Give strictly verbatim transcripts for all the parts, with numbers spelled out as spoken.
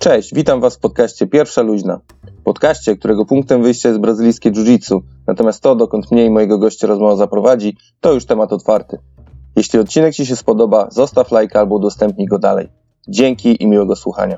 Cześć, witam Was w podcaście Pierwsza Luźna. Podcaście, którego punktem wyjścia jest brazylijskie jiu-jitsu, natomiast to, dokąd mnie i mojego gościa rozmowa zaprowadzi, to już temat otwarty. Jeśli odcinek Ci się spodoba, zostaw lajka albo udostępnij go dalej. Dzięki i miłego słuchania.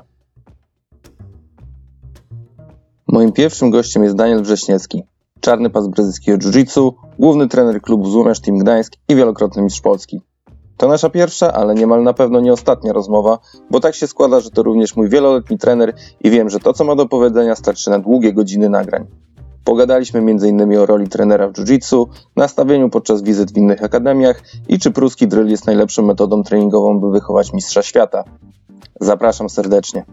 Moim pierwszym gościem jest Daniel Wrześniewski, czarny pas brazylijskiego jiu-jitsu, główny trener klubu Złomierz Team Gdańsk i wielokrotny mistrz Polski. To nasza pierwsza, ale niemal na pewno nie ostatnia rozmowa, bo tak się składa, że to również mój wieloletni trener i wiem, że to, co ma do powiedzenia, starczy na długie godziny nagrań. Pogadaliśmy między innymi o roli trenera w jiu-jitsu, nastawieniu podczas wizyt w innych akademiach i czy pruski drill jest najlepszą metodą treningową, by wychować mistrza świata. Zapraszam serdecznie.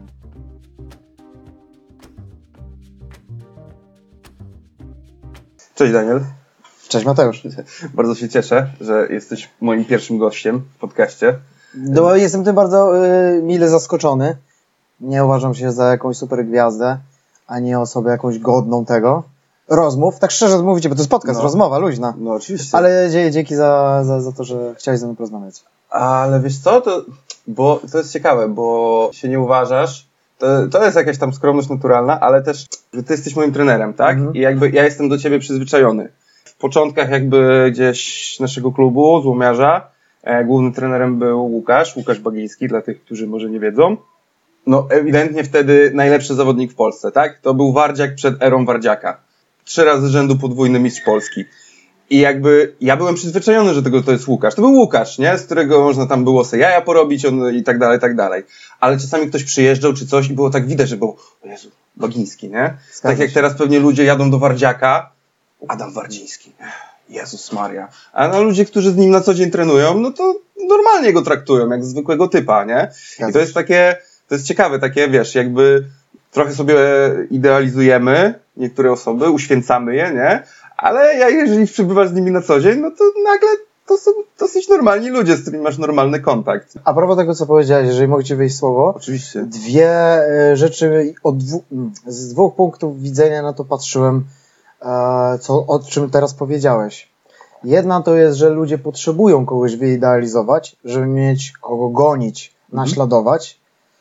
Cześć Daniel. Cześć Mateusz. Bardzo się cieszę, że jesteś moim pierwszym gościem w podcaście. No, jestem tym bardzo y, mile zaskoczony. Nie uważam się za jakąś super gwiazdę, ani osobę jakąś godną tego. Rozmów, tak szczerze mówicie, bo to jest podcast, no. rozmowa, luźna. No oczywiście. Ale dzięki za, za, za to, że chciałeś ze mną porozmawiać. Ale wiesz co, to, bo to jest ciekawe, bo się nie uważasz, to, to jest jakaś tam skromność naturalna, ale też, że ty jesteś moim trenerem, tak? Mhm. I jakby ja jestem do ciebie przyzwyczajony. W początkach jakby gdzieś naszego klubu, Złomiarza, e, głównym trenerem był Łukasz, Łukasz Bagiński, dla tych, którzy może nie wiedzą. No ewidentnie wtedy najlepszy zawodnik w Polsce, tak? To był Wardziak przed erą Wardziaka. Trzy razy z rzędu podwójny mistrz Polski. I jakby ja byłem przyzwyczajony, że tego to jest Łukasz. To był Łukasz, nie? Z którego można tam było sobie jaja porobić on, i tak dalej, i tak dalej. Ale czasami ktoś przyjeżdżał czy coś i było tak widać, że było, o Jezu, Bagiński, nie? Zgadza tak jak się. Teraz pewnie ludzie jadą do Wardziaka, Adam Wardziński, Jezus Maria. A no, ludzie, którzy z nim na co dzień trenują, no to normalnie go traktują, jak zwykłego typa, nie? I to jest takie, to jest ciekawe, takie, wiesz, jakby trochę sobie idealizujemy niektóre osoby, uświęcamy je, nie? Ale ja, jeżeli przybywasz z nimi na co dzień, no to nagle to są dosyć normalni ludzie, z którymi masz normalny kontakt. A propos tego, co powiedziałeś, jeżeli mogę Ci wejść słowo. Oczywiście. Dwie rzeczy, od dwu, z dwóch punktów widzenia na to patrzyłem, co, o czym teraz powiedziałeś. Jedna to jest, że ludzie potrzebują kogoś wyidealizować, żeby mieć kogo gonić, mhm. naśladować,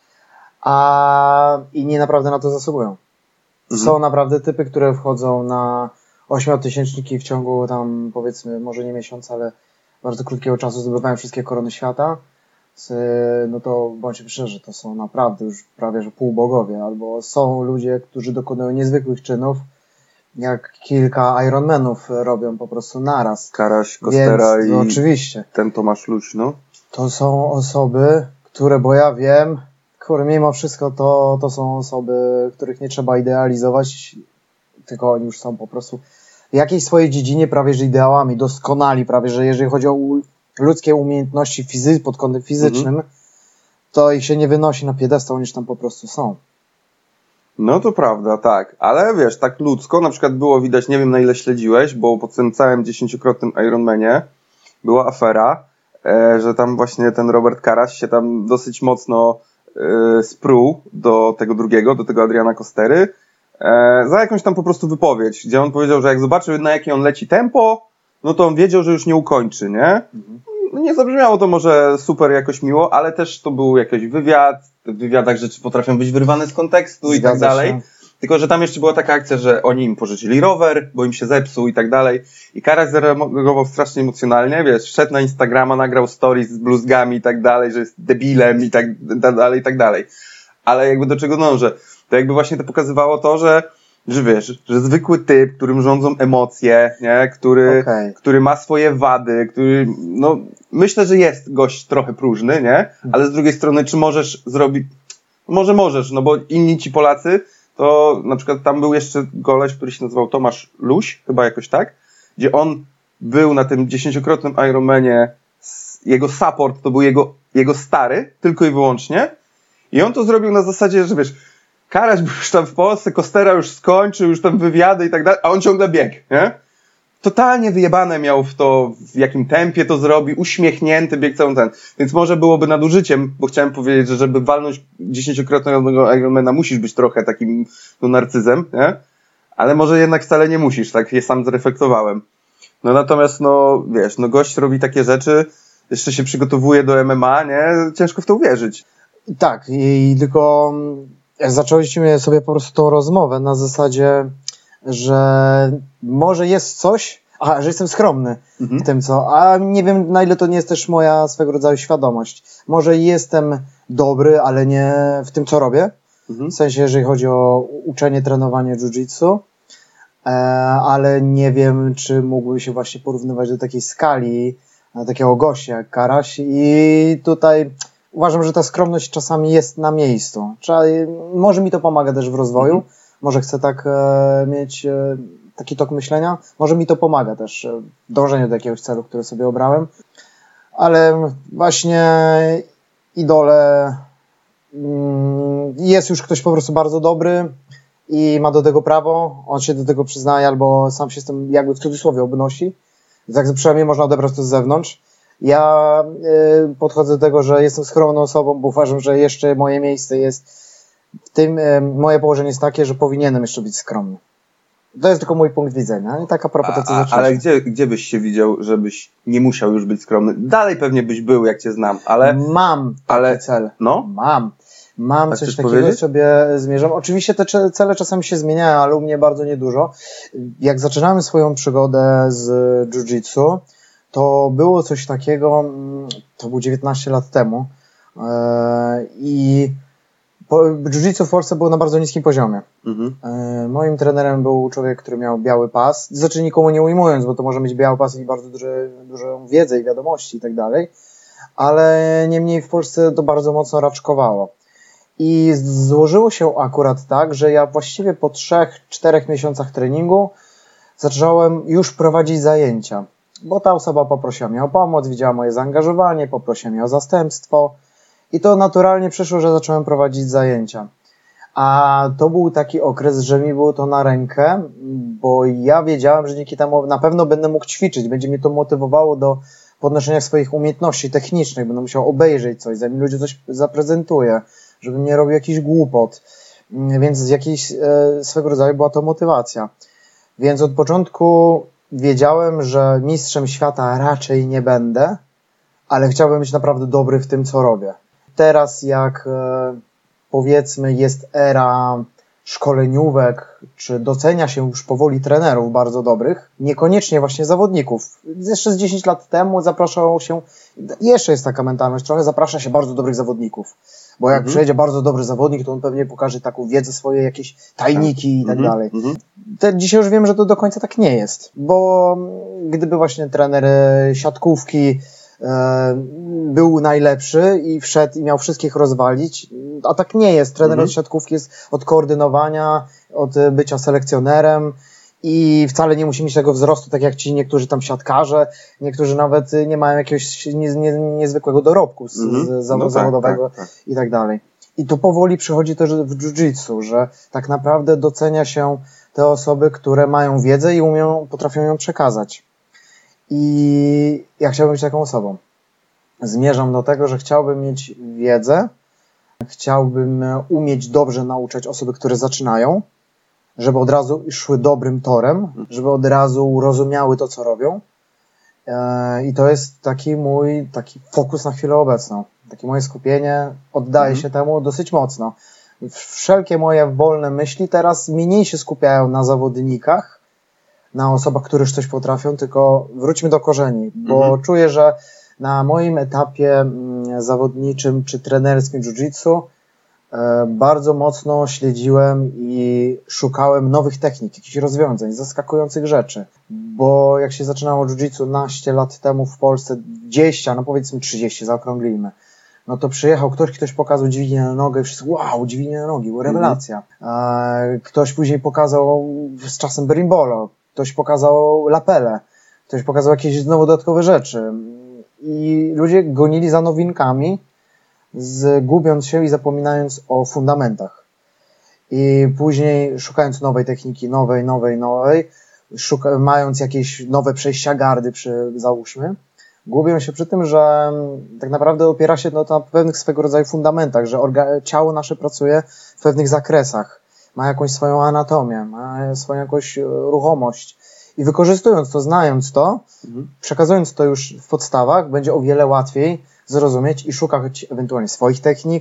a inni naprawdę na to zasługują. Mhm. Są naprawdę typy, które wchodzą na ośmiotysięczniki w ciągu tam, powiedzmy, może nie miesiąca, ale bardzo krótkiego czasu zdobywają wszystkie korony świata. No to bądźmy szczerzy, to są naprawdę już prawie że półbogowie, albo są ludzie, którzy dokonują niezwykłych czynów, jak kilka Ironmanów robią po prostu naraz. Karaś, Kostera Więc, i no, oczywiście. ten Tomasz Luś, no. To są osoby, które, bo ja wiem, które mimo wszystko to, to są osoby, których nie trzeba idealizować, tylko oni już są po prostu w jakiejś swojej dziedzinie prawie że ideałami, doskonali prawie, że jeżeli chodzi o ludzkie umiejętności fizy- pod kątem fizycznym, mhm. to ich się nie wynosi na piedestał, niż tam po prostu są. No to prawda, tak, ale wiesz, tak ludzko na przykład było widać, nie wiem na ile śledziłeś, bo po tym całym dziesięciokrotnym Ironmanie była afera, e, że tam właśnie ten Robert Karaś się tam dosyć mocno e, spruł do tego drugiego, do tego Adriana Kostery, e, za jakąś tam po prostu wypowiedź, gdzie on powiedział, że jak zobaczył na jakie on leci tempo, no to on wiedział, że już nie ukończy, nie? Mhm. Nie zabrzmiało to może super jakoś miło, ale też to był jakiś wywiad, w wywiadach rzeczy potrafią być wyrwane z kontekstu Zgadza i tak dalej. Się. Tylko, że tam jeszcze była taka akcja, że oni im pożyczyli rower, bo im się zepsuł i tak dalej. I Karaś zareagował strasznie emocjonalnie, wiesz, wszedł na Instagrama, nagrał stories z bluzgami i tak dalej, że jest debilem i tak dalej, i tak dalej. Ale jakby do czego dążę? To jakby właśnie to pokazywało to, że że wiesz, że zwykły typ, którym rządzą emocje, nie, który, okay. który ma swoje wady, który, no, myślę, że jest gość trochę próżny, nie, ale z drugiej strony, czy możesz zrobić, może możesz, no bo inni ci Polacy, to na przykład tam był jeszcze goleś, który się nazywał Tomasz Luś, chyba jakoś tak, gdzie on był na tym dziesięciokrotnym Ironmanie, jego support to był jego, jego stary, tylko i wyłącznie, i on to zrobił na zasadzie, że wiesz, Karaś był już tam w Polsce, Kostera już skończył, już tam wywiady i tak dalej, a on ciągle biegł, nie? Totalnie wyjebane miał w to, w jakim tempie to zrobi, uśmiechnięty bieg cały ten. Więc może byłoby nadużyciem, bo chciałem powiedzieć, że żeby walnąć dziesięciokrotnego Ironmana musisz być trochę takim no, narcyzem, nie? Ale może jednak wcale nie musisz, tak je sam zreflektowałem. No natomiast, no wiesz, no gość robi takie rzeczy, jeszcze się przygotowuje do M M A, nie? Ciężko w to uwierzyć. Tak, i tylko zaczęliśmy sobie po prostu tą rozmowę na zasadzie, że może jest coś, aha, że jestem skromny mhm. w tym co, a nie wiem na ile to nie jest też moja swego rodzaju świadomość. Może jestem dobry, ale nie w tym co robię, mhm. w sensie jeżeli chodzi o uczenie, trenowanie jiu-jitsu, e, ale nie wiem czy mógłbym się właśnie porównywać do takiej skali, na takiego gościa jak Karaś i tutaj uważam, że ta skromność czasami jest na miejscu. Trzeba, może mi to pomaga też w rozwoju, mhm. może chcę tak e, mieć e, taki tok myślenia, może mi to pomaga też w dążeniu do jakiegoś celu, który sobie obrałem, ale właśnie idole mm, jest już ktoś po prostu bardzo dobry i ma do tego prawo, on się do tego przyznaje albo sam się z tym jakby w cudzysłowie obnosi, tak przynajmniej można odebrać to z zewnątrz. Ja y, podchodzę do tego, że jestem skromną osobą, bo uważam, że jeszcze moje miejsce jest w tym, y, moje położenie jest takie, że powinienem jeszcze być skromny. To jest tylko mój punkt widzenia. I taka propozycja. Ale gdzie, gdzie byś się widział, żebyś nie musiał już być skromny? Dalej pewnie byś był, jak cię znam, ale... Mam taki ale, cel. No? Mam. Mam A coś takiego, powiedzieć? sobie zmierzam. Oczywiście te cele czasami się zmieniają, ale u mnie bardzo niedużo. Jak zaczynamy swoją przygodę z jiu-jitsu, to było coś takiego, to było dziewiętnaście lat temu yy, i jiu-jitsu w Polsce było na bardzo niskim poziomie. Mhm. Yy, moim trenerem był człowiek, który miał biały pas, znaczy nikomu nie ujmując, bo to może mieć biały pas i bardzo duże, dużą wiedzę i wiadomości i tak dalej, ale niemniej w Polsce to bardzo mocno raczkowało. I złożyło się akurat tak, że ja właściwie po trzech, czterech miesiącach treningu zacząłem już prowadzić zajęcia, bo ta osoba poprosiła mnie o pomoc, widziała moje zaangażowanie, poprosiła mnie o zastępstwo i to naturalnie przyszło, że zacząłem prowadzić zajęcia. A to był taki okres, że mi było to na rękę, bo ja wiedziałem, że dzięki temu na pewno będę mógł ćwiczyć, będzie mnie to motywowało do podnoszenia swoich umiejętności technicznych, będę musiał obejrzeć coś, zanim ludzie coś zaprezentuję, żebym nie robił jakichś głupot, więc z jakiejś e, swego rodzaju była to motywacja. Więc od początku wiedziałem, że mistrzem świata raczej nie będę, ale chciałbym być naprawdę dobry w tym, co robię. Teraz jak e, powiedzmy jest era szkoleniówek, czy docenia się już powoli trenerów bardzo dobrych, niekoniecznie właśnie zawodników. Jeszcze z dziesięć lat temu zapraszało się, jeszcze jest taka mentalność trochę, zaprasza się bardzo dobrych zawodników. Bo jak mm-hmm. przyjedzie bardzo dobry zawodnik, to on pewnie pokaże taką wiedzę, swoje jakieś tajniki i tak mm-hmm. dalej. Mm-hmm. Te, dzisiaj już wiem, że to do końca tak nie jest, bo gdyby właśnie trener siatkówki e, był najlepszy i wszedł i miał wszystkich rozwalić, a tak nie jest. Trener mm-hmm. od siatkówki jest od koordynowania, od bycia selekcjonerem i wcale nie musi mieć tego wzrostu, tak jak ci niektórzy tam siatkarze, niektórzy nawet nie mają jakiegoś nie, nie, niezwykłego dorobku z, mm-hmm. z zawodu, no tak, zawodowego tak, tak. i tak dalej. I tu powoli przychodzi też w jiu-jitsu, że tak naprawdę docenia się te osoby, które mają wiedzę i umią, potrafią ją przekazać. I ja chciałbym być taką osobą. Zmierzam do tego, że chciałbym mieć wiedzę, chciałbym umieć dobrze nauczać osoby, które zaczynają, żeby od razu szły dobrym torem, żeby od razu rozumiały to, co robią. I to jest taki mój taki fokus na chwilę obecną. Takie moje skupienie, oddaję mhm. się temu dosyć mocno. Wszelkie moje wolne myśli teraz mniej się skupiają na zawodnikach, na osobach, które już coś potrafią, tylko wróćmy do korzeni, bo mhm. czuję, że na moim etapie zawodniczym czy trenerskim jiu-jitsu bardzo mocno śledziłem i szukałem nowych technik, jakichś rozwiązań, zaskakujących rzeczy. Bo jak się zaczynało jiu-jitsu naście lat temu w Polsce, dwadzieścia, no powiedzmy trzydzieści, zaokrąglimy, no to przyjechał ktoś, ktoś pokazał dźwignię na nogę i wszyscy, wow, dźwignię na nogi, rewelacja. Mm. Ktoś później pokazał z czasem berimbolo, ktoś pokazał lapelę, ktoś pokazał jakieś znowu dodatkowe rzeczy. I ludzie gonili za nowinkami, zgubiąc się i zapominając o fundamentach. I później szukając nowej techniki, nowej, nowej, nowej, szuka, mając jakieś nowe przejścia gardy, przy, załóżmy, gubią się przy tym, że tak naprawdę opiera się no, to na pewnych swego rodzaju fundamentach, że orga- ciało nasze pracuje w pewnych zakresach, ma jakąś swoją anatomię, ma swoją jakąś ruchomość i wykorzystując to, znając to, mhm. przekazując to już w podstawach, będzie o wiele łatwiej zrozumieć i szukać ewentualnie swoich technik,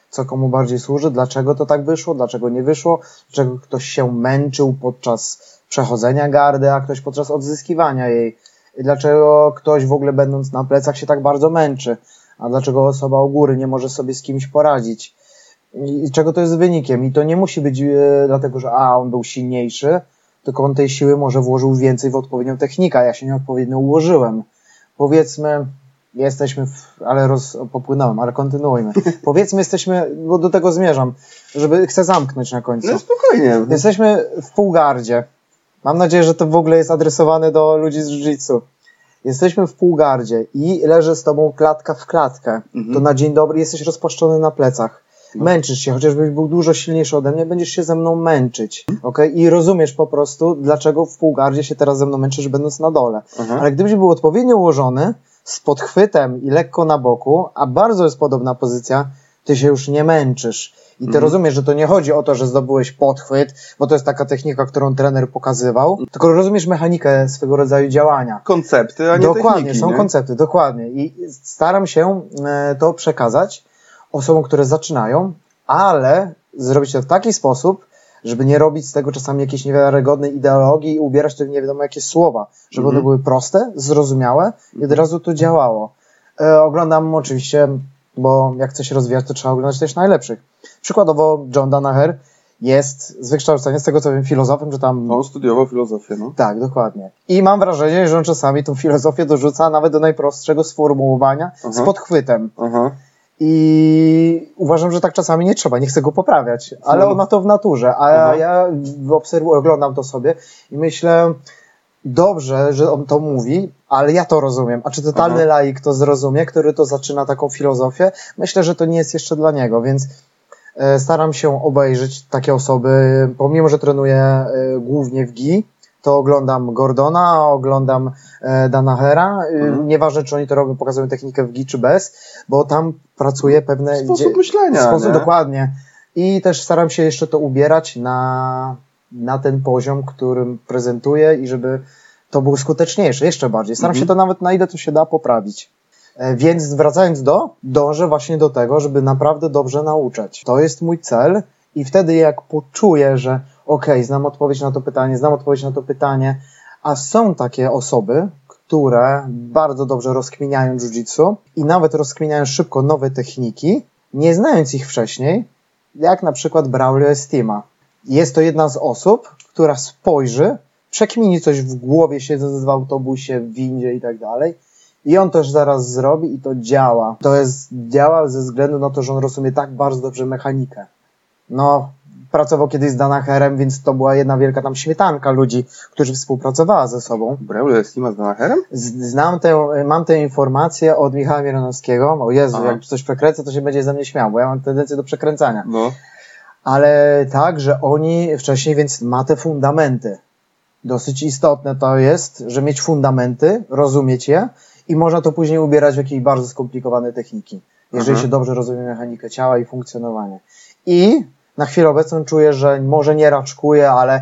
co komu bardziej służy, dlaczego to tak wyszło, dlaczego nie wyszło, dlaczego ktoś się męczył podczas przechodzenia gardy, a ktoś podczas odzyskiwania jej. I dlaczego ktoś w ogóle będąc na plecach się tak bardzo męczy, a dlaczego osoba u góry nie może sobie z kimś poradzić. I czego to jest wynikiem. I to nie musi być e, dlatego, że a, on był silniejszy, tylko on tej siły może włożył więcej w odpowiednią technikę, a ja się nieodpowiednio ułożyłem. Powiedzmy, jesteśmy, w, ale roz, popłynąłem, ale kontynuujmy. Powiedzmy, jesteśmy, bo do tego zmierzam, żeby, chcę zamknąć na końcu. No spokojnie. Jesteśmy w półgardzie. Mam nadzieję, że to w ogóle jest adresowane do ludzi z jiu-jitsu. Jesteśmy w półgardzie i leżę z tobą klatka w klatkę. Mhm. To na dzień dobry jesteś rozpłaszczony na plecach. No. Męczysz się, chociażbyś był dużo silniejszy ode mnie, będziesz się ze mną męczyć. Okay? I rozumiesz po prostu, dlaczego w półgardzie się teraz ze mną męczysz, będąc na dole. Mhm. Ale gdybyś był odpowiednio ułożony, z podchwytem i lekko na boku, a bardzo jest podobna pozycja, ty się już nie męczysz. I ty mhm. rozumiesz, że to nie chodzi o to, że zdobyłeś podchwyt, bo to jest taka technika, którą trener pokazywał, tylko rozumiesz mechanikę swego rodzaju działania. Koncepty, a nie dokładnie, techniki. Dokładnie, są nie? koncepty, dokładnie. I staram się to przekazać osobom, które zaczynają, ale zrobić to w taki sposób, żeby nie robić z tego czasami jakiejś niewiarygodnej ideologii i ubierać to w nie wiadomo jakie słowa, żeby mhm. one były proste, zrozumiałe i od razu to działało. E, oglądam oczywiście, bo jak chce się rozwijać, to trzeba oglądać też najlepszych. Przykładowo John Danaher jest z wykształcenia, z tego co wiem, filozofem, że tam... On studiował filozofię, no. Tak, dokładnie. I mam wrażenie, że on czasami tą filozofię dorzuca nawet do najprostszego sformułowania Aha. z podchwytem. Aha. I uważam, że tak czasami nie trzeba, nie chcę go poprawiać, ale no. on ma to w naturze, a Aha. ja obserwuję, oglądam to sobie i myślę, dobrze, że on to mówi, ale ja to rozumiem, a czy totalny Aha. laik to zrozumie, który to zaczyna taką filozofię? Myślę, że to nie jest jeszcze dla niego, więc e, staram się obejrzeć takie osoby, pomimo, że trenuję e, głównie w gi, to oglądam Gordona, oglądam e, Danahera, mhm. nieważne czy oni to robią, pokazują technikę w gi czy bez, bo tam pracuje pewne... Sposób dzie- myślenia, Sposób, nie? dokładnie. I też staram się jeszcze to ubierać na, na ten poziom, którym prezentuję i żeby to było skuteczniejsze, jeszcze bardziej. Staram mhm. się to nawet na ile to się da poprawić. E, więc wracając do, dążę właśnie do tego, żeby naprawdę dobrze nauczać. To jest mój cel i wtedy jak poczuję, że okej, okay, znam odpowiedź na to pytanie, znam odpowiedź na to pytanie, a są takie osoby, które bardzo dobrze rozkminiają jiu-jitsu i nawet rozkminiają szybko nowe techniki, nie znając ich wcześniej, jak na przykład Braulio Estima. Jest to jedna z osób, która spojrzy, przekmini coś w głowie, siedząc w autobusie, w windzie i tak dalej, i on też zaraz zrobi i to działa. To jest, działa ze względu na to, że on rozumie tak bardzo dobrze mechanikę. No, pracował kiedyś z Danaherem, więc to była jedna wielka tam śmietanka ludzi, którzy współpracowała ze sobą. Braulio Estima z Danaherem? Znam tę, mam tę informację od Michała Mieronowskiego. O Jezu, Aha. jak coś przekręcę, to się będzie ze mnie śmiał, bo ja mam tendencję do przekręcania. No. Ale tak, że oni wcześniej, więc ma te fundamenty. Dosyć istotne to jest, że mieć fundamenty, rozumieć je i można to później ubierać w jakieś bardzo skomplikowane techniki. Jeżeli Aha. się dobrze rozumie mechanikę ciała i funkcjonowanie. I na chwilę obecną czuję, że może nie raczkuję, ale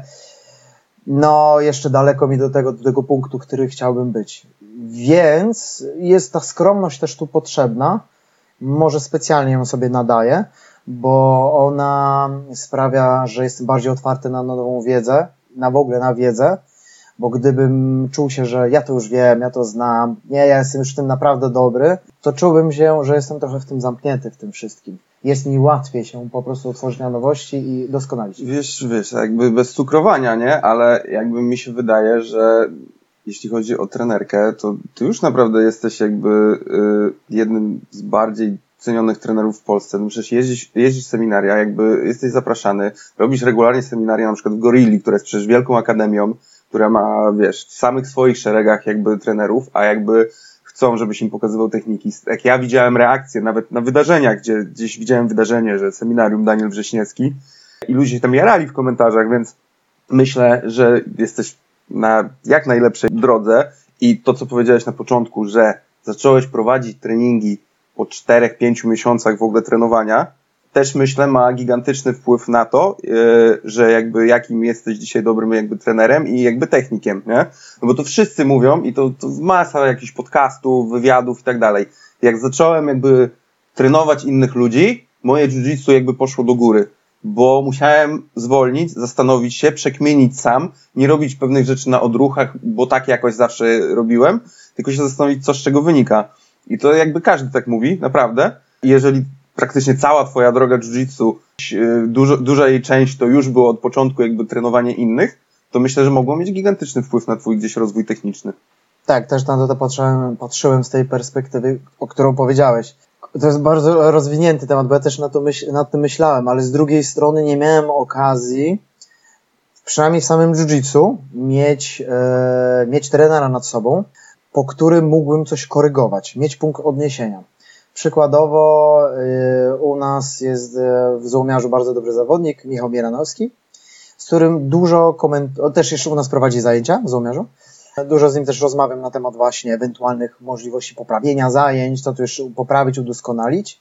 no jeszcze daleko mi do tego, do tego punktu, który chciałbym być. Więc jest ta skromność też tu potrzebna. Może specjalnie ją sobie nadaję, bo ona sprawia, że jestem bardziej otwarty na nową wiedzę, na w ogóle na wiedzę, bo gdybym czuł się, że ja to już wiem, ja to znam, nie, ja jestem już w tym naprawdę dobry, to czułbym się, że jestem trochę w tym zamknięty, w tym wszystkim. Jest mi łatwiej się po prostu otworzyć na nowości i doskonalić. Wiesz, wiesz, jakby bez cukrowania, nie? Ale jakby mi się wydaje, że jeśli chodzi o trenerkę, to ty już naprawdę jesteś jakby y, jednym z bardziej cenionych trenerów w Polsce. No przecież jeździsz, jeździsz seminaria, jakby jesteś zapraszany, robisz regularnie seminaria, na przykład w Gorilli, która jest przecież wielką akademią, która ma, wiesz, w samych swoich szeregach jakby trenerów, a jakby chcą, żebyś im pokazywał techniki. Jak ja widziałem reakcje, nawet na wydarzeniach, gdzie gdzieś widziałem wydarzenie, że seminarium Daniel Wrześniewski i ludzie się tam jarali w komentarzach, więc myślę, że jesteś na jak najlepszej drodze i to, co powiedziałeś na początku, że zacząłeś prowadzić treningi po czterech, pięciu miesiącach w ogóle trenowania, też myślę ma gigantyczny wpływ na to, yy, że jakby jakim jesteś dzisiaj dobrym jakby trenerem i jakby technikiem, nie? No bo to wszyscy mówią i to, to masa jakichś podcastów, wywiadów i tak dalej. Jak zacząłem jakby trenować innych ludzi, moje jiu-jitsu jakby poszło do góry, bo musiałem zwolnić, zastanowić się, przekmienić sam, nie robić pewnych rzeczy na odruchach, bo tak jakoś zawsze robiłem, tylko się zastanowić, co z czego wynika. I to jakby każdy tak mówi, naprawdę. Jeżeli praktycznie cała twoja droga jiu-jitsu, dużo, duża jej część to już było od początku jakby trenowanie innych, to myślę, że mogło mieć gigantyczny wpływ na twój gdzieś rozwój techniczny. Tak, też na to patrzyłem, patrzyłem z tej perspektywy, o którą powiedziałeś. To jest bardzo rozwinięty temat, bo ja też na to myśl, nad tym myślałem, ale z drugiej strony nie miałem okazji, przynajmniej w samym jiu-jitsu, mieć, e, mieć trenera nad sobą, po którym mógłbym coś korygować, mieć punkt odniesienia. Przykładowo e, u nas jest e, w Złomiarzu bardzo dobry zawodnik, Michał Mieranowski, z którym dużo komentuję, też jeszcze u nas prowadzi zajęcia w Złomiarzu. Dużo z nim też rozmawiam na temat właśnie ewentualnych możliwości poprawienia zajęć, co tu jeszcze poprawić, udoskonalić.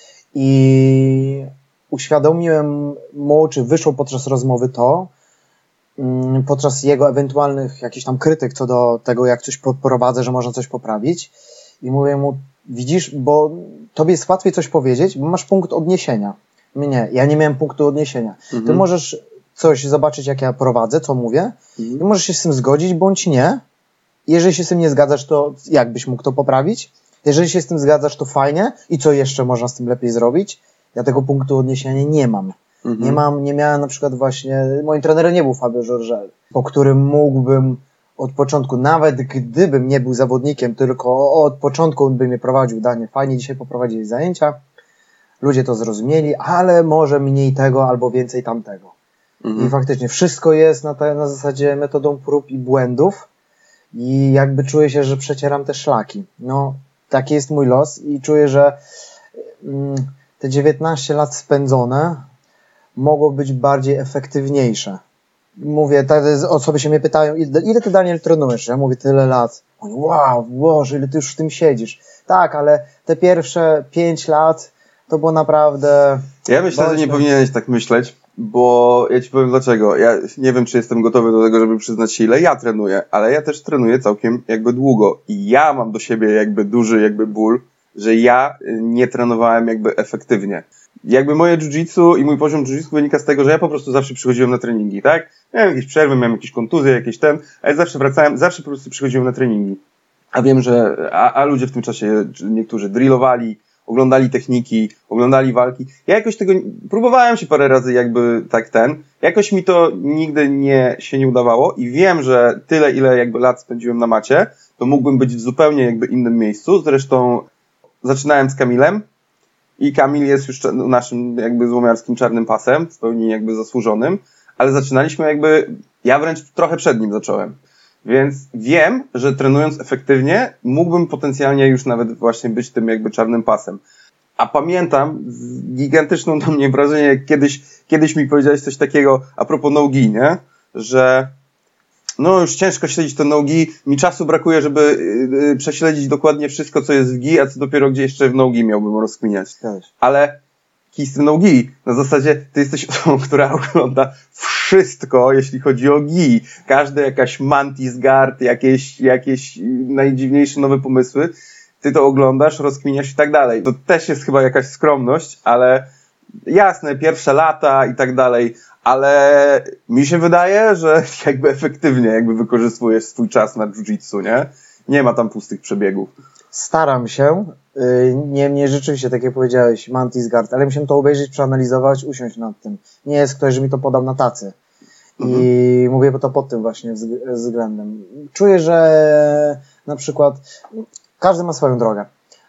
I uświadomiłem mu, czy wyszło podczas rozmowy to, podczas jego ewentualnych jakichś tam krytyk co do tego, jak coś prowadzę, że można coś poprawić. I mówię mu, widzisz, bo tobie jest łatwiej coś powiedzieć, bo masz punkt odniesienia. Mnie, ja nie miałem punktu odniesienia. Mhm. Ty możesz coś zobaczyć, jak ja prowadzę, co mówię, mhm. i możesz się z tym zgodzić, bądź nie. Jeżeli się z tym nie zgadzasz, to jak byś mógł to poprawić? Jeżeli się z tym zgadzasz, to fajnie. I co jeszcze można z tym lepiej zrobić? Ja tego punktu odniesienia nie mam. Mhm. Nie mam, nie miałem na przykład właśnie, moim trenerem nie był Fabio Giorgel, po którym mógłbym od początku, nawet gdybym nie był zawodnikiem, tylko od początku on by mnie prowadził, Danie, fajnie dzisiaj poprowadzili zajęcia, ludzie to zrozumieli, ale może mniej tego albo więcej tamtego. Mhm. I faktycznie wszystko jest na, te, na zasadzie metodą prób i błędów i jakby czuję się, że przecieram te szlaki. No, taki jest mój los i czuję, że mm, te dziewiętnaście lat spędzone mogło być bardziej efektywniejsze. Mówię, tak, osoby się mnie pytają, ile, ile ty, Daniel, trenujesz? Ja mówię, tyle lat. Mówię, wow, Boże, ile ty już w tym siedzisz. Tak, ale te pierwsze pięć lat to było naprawdę... Ja myślę, że nie powinieneś tak myśleć, bo ja ci powiem dlaczego. Ja nie wiem, czy jestem gotowy do tego, żeby przyznać się, ile ja trenuję, ale ja też trenuję całkiem jakby długo i ja mam do siebie jakby duży jakby ból, że ja nie trenowałem jakby efektywnie. Jakby moje jiu-jitsu i mój poziom jiu-jitsu wynika z tego, że ja po prostu zawsze przychodziłem na treningi, tak? Miałem jakieś przerwy, miałem jakieś kontuzje, jakieś ten, ale zawsze wracałem, zawsze po prostu przychodziłem na treningi. A wiem, że, a, a ludzie w tym czasie, niektórzy drillowali, oglądali techniki, oglądali walki. Ja jakoś tego, próbowałem się parę razy jakby tak ten, jakoś mi to nigdy nie, się nie udawało i wiem, że tyle, ile jakby lat spędziłem na macie, to mógłbym być w zupełnie jakby innym miejscu. Zresztą zaczynałem z Kamilem i Kamil jest już naszym jakby złomiarskim czarnym pasem, w pełni jakby zasłużonym, ale zaczynaliśmy jakby, ja wręcz trochę przed nim zacząłem. Więc wiem, że trenując efektywnie mógłbym potencjalnie już nawet właśnie być tym jakby czarnym pasem. A pamiętam gigantyczną do mnie wrażenie, jak kiedyś, kiedyś mi powiedziałeś coś takiego a propos no-gi, nie? Że no już ciężko śledzić to no-gi, mi czasu brakuje, żeby yy, prześledzić dokładnie wszystko, co jest w gi, a co dopiero gdzie jeszcze w no-gi miałbym rozkminiać. Ale kij z tym no-gi, na zasadzie ty jesteś osobą, która ogląda wszystko, jeśli chodzi o gi. Każde jakaś Mantis Guard, jakieś, jakieś najdziwniejsze nowe pomysły, ty to oglądasz, rozkminiasz i tak dalej. To też jest chyba jakaś skromność, ale jasne, pierwsze lata i tak dalej, ale mi się wydaje, że jakby efektywnie jakby wykorzystujesz swój czas na jiu-jitsu, nie? Nie ma tam pustych przebiegów. Staram się, niemniej rzeczywiście, tak jak powiedziałeś, Mantis Guard, ale musiałem to obejrzeć, przeanalizować, usiąść nad tym. Nie jest ktoś, że mi to podał na tacy. Mhm. I mówię to pod tym właśnie względem. Czuję, że na przykład każdy ma swoją drogę.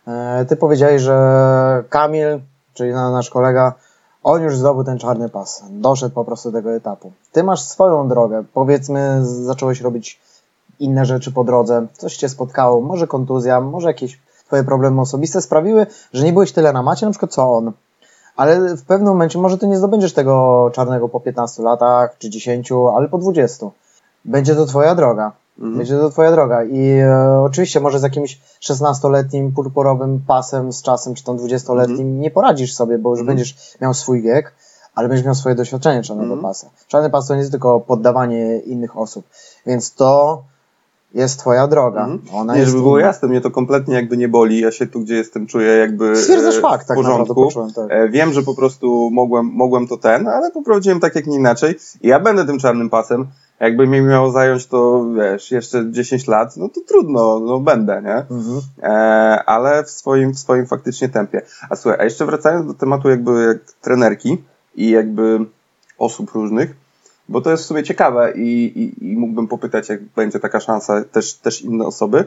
Ty powiedziałeś, że Kamil, czyli nasz kolega, on już zdobył ten czarny pas. Doszedł po prostu do tego etapu. Ty masz swoją drogę. Powiedzmy, zacząłeś robić inne rzeczy po drodze. Coś cię spotkało. Może kontuzja, może jakieś twoje problemy osobiste sprawiły, że nie byłeś tyle na macie, na przykład co on. Ale w pewnym momencie może ty nie zdobędziesz tego czarnego po piętnastu latach, czy dziesięciu, ale po dwudziestu. Będzie to twoja droga. Mhm. Będzie to twoja droga. I e, oczywiście może z jakimś szesnastoletnim purpurowym pasem z czasem, czy tam dwudziestoletnim mhm. nie poradzisz sobie, bo już mhm. będziesz miał swój wiek, ale będziesz miał swoje doświadczenie czarnego mhm. pasa. Czarny pas to nie jest tylko poddawanie innych osób. Więc to jest twoja droga. Mhm. Ona nie, jest żeby było inna. jasne, mnie to kompletnie jakby nie boli, ja się tu, gdzie jestem, czuję jakby Stwierdzasz e, fakt, w tak porządku. naprawdę poczułem, tak. E, Wiem, że po prostu mogłem, mogłem to ten, ale poprowadziłem tak jak nie inaczej i ja będę tym czarnym pasem. Jakby mi miało zająć to, wiesz, jeszcze dziesięć lat, no to trudno, no będę, nie? Mhm. E, ale w swoim, w swoim faktycznie tempie. A słuchaj, a jeszcze wracając do tematu jakby jak trenerki i jakby osób różnych, bo to jest w sumie ciekawe i, i, i mógłbym popytać, jak będzie taka szansa, też, też inne osoby,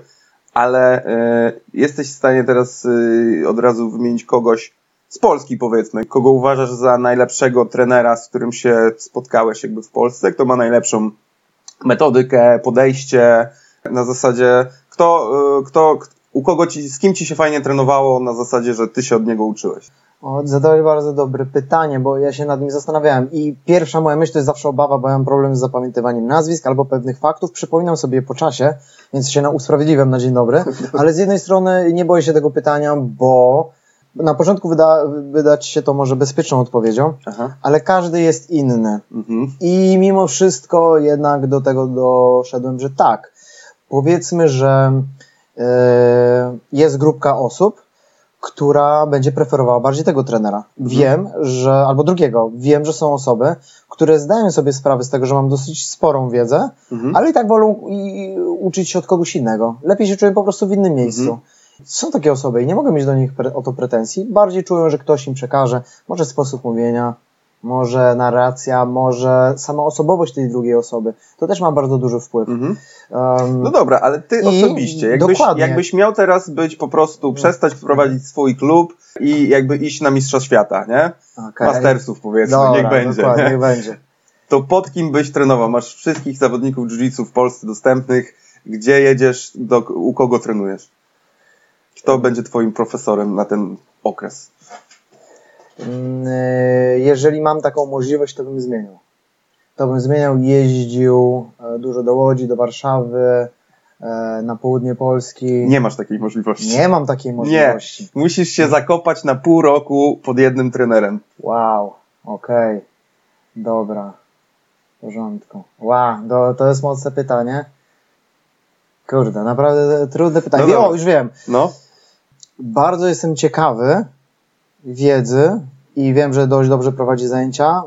ale e, jesteś w stanie teraz e, od razu wymienić kogoś z Polski, powiedzmy, kogo uważasz za najlepszego trenera, z którym się spotkałeś jakby w Polsce, kto ma najlepszą metodykę, podejście, na zasadzie kto, e, kto u kogo ci, z kim ci się fajnie trenowało, na zasadzie, że ty się od niego uczyłeś. O, zadałeś bardzo dobre pytanie, bo ja się nad nim zastanawiałem i pierwsza moja myśl to jest zawsze obawa, bo ja mam problem z zapamiętywaniem nazwisk albo pewnych faktów, przypominam sobie je po czasie, więc się na usprawiedliwiam na dzień dobry, ale z jednej strony nie boję się tego pytania, bo na początku wyda, wydać się to może bezpieczną odpowiedzią, Aha. ale każdy jest inny mhm. i mimo wszystko jednak do tego doszedłem, że tak, powiedzmy, że yy, jest grupka osób, która będzie preferowała bardziej tego trenera. Wiem, mhm. że, albo drugiego, wiem, że są osoby, które zdają sobie sprawę z tego, że mam dosyć sporą wiedzę, mhm. ale i tak wolą i, uczyć się od kogoś innego. Lepiej się czują po prostu w innym miejscu. Mhm. Są takie osoby i nie mogę mieć do nich pre, o to pretensji. Bardziej czują, że ktoś im przekaże, może sposób mówienia, może narracja, może sama osobowość tej drugiej osoby. To też ma bardzo duży wpływ. Mhm. Um, no dobra, ale ty osobiście, jakbyś, jakbyś miał teraz być po prostu, przestać prowadzić swój klub i jakby iść na Mistrza Świata, nie? Okay. Mastersów powiedzmy, dobra, niech będzie. Nie? Niech będzie. To pod kim byś trenował? Masz wszystkich zawodników jiu-jitsu w Polsce dostępnych. Gdzie jedziesz, do, u kogo trenujesz? Kto będzie twoim profesorem na ten okres? Jeżeli mam taką możliwość, to bym zmienił. To bym zmieniał, jeździł dużo do Łodzi, do Warszawy, na południe Polski. Nie masz takiej możliwości. Nie mam takiej możliwości. Nie. Musisz się zakopać na pół roku pod jednym trenerem. Wow, okej. Okay. Dobra. W porządku. Wow, to, to jest mocne pytanie. Kurde, naprawdę trudne pytanie. No, o, już wiem. No. Bardzo jestem ciekawy wiedzy i wiem, że dość dobrze prowadzi zajęcia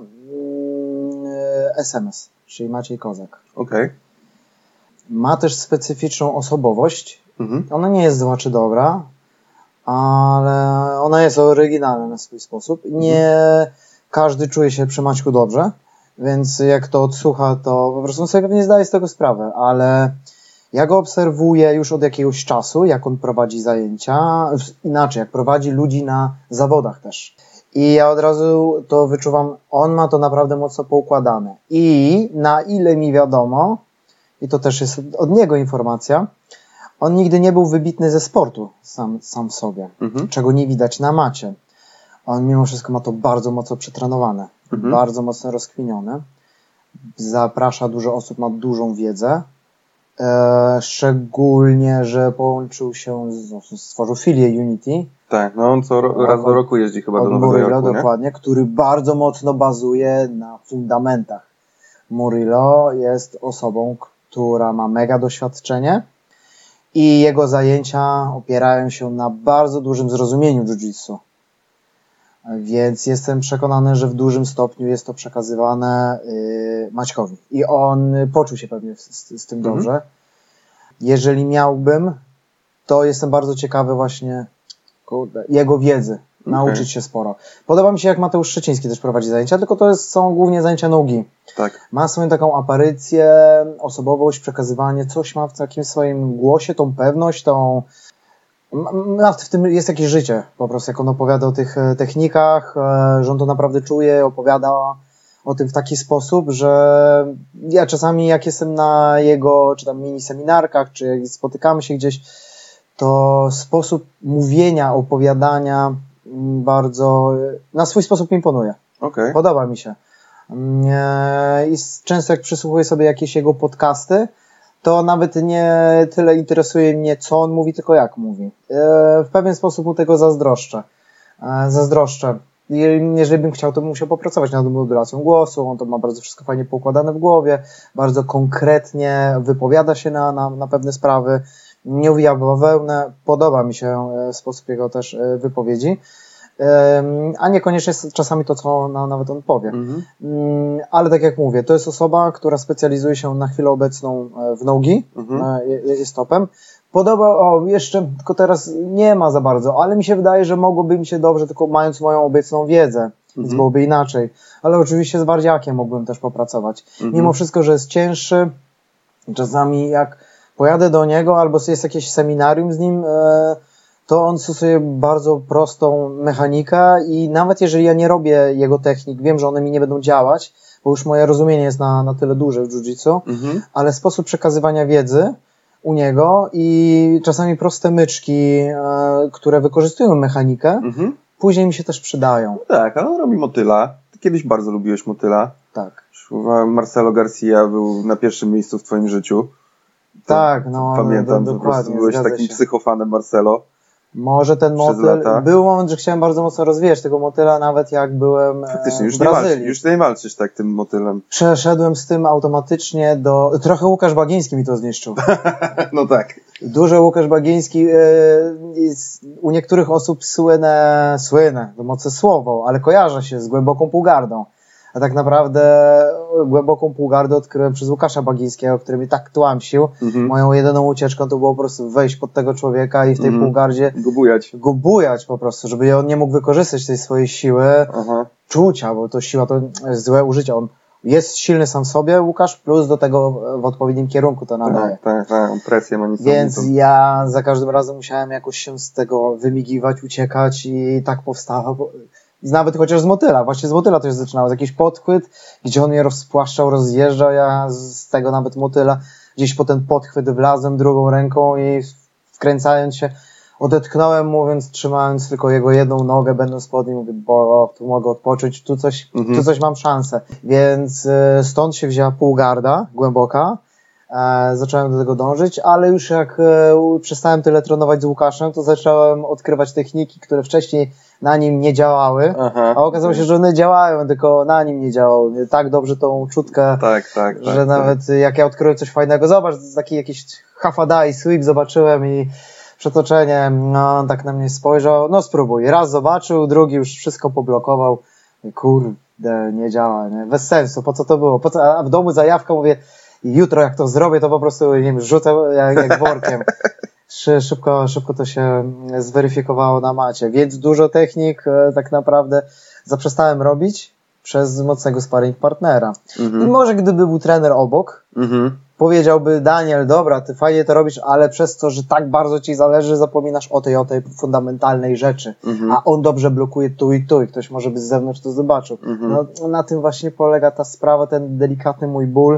S M S, czyli Maciej Kozak. Okej. Okay. Ma też specyficzną osobowość. Mhm. Ona nie jest zła czy dobra, ale ona jest oryginalna na swój sposób. Nie mhm. każdy czuje się przy Maćku dobrze, więc jak to odsłucha, to po prostu on sobie pewnie zdaje z tego sprawę, ale ja go obserwuję już od jakiegoś czasu, jak on prowadzi zajęcia, inaczej, jak prowadzi ludzi na zawodach też. I ja od razu to wyczuwam, on ma to naprawdę mocno poukładane. I na ile mi wiadomo, i to też jest od niego informacja, on nigdy nie był wybitny ze sportu sam, sam w sobie, mhm. czego nie widać na macie. On mimo wszystko ma to bardzo mocno przetrenowane, mhm. bardzo mocno rozkminione. Zaprasza dużo osób, ma dużą wiedzę. E, szczególnie, że połączył się, z, stworzył filię Unity. Tak, no on co ro, raz do roku jeździ chyba do Nowego Jorku, nie? Dokładnie, który bardzo mocno bazuje na fundamentach. Murillo jest osobą, która ma mega doświadczenie i jego zajęcia opierają się na bardzo dużym zrozumieniu jiu-jitsu. Więc jestem przekonany, że w dużym stopniu jest to przekazywane yy, Maćkowi. I on poczuł się pewnie z, z tym mhm. dobrze. Jeżeli miałbym, to jestem bardzo ciekawy właśnie kurde, jego wiedzy. Okay. Nauczyć się sporo. Podoba mi się, jak Mateusz Szczeciński też prowadzi zajęcia, tylko to jest, są głównie zajęcia nogi. Tak. Ma swoją taką aparycję, osobowość, przekazywanie, coś ma w takim swoim głosie, tą pewność, tą... W tym jest jakieś życie, po prostu jak on opowiada o tych technikach, że on to naprawdę czuje, opowiada o tym w taki sposób, że ja czasami jak jestem na jego, czy tam mini seminarkach, czy jak spotykamy się gdzieś, to sposób mówienia, opowiadania bardzo, na swój sposób imponuje. Okay. Podoba mi się. I często jak przysłuchuję sobie jakieś jego podcasty, to nawet nie tyle interesuje mnie, co on mówi, tylko jak mówi. W pewien sposób mu tego zazdroszczę. Zazdroszczę. jeżeli bym chciał, to bym musiał popracować nad modulacją głosu, on to ma bardzo wszystko fajnie poukładane w głowie, bardzo konkretnie wypowiada się na, na, na pewne sprawy, nie uwija bawełnę, podoba mi się sposób jego też wypowiedzi, a niekoniecznie czasami to, co na, nawet on powie. Mhm. Ale tak jak mówię, to jest osoba, która specjalizuje się na chwilę obecną w nogi, mhm. jest topem. Podoba, o jeszcze, tylko teraz nie ma za bardzo, ale mi się wydaje, że mogłoby mi się dobrze, tylko mając moją obecną wiedzę, mhm. więc byłoby inaczej. Ale oczywiście z Wardziakiem mógłbym też popracować. Mhm. Mimo wszystko, że jest cięższy, czasami jak pojadę do niego albo jest jakieś seminarium z nim, to on stosuje bardzo prostą mechanikę i nawet jeżeli ja nie robię jego technik, wiem, że one mi nie będą działać, bo już moje rozumienie jest na, na tyle duże w jiu-jitsu, mhm. ale sposób przekazywania wiedzy u niego i czasami proste myczki, e, które wykorzystują mechanikę, mhm. później mi się też przydają. No tak, ale on robi motyla. Ty kiedyś bardzo lubiłeś motyla. Tak. Marcelo Garcia był na pierwszym miejscu w twoim życiu. Tak, no. Pamiętam, do, że po prostu byłeś takim się. psychofanem Marcelo. Może ten motyl, był moment, że chciałem bardzo mocno rozwijać tego motyla, nawet jak byłem Faktycznie, już w Brazylii. Nie walczysz, już nie walczysz tak tym motylem. Przeszedłem z tym automatycznie do... Trochę Łukasz Bagiński mi to zniszczył. No tak. Dużo Łukasz Bagiński, yy, jest, u niektórych osób słynę, słynę, to mocne słowo, ale kojarzy się z głęboką półgardą. A tak naprawdę głęboką półgardę odkryłem przez Łukasza Bagińskiego, który mnie tak tłamsił. Mhm. Moją jedyną ucieczką to było po prostu wejść pod tego człowieka i w tej mhm. półgardzie go bujać. go bujać po prostu, żeby on nie mógł wykorzystać tej swojej siły, Aha. czucia, bo to siła to jest złe użycie. On jest silny sam w sobie, Łukasz, plus do tego w odpowiednim kierunku to nadaje. Tak, tak, tak. Presję ma niesamowitą. Więc ja za każdym razem musiałem jakoś się z tego wymigiwać, uciekać i tak powstało. Nawet chociaż z motyla, właśnie z motyla to się zaczynało, z jakiś podchwyt, gdzie on mnie rozpłaszczał, rozjeżdżał, ja z tego nawet motyla gdzieś po ten podchwyt wlazłem drugą ręką i wkręcając się, odetchnąłem, mówiąc, trzymając tylko jego jedną nogę, będąc pod nim, mówię, bo tu mogę odpocząć, tu coś, mhm. tu coś mam szansę. Więc y, stąd się wzięła półgarda głęboka, e, zacząłem do tego dążyć, ale już jak e, przestałem tyle trenować z Łukaszem, to zacząłem odkrywać techniki, które wcześniej na nim nie działały, Aha, a okazało się, że one działają, tylko na nim nie działał. Tak dobrze tą czutkę, tak, tak, że tak, nawet tak. jak ja odkryłem coś fajnego, zobacz, taki jakiś hafadai sweep zobaczyłem i przetoczenie, no tak na mnie spojrzał, no spróbuj. Raz zobaczył, drugi już wszystko poblokował. I kurde, nie działa, nie? Bez sensu, po co to było? Po co? A w domu zajawka, mówię, jutro jak to zrobię, to po prostu, nie wiem, rzucę jak, jak workiem. Szybko, szybko to się zweryfikowało na macie, więc dużo technik tak naprawdę zaprzestałem robić przez mocnego sparring partnera. Mhm. I może gdyby był trener obok, mhm. powiedziałby, Daniel, dobra, ty fajnie to robisz, ale przez to, że tak bardzo ci zależy, zapominasz o tej, o tej fundamentalnej rzeczy, mhm. a on dobrze blokuje tu i tu i ktoś może by z zewnątrz to zobaczył. Mhm. No, na tym właśnie polega ta sprawa, ten delikatny mój ból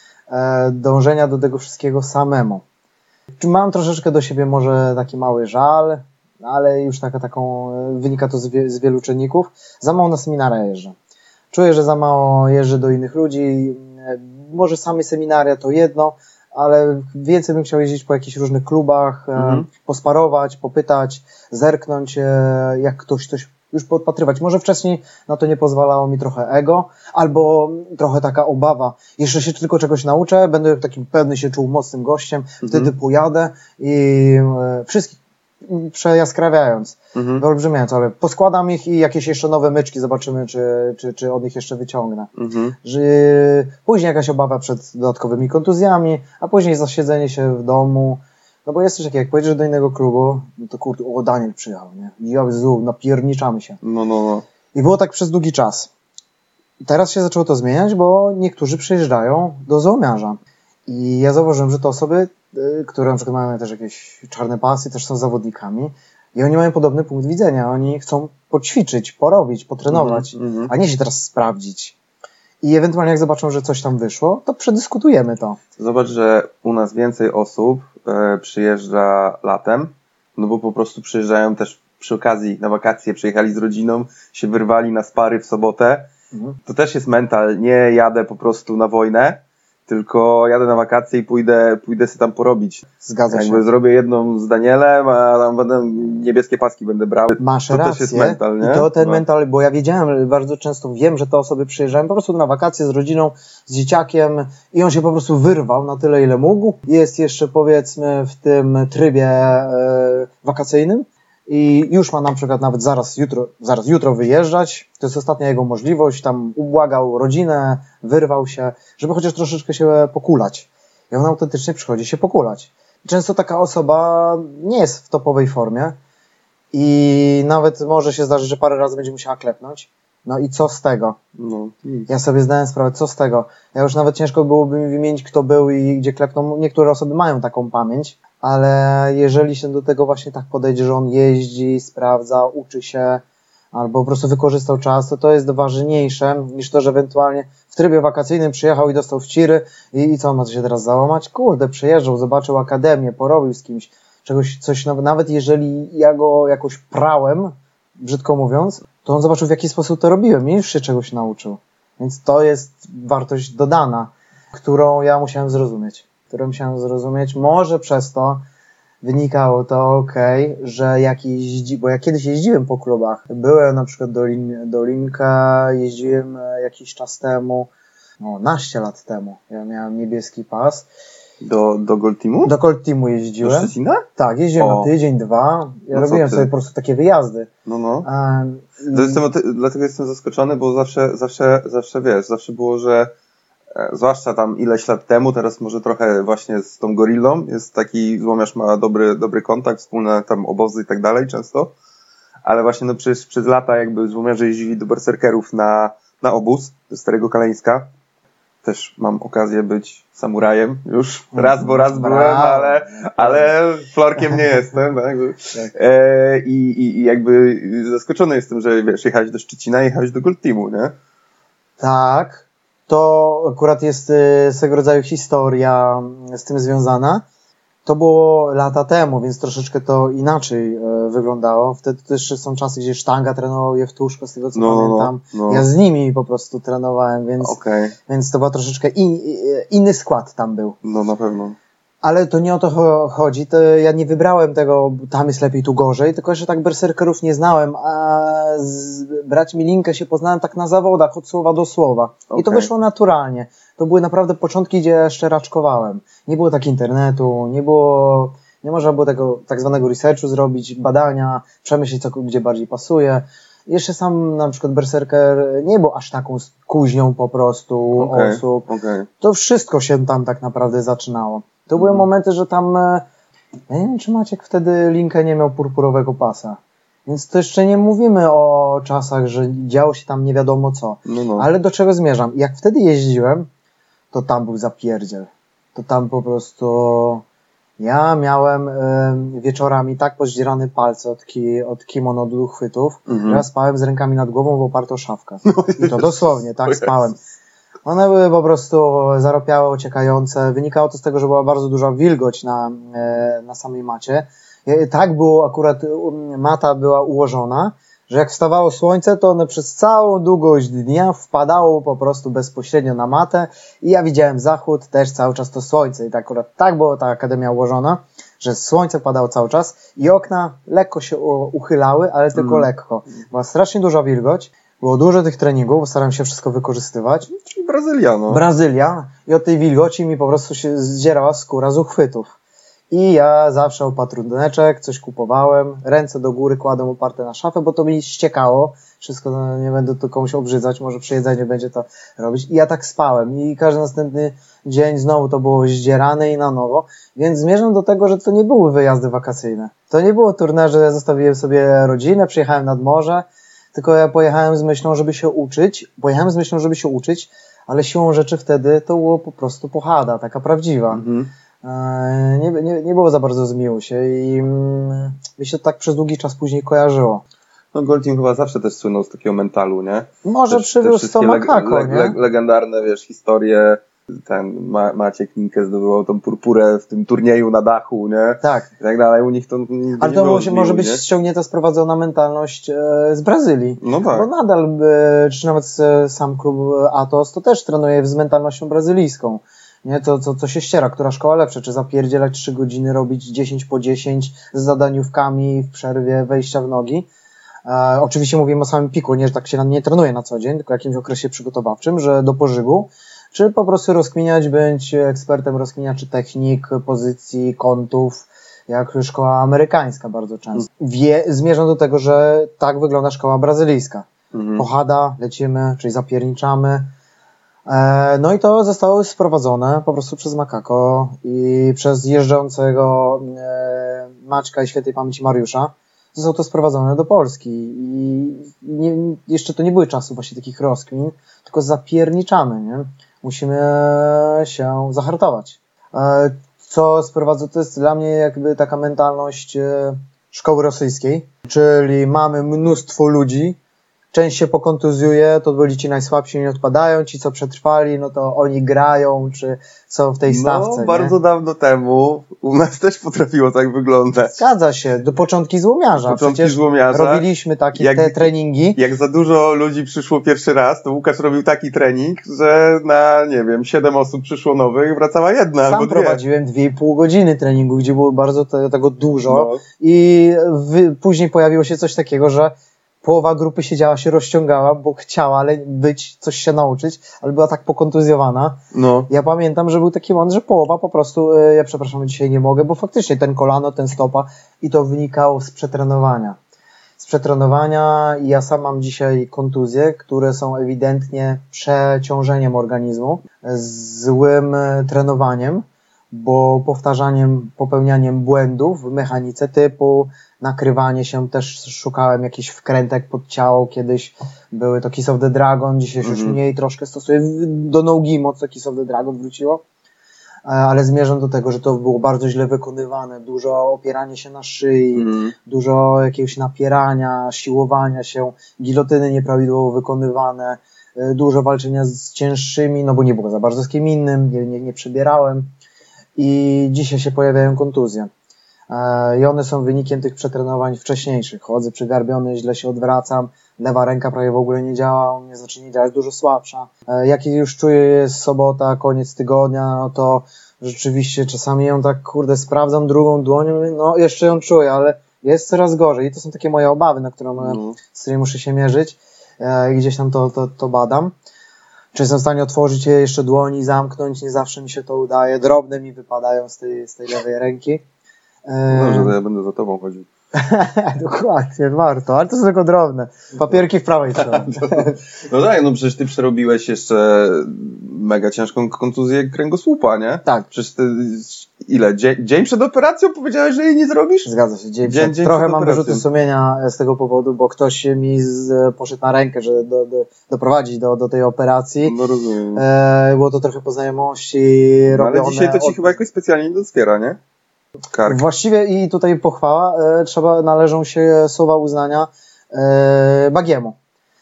e, dążenia do tego wszystkiego samemu. Mam troszeczkę do siebie może taki mały żal, ale już taka, taką, wynika to z, wie, z wielu czynników. Za mało na seminaria jeżdżę. Czuję, że za mało jeżdżę do innych ludzi. Może same seminaria to jedno, ale więcej bym chciał jeździć po jakichś różnych klubach, mhm. posparować, popytać, zerknąć, jak ktoś coś już podpatrywać. Może wcześniej na to nie pozwalało mi trochę ego, albo trochę taka obawa. Jeszcze się tylko czegoś nauczę, będę takim pewny się czuł mocnym gościem, mhm. wtedy pojadę i e, wszystkich przejaskrawiając, mhm. wyolbrzymiając, ale poskładam ich i jakieś jeszcze nowe myczki zobaczymy, czy, czy, czy od nich jeszcze wyciągnę. Mhm. Że, później jakaś obawa przed dodatkowymi kontuzjami, a później zasiedzenie się w domu. No bo jest coś takiego, jak pojedziesz do innego klubu, no to kurde, o, Daniel przyjechał, nie? Jezu, napierniczamy się. No, no, no. I było tak przez długi czas. Teraz się zaczęło to zmieniać, bo niektórzy przyjeżdżają do zoomiarza. I ja zauważyłem, że to osoby, które na przykład mają też jakieś czarne pasy, też są zawodnikami i oni mają podobny punkt widzenia. Oni chcą poćwiczyć, porobić, potrenować, mm-hmm. a nie się teraz sprawdzić. I ewentualnie jak zobaczą, że coś tam wyszło, to przedyskutujemy to. Zobacz, że u nas więcej osób e, przyjeżdża latem, no bo po prostu przyjeżdżają też przy okazji na wakacje, przyjechali z rodziną, się wyrwali na spary w sobotę. Mhm. To też jest mental, nie jadę po prostu na wojnę, tylko jadę na wakacje i pójdę, pójdę sobie tam porobić. Zgadza Jakby się. zrobię jedną z Danielem, a tam będę niebieskie paski będę brał. Masz to rację. też jest mental, nie? I to ten no. mental, bo ja wiedziałem, bardzo często wiem, że te osoby przyjeżdżają po prostu na wakacje z rodziną, z dzieciakiem i on się po prostu wyrwał na tyle, ile mógł. Jest jeszcze powiedzmy w tym trybie e, wakacyjnym i już ma na przykład nawet zaraz jutro, zaraz jutro wyjeżdżać. To jest ostatnia jego możliwość. Tam ubłagał rodzinę, wyrwał się, żeby chociaż troszeczkę się pokulać. I on autentycznie przychodzi się pokulać. Często taka osoba nie jest w topowej formie i nawet może się zdarzyć, że parę razy będzie musiała klepnąć. No i co z tego? No. Ja sobie zdałem sprawę, co z tego? Ja już nawet ciężko byłoby mi wymienić, kto był i gdzie klepnął. Niektóre osoby mają taką pamięć, ale jeżeli się do tego właśnie tak podejdzie, że on jeździ, sprawdza, uczy się, albo po prostu wykorzystał czas, to to jest ważniejsze niż to, że ewentualnie w trybie wakacyjnym przyjechał i dostał wciry i, i co, on ma się teraz załamać? Kurde, przyjeżdżał, zobaczył akademię, porobił z kimś, czegoś, coś, nawet jeżeli ja go jakoś prałem, brzydko mówiąc, to on zobaczył, w jaki sposób to robiłem i już się czegoś nauczył. Więc to jest wartość dodana, którą ja musiałem zrozumieć. Którą musiałem zrozumieć. Może przez to wynikało to, okej, okay, że jak jeździ, bo ja kiedyś jeździłem po klubach. Byłem na przykład do, Lin, do Linka, jeździłem jakiś czas temu, no naście lat temu. Ja miałem niebieski pas. Do, do Gold Teamu? Do Gold Teamu jeździłem. Do Szczecina? Tak, jeździłem o. na tydzień, dwa. Ja no robiłem sobie po prostu takie wyjazdy. No, no. Um, to jestem, dlatego jestem zaskoczony, bo zawsze, zawsze, zawsze wiesz, zawsze było, że e, zwłaszcza tam ileś lat temu, teraz może trochę właśnie z tą gorillą, jest taki, Złomiarz ma dobry, dobry kontakt, wspólne tam obozy i tak dalej często, ale właśnie no przez, przez lata jakby Złomiarze jeździli do berserkerów na, na obóz do Starego Kaleńska. Też mam okazję być samurajem już raz, bo raz byłem, ale, ale florkiem nie jestem. Tak? E, i, i jakby zaskoczony jestem, że wiesz, jechałeś do Szczecina i jechałeś do Gold Teamu, nie? Tak, to akurat jest y, swego rodzaju historia z tym związana. To było lata temu, więc troszeczkę to inaczej y, wyglądało. Wtedy też są czasy, gdzie Sztanga trenował Jewtuszko, z tego co no, pamiętam. No, no. Ja z nimi po prostu trenowałem, więc, okay. więc to był troszeczkę in, inny skład tam był. No na pewno. Ale to nie o to chodzi, to ja nie wybrałem tego, tam jest lepiej, tu gorzej, tylko że tak berserkerów nie znałem, a z braćmi Linkę się poznałem tak na zawodach, od słowa do słowa. Okay. I to wyszło naturalnie. To były naprawdę początki, gdzie jeszcze raczkowałem. Nie było tak internetu, nie było, nie można było tego tak zwanego researchu zrobić, badania, przemyśleć, co gdzie bardziej pasuje. Jeszcze sam na przykład berserker nie był aż taką kuźnią po prostu okay. osób. Okay. To wszystko się tam tak naprawdę zaczynało. To były mhm. momenty, że tam, ja nie wiem, czy Maciek wtedy Linkę nie miał purpurowego pasa. Więc to jeszcze nie mówimy o czasach, że działo się tam nie wiadomo co. No, no. Ale do czego zmierzam? Jak wtedy jeździłem, to tam był zapierdziel. To tam po prostu ja miałem y, wieczorami tak pozdzierane palce od, ki, od kimono do chwytów, mhm. że ja spałem z rękami nad głową w opartą o szafkę. No, I to dosłownie, tak spałem. One były po prostu zaropiałe, ociekające. Wynikało to z tego, że była bardzo duża wilgoć na, na samej macie. Tak było akurat, mata była ułożona, że jak wstawało słońce, to one przez całą długość dnia wpadało po prostu bezpośrednio na matę i ja widziałem zachód, też cały czas to słońce. I tak akurat tak była ta akademia ułożona, że słońce padało cały czas i okna lekko się uchylały, ale tylko mm. lekko. Była strasznie duża wilgoć. Było dużo tych treningów, bo starałem się wszystko wykorzystywać. Czyli Brazylia, no. Brazylia. I od tej wilgoci mi po prostu się zdzierała skóra z uchwytów. I ja zawsze opatruneczek, coś kupowałem, ręce do góry kładłem oparte na szafę, bo to mi ściekało. Wszystko, no, nie będę tu komuś obrzydzać, może przy jedzeniu będzie to robić. I ja tak spałem. I każdy następny dzień znowu to było zdzierane i na nowo. Więc zmierzam do tego, że to nie były wyjazdy wakacyjne. To nie było turne, że zostawiłem sobie rodzinę, przyjechałem nad morze. Tylko ja pojechałem z myślą, żeby się uczyć, pojechałem z myślą, żeby się uczyć, ale siłą rzeczy wtedy to było po prostu pochada, taka prawdziwa. Mhm. Nie, nie, nie było za bardzo zmiłuj się i mi się to tak przez długi czas później kojarzyło. No Gold Team chyba zawsze też słynął z takiego mentalu, nie? Może też, przywiózł to Makako, leg, leg, nie? Legendarne, wiesz, historie. Ten Ma- Maciek Linkę zdobywał tą purpurę w tym turnieju na dachu, nie? Tak. I tak dalej, u nich to nie Ale to może, zmiłu, może być nie? ściągnięta, sprowadzona mentalność e, z Brazylii. No tak. Bo nadal, e, czy nawet e, sam klub Atos, to też trenuje z mentalnością brazylijską. Nie, to, to, to się ściera, która szkoła lepsza, czy zapierdzielać trzy godziny, robić dziesięć po dziesięć z zadaniówkami w przerwie, wejścia w nogi. E, oczywiście mówimy o samym piku, nie, że tak się nie trenuje na co dzień, tylko w jakimś okresie przygotowawczym, że do pożygu, czy po prostu rozkminiać, być ekspertem rozkminiaczy technik, pozycji, kątów, jak szkoła amerykańska bardzo często. Wie, zmierzam do tego, że tak wygląda szkoła brazylijska. Mhm. Pochada, lecimy, czyli zapierniczamy. E, no i to zostało sprowadzone po prostu przez Makako i przez jeżdżącego e, Maćka i świętej pamięci Mariusza. Zostało to sprowadzone do Polski i nie, jeszcze to nie były czasy właśnie takich rozkmin, tylko zapierniczamy, nie? Musimy się zahartować. E, co sprowadza, to jest dla mnie jakby taka mentalność e, szkoły rosyjskiej, czyli mamy mnóstwo ludzi, część się pokontuzjuje, to byli ci najsłabsi nie odpadają, ci co przetrwali, no to oni grają, czy są w tej stawce. No, bardzo nie? dawno temu u nas też potrafiło tak wyglądać. Zgadza się, do początki złomiarza. Początki Przecież złomiarza. Robiliśmy takie jak, te treningi. Jak za dużo ludzi przyszło pierwszy raz, to Łukasz robił taki trening, że na, nie wiem, siedem osób przyszło nowych, wracała jedna Sam albo dwie. prowadziłem dwie i pół godziny treningu, gdzie było bardzo te, tego dużo no. i wy, później pojawiło się coś takiego, że połowa grupy siedziała, się rozciągała, bo chciała ale być, coś się nauczyć, ale była tak pokontuzjowana. No. Ja pamiętam, że był taki moment, że połowa po prostu, yy, ja przepraszam, dzisiaj nie mogę, bo faktycznie ten kolano, ten stopa i to wynikało z przetrenowania. Z przetrenowania i ja sam mam dzisiaj kontuzje, które są ewidentnie przeciążeniem organizmu, złym trenowaniem, bo powtarzaniem, popełnianiem błędów w mechanice typu nakrywanie się, też szukałem jakichś wkrętek pod ciało, kiedyś były to Kiss of the Dragon, dzisiaj mm-hmm. już mniej troszkę stosuję, do nogi mocno Kiss of the Dragon wróciło, ale zmierzam do tego, że to było bardzo źle wykonywane, dużo opierania się na szyi, mm-hmm. dużo jakiegoś napierania, siłowania się, gilotyny nieprawidłowo wykonywane, dużo walczenia z cięższymi, no bo nie było za bardzo z kim innym, nie, nie, nie przebierałem i dzisiaj się pojawiają kontuzje. I one są wynikiem tych przetrenowań wcześniejszych. Chodzę przygarbiony, źle się odwracam, lewa ręka prawie w ogóle nie działa, u mnie zaczyna działać dużo słabsza. Jak już czuję, jest sobota, koniec tygodnia, no to rzeczywiście czasami ją tak, kurde, sprawdzam drugą dłonią, no jeszcze ją czuję, ale jest coraz gorzej. I to są takie moje obawy, na które, mm. z którymi muszę się mierzyć i gdzieś tam to, to, to badam. Czy jestem w stanie otworzyć je jeszcze dłoni, zamknąć, nie zawsze mi się to udaje, drobne mi wypadają z tej, z tej lewej ręki. Dobrze, to ja będę za tobą chodził. Dokładnie, warto, ale to są tylko drobne. Papierki w prawej stronie. No tak, no przecież ty przerobiłeś jeszcze mega ciężką kontuzję kręgosłupa, nie? Tak. Przecież ty, ile? Dzień, dzień przed operacją powiedziałeś, że jej nie zrobisz? Zgadza się, dzień, dzień, przed, dzień Trochę przed mam wyrzuty sumienia z tego powodu, bo ktoś mi z, poszedł na rękę, żeby do, do, doprowadzić do, do tej operacji. No rozumiem. E, było to trochę po znajomości no, robione. Ale dzisiaj to ci od... chyba jakoś specjalnie nie doskwiera, nie? Kark. Właściwie i tutaj pochwała, e, trzeba, należą się słowa uznania e, Bagiemu,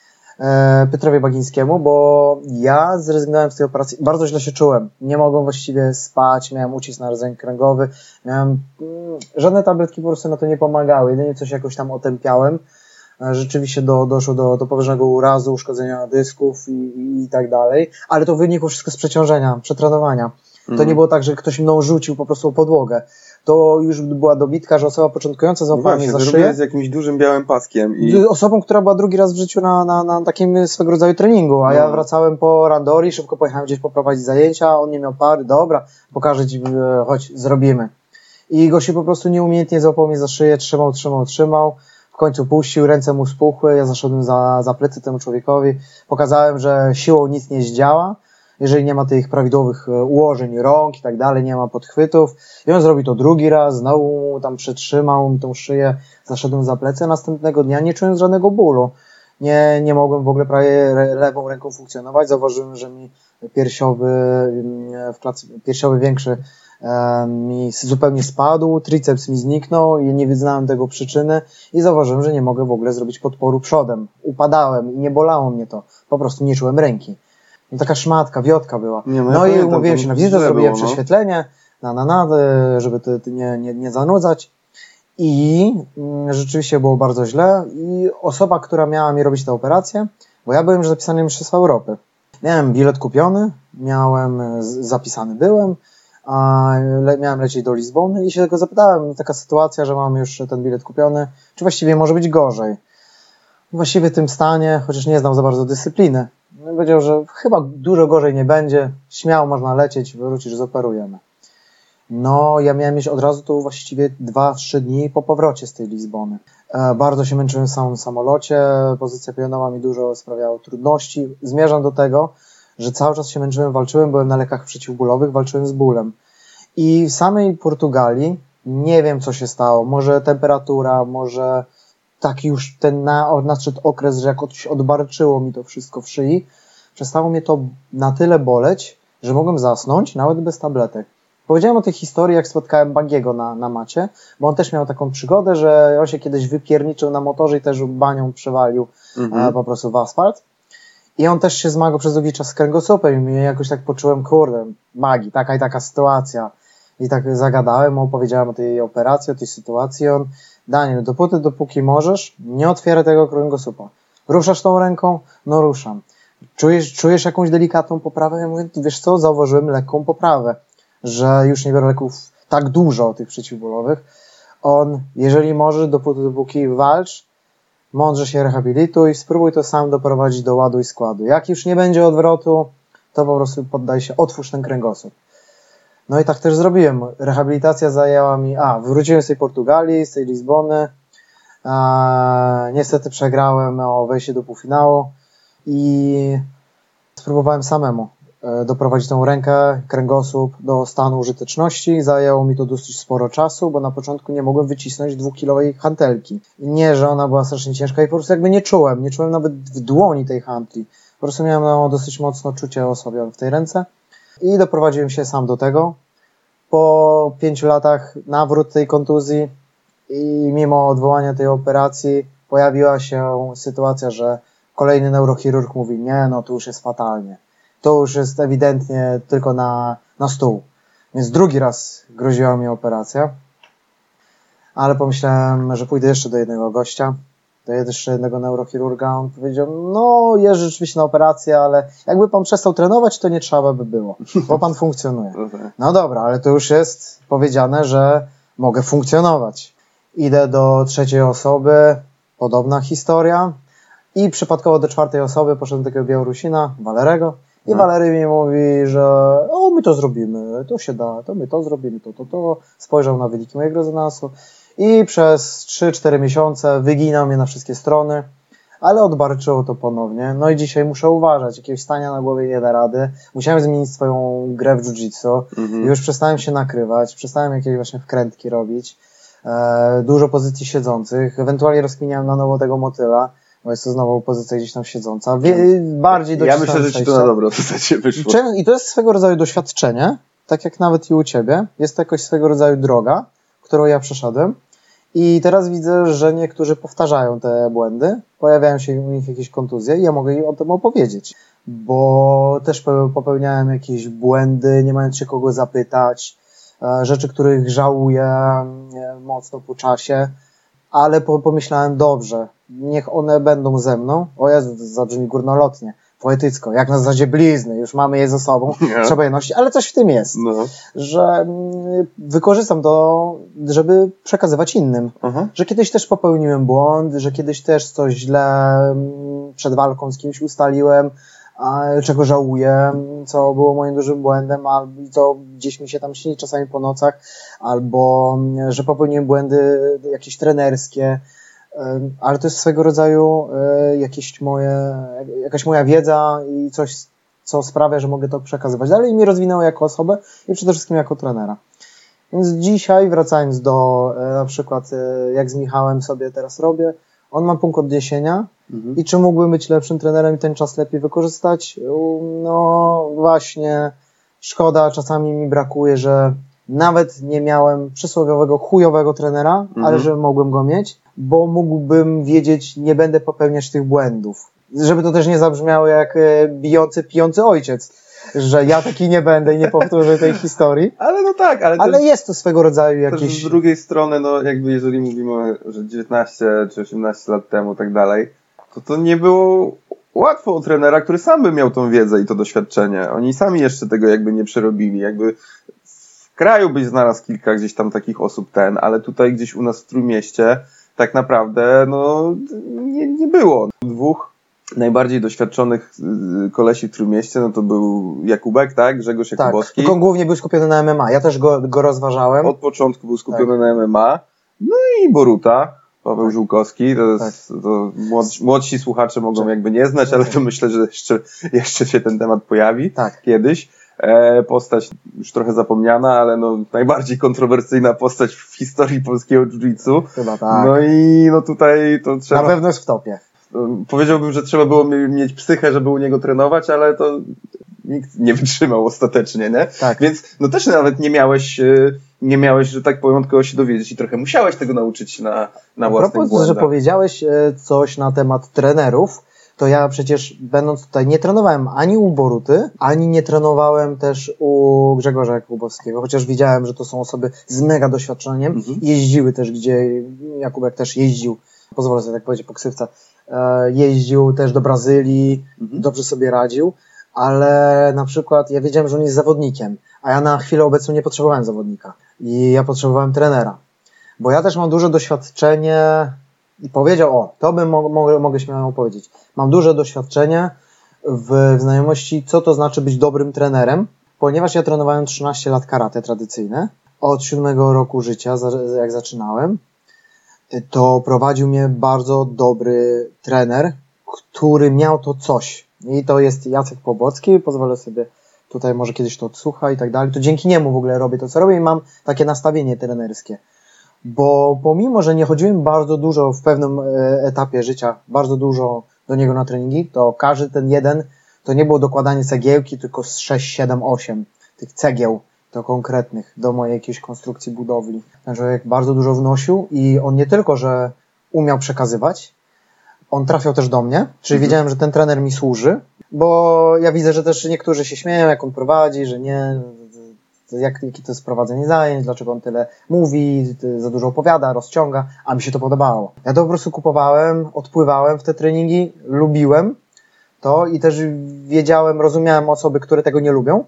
e, Piotrowi Bagińskiemu, bo ja zrezygnowałem z tej operacji, bardzo źle się czułem, nie mogłem właściwie spać, miałem ucisk na rdzeń kręgowy, miałem, mm, żadne tabletki po prostu na to nie pomagały, jedynie coś jakoś tam otępiałem, e, rzeczywiście do, doszło do, do poważnego urazu, uszkodzenia dysków i, i, i tak dalej, ale to wynikło wszystko z przeciążenia, przetrenowania. To mm. nie było tak, że ktoś mną rzucił po prostu o podłogę. To już była dobitka, że osoba początkująca złapała mnie za szyję. z jakimś dużym białym paskiem. I... Osobą, która była drugi raz w życiu na, na, na takim swego rodzaju treningu, a no. ja wracałem po randori, szybko pojechałem gdzieś poprowadzić zajęcia, on nie miał pary, dobra, pokażę ci, chodź, zrobimy. I gościu po prostu nieumiejętnie złapał mnie za szyję, trzymał, trzymał, trzymał, w końcu puścił, ręce mu spuchły, ja zaszedłem za, za plecy temu człowiekowi, pokazałem, że siłą nic nie zdziała, jeżeli nie ma tych prawidłowych ułożeń rąk i tak dalej, nie ma podchwytów. I on zrobił to drugi raz, znowu tam przytrzymał mi tą szyję, zaszedłem za plecy, a następnego dnia nie czując żadnego bólu. Nie, nie mogłem w ogóle prawie lewą ręką funkcjonować. Zauważyłem, że mi piersiowy, w klatce, piersiowy większy e, mi zupełnie spadł, triceps mi zniknął i nie znałem tego przyczyny i zauważyłem, że nie mogę w ogóle zrobić podporu przodem. Upadałem i nie bolało mnie to. Po prostu nie czułem ręki. No taka szmatka, wiotka była. Nie, no, no ja i umówiłem się na wizytę, zrobiłem było, prześwietlenie, na, na, na, żeby to nie, nie, nie zanudzać. I mm, rzeczywiście było bardzo źle. I osoba, która miała mi robić tę operację, bo ja byłem już zapisany na Mistrzostwa Europy. Miałem bilet kupiony, miałem zapisany byłem, a le, miałem lecieć do Lizbony i się tego zapytałem, taka sytuacja, że mam już ten bilet kupiony, czy właściwie może być gorzej. Właściwie w tym stanie, chociaż nie znam za bardzo dyscypliny, powiedział, że chyba dużo gorzej nie będzie, śmiało można lecieć, wrócisz, zoperujemy. No, ja miałem mieć od razu tu właściwie dwa trzy dni po powrocie z tej Lizbony. E, bardzo się męczyłem w samym samolocie, pozycja pionowa mi dużo sprawiała trudności. Zmierzam do tego, że cały czas się męczyłem, walczyłem, byłem na lekach przeciwbólowych, walczyłem z bólem. I w samej Portugalii nie wiem, co się stało. Może temperatura, może taki już ten na, nadszedł okres, że jakoś odbarczyło mi to wszystko w szyi. Przestało mnie to na tyle boleć, że mogłem zasnąć, nawet bez tabletek. Powiedziałem o tej historii, jak spotkałem Bagiego na, na macie, bo on też miał taką przygodę, że on się kiedyś wypierniczył na motorze i też banią przewalił mhm. e, po prostu w asfalt. I on też się zmagał przez długi czas z kręgosłupem i jakoś tak poczułem, kurde, Bagi, taka i taka sytuacja. I tak zagadałem, opowiedziałem o tej operacji, o tej sytuacji. On, Daniel, dopóty, dopóki możesz, nie otwieraj tego kręgosłupa. Ruszasz tą ręką? No ruszam. Czujesz, czujesz jakąś delikatną poprawę? Ja mówię, wiesz co, zauważyłem lekką poprawę, że już nie biorę leków tak dużo tych przeciwbólowych. On, jeżeli możesz, dopóty, dopóki walcz, mądrze się rehabilituj, spróbuj to sam doprowadzić do ładu i składu. Jak już nie będzie odwrotu, to po prostu poddaj się, otwórz ten kręgosłup. No i tak też zrobiłem. Rehabilitacja zajęła mi, a, wróciłem z tej Portugalii, z tej Lizbony, a, niestety przegrałem o wejście do półfinału i spróbowałem samemu doprowadzić tą rękę, kręgosłup do stanu użyteczności. Zajęło mi to dosyć sporo czasu, bo na początku nie mogłem wycisnąć dwukilowej hantelki. Nie, że ona była strasznie ciężka i po prostu jakby nie czułem, nie czułem nawet w dłoni tej hantli. Po prostu miałem no, dosyć mocno czucie osłabione w tej ręce i doprowadziłem się sam do tego. Po pięciu latach nawrót tej kontuzji i mimo odwołania tej operacji pojawiła się sytuacja, że kolejny neurochirurg mówi, nie, no tu już jest fatalnie. To już jest ewidentnie tylko na, na stół. Więc drugi raz groziła mi operacja. Ale pomyślałem, że pójdę jeszcze do jednego gościa, do jeszcze jednego neurochirurga. On powiedział, no jest rzeczywiście na operację, ale jakby pan przestał trenować, to nie trzeba by było, bo pan funkcjonuje. No dobra, ale to już jest powiedziane, że mogę funkcjonować. Idę do trzeciej osoby, podobna historia. I przypadkowo do czwartej osoby poszedłem do takiego Białorusina, Walerego. I hmm. Walery mi mówi, że o, my to zrobimy, to się da, to my to zrobimy, to, to, to. Spojrzał na wyniki mojego rezonansu i przez trzy cztery miesiące wyginał mnie na wszystkie strony, ale odbarczyło to ponownie. No i dzisiaj muszę uważać, jakiegoś stania na głowie nie da rady. Musiałem zmienić swoją grę w jiu-jitsu. Hmm. Już przestałem się nakrywać, przestałem jakieś właśnie wkrętki robić. E, dużo pozycji siedzących, ewentualnie rozkminiałem na nowo tego motyla. Bo jest to znowu pozycja gdzieś tam siedząca. Wie, bardziej Ja myślę, że ci to na dobro to wyszło. I to jest swego rodzaju doświadczenie, tak jak nawet i u ciebie. Jest to jakoś swego rodzaju droga, którą ja przeszedłem. I teraz widzę, że niektórzy powtarzają te błędy, pojawiają się u nich jakieś kontuzje i ja mogę im o tym opowiedzieć. Bo też popełniałem jakieś błędy, nie mając się kogo zapytać, rzeczy, których żałuję mocno po czasie. Ale pomyślałem, dobrze, niech one będą ze mną. O Jezu, to zabrzmi górnolotnie, poetycko, jak na zasadzie blizny, już mamy je ze sobą, nie. Trzeba je nosić, ale coś w tym jest, no. Że wykorzystam to, żeby przekazywać innym, uh-huh. Że kiedyś też popełniłem błąd, że kiedyś też coś źle przed walką z kimś ustaliłem, czego żałuję, co było moim dużym błędem, albo co gdzieś mi się tam śni czasami po nocach, albo że popełniłem błędy jakieś trenerskie, ale to jest swego rodzaju jakieś moje, jakaś moja wiedza i coś, co sprawia, że mogę to przekazywać dalej i mnie rozwinęło jako osobę i przede wszystkim jako trenera. Więc dzisiaj, wracając do na przykład jak z Michałem sobie teraz robię, on ma punkt odniesienia mhm. i czy mógłbym być lepszym trenerem i ten czas lepiej wykorzystać? No właśnie, szkoda, czasami mi brakuje, że nawet nie miałem przysłowiowego chujowego trenera, mhm. ale że mogłem go mieć, bo mógłbym wiedzieć, nie będę popełniać tych błędów. Żeby to też nie zabrzmiało jak bijący, pijący ojciec, że ja taki nie będę i nie powtórzę tej historii. Ale no tak, ale, ale jest to swego rodzaju jakiś... Z drugiej strony, no jakby jeżeli mówimy, że dziewiętnaście czy osiemnaście lat temu tak dalej, to to nie było łatwo u trenera, który sam by miał tą wiedzę i to doświadczenie. Oni sami jeszcze tego jakby nie przerobili. Jakby w kraju byś znalazł kilka gdzieś tam takich osób ten, ale tutaj gdzieś u nas w Trójmieście tak naprawdę no nie, nie było. Dwóch najbardziej doświadczonych kolesi w Trójmieście, no to był Jakubek, tak? Grzegorz Jakubowski. Tak, tylko on głównie był skupiony na M M A. Ja też go, go rozważałem. Od początku był skupiony tak. na M M A. No i Boruta, Paweł tak. Żółkowski. To, jest, tak. to młodsi, młodsi słuchacze mogą tak. jakby nie znać, ale to myślę, że jeszcze, jeszcze się ten temat pojawi tak. kiedyś. E, postać już trochę zapomniana, ale no najbardziej kontrowersyjna postać w historii polskiego jiu-jitsu. Chyba tak. No i no tutaj to trzeba... Na pewno jest w topie. Powiedziałbym, że trzeba było mieć psychę, żeby u niego trenować, ale to nikt nie wytrzymał ostatecznie, nie? Tak. Więc no też nawet nie miałeś, nie miałeś, że tak powiem, kogo się dowiedzieć i trochę musiałeś tego nauczyć na, na własnych propos, błędach. że powiedziałeś coś na temat trenerów, to ja przecież będąc tutaj nie trenowałem ani u Boruty, ani nie trenowałem też u Grzegorza Jakubowskiego, chociaż widziałem, że to są osoby z mega doświadczeniem. Mhm. Jeździły też, gdzie Jakubek też jeździł, pozwolę sobie tak powiedzieć po ksywce, jeździł też do Brazylii, mhm. dobrze sobie radził, ale na przykład ja wiedziałem, że on jest zawodnikiem, a ja na chwilę obecną nie potrzebowałem zawodnika i ja potrzebowałem trenera, bo ja też mam duże doświadczenie i powiedział, o, to bym mo- mo- mogę śmiało powiedzieć, mam duże doświadczenie w, w znajomości, co to znaczy być dobrym trenerem, ponieważ ja trenowałem trzynaście lat karate tradycyjne, od siódmego roku życia, jak zaczynałem, to prowadził mnie bardzo dobry trener, który miał to coś. I to jest Jacek Pobocki, pozwolę sobie tutaj może kiedyś to odsłucha i tak dalej. To dzięki niemu w ogóle robię to, co robię i mam takie nastawienie trenerskie. Bo pomimo, że nie chodziłem bardzo dużo w pewnym etapie życia, bardzo dużo do niego na treningi, to każdy ten jeden, to nie było dokładanie cegiełki, tylko z sześć, siedem, osiem tych cegieł, to konkretnych, do mojej jakiejś konstrukcji budowli. Ten człowiek bardzo dużo wnosił i on nie tylko, że umiał przekazywać, on trafiał też do mnie, czyli mhm. wiedziałem, że ten trener mi służy, bo ja widzę, że też niektórzy się śmieją, jak on prowadzi, że nie, jak, jakie to jest prowadzenie zajęć, dlaczego on tyle mówi, za dużo opowiada, rozciąga, a mi się to podobało. Ja to po prostu kupowałem, odpływałem w te treningi, lubiłem to i też wiedziałem, rozumiałem osoby, które tego nie lubią,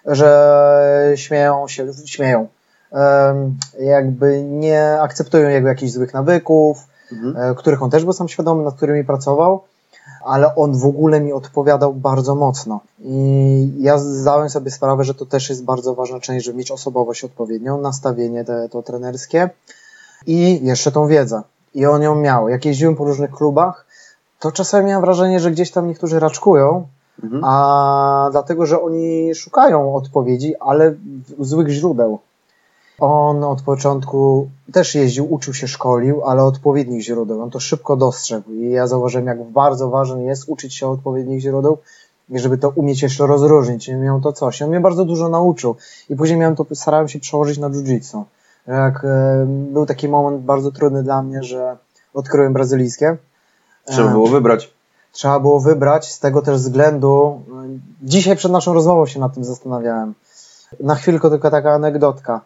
że śmieją się, śmieją, um, jakby nie akceptują jego jakichś złych nawyków, mhm. których on też był sam świadomy, nad którymi pracował, ale on w ogóle mi odpowiadał bardzo mocno i ja zdałem sobie sprawę, że to też jest bardzo ważna część, żeby mieć osobowość odpowiednią, nastawienie te, to trenerskie i jeszcze tą wiedzę. I on ją miał. Jak jeździłem po różnych klubach, to czasami miałem wrażenie, że gdzieś tam niektórzy raczkują, Mhm. a dlatego, że oni szukają odpowiedzi, ale złych źródeł. On od początku też jeździł, uczył się, szkolił, ale odpowiednich źródeł. On to szybko dostrzegł i ja zauważyłem, jak bardzo ważne jest uczyć się odpowiednich źródeł i żeby to umieć jeszcze rozróżnić. I miał to coś. On mnie bardzo dużo nauczył i później miałem to, starałem się przełożyć na jiu-jitsu. Jak e, był taki moment bardzo trudny dla mnie, że odkryłem brazylijskie. Trzeba było wybrać. Trzeba było wybrać, z tego też względu, dzisiaj przed naszą rozmową się nad tym zastanawiałem. Na chwilkę tylko taka anegdotka,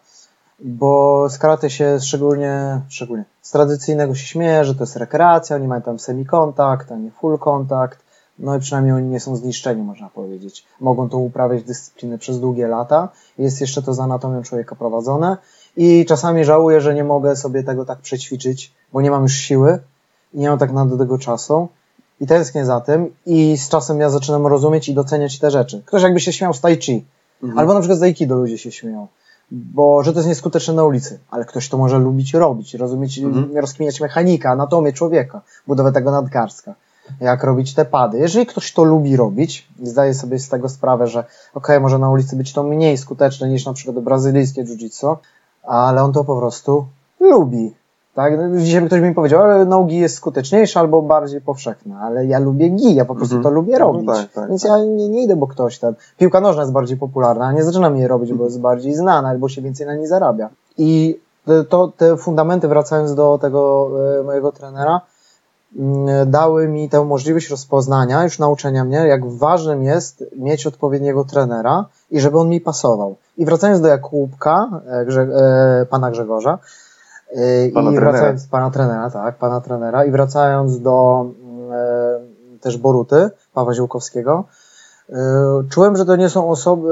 bo z karate się szczególnie, szczególnie z tradycyjnego się śmieje, że to jest rekreacja, oni mają tam semikontakt, a nie full kontakt, no i przynajmniej oni nie są zniszczeni, można powiedzieć. Mogą to uprawiać dyscypliny przez długie lata, jest jeszcze to z anatomią człowieka prowadzone i czasami żałuję, że nie mogę sobie tego tak przećwiczyć, bo nie mam już siły i nie mam tak na do tego czasu. I tęsknię za tym i z czasem ja zaczynam rozumieć i doceniać te rzeczy. Ktoś jakby się śmiał z tai chi, mhm. albo na przykład z aikido ludzie się śmieją, bo że to jest nieskuteczne na ulicy, ale ktoś to może lubić robić, rozumieć, mhm. rozkminiać mechanikę, anatomię człowieka, budowę tego nadgarstka, jak robić te pady. Jeżeli ktoś to lubi robić i zdaje sobie z tego sprawę, że okej, okay, może na ulicy być to mniej skuteczne niż na przykład brazylijskie jiu-jitsu, ale on to po prostu lubi. Tak? Dzisiaj by ktoś mi powiedział, ale no gi jest skuteczniejsza albo bardziej powszechna, ale ja lubię gi, ja po prostu mm-hmm. to lubię robić, no tak, tak, więc tak. ja nie, nie idę, bo ktoś tam, piłka nożna jest bardziej popularna, a nie zaczynam jej robić, mm-hmm. bo jest bardziej znana albo się więcej na niej zarabia. I to, te fundamenty, wracając do tego e, mojego trenera, m, dały mi tę możliwość rozpoznania, już nauczenia mnie, jak ważnym jest mieć odpowiedniego trenera i żeby on mi pasował. I wracając do Jakubka, e, Grze, e, pana Grzegorza, Pana I trenera. wracając, pana trenera, tak, pana trenera, i wracając do e, też Boruty, Pawła Ziółkowskiego, czułem, że to nie są osoby,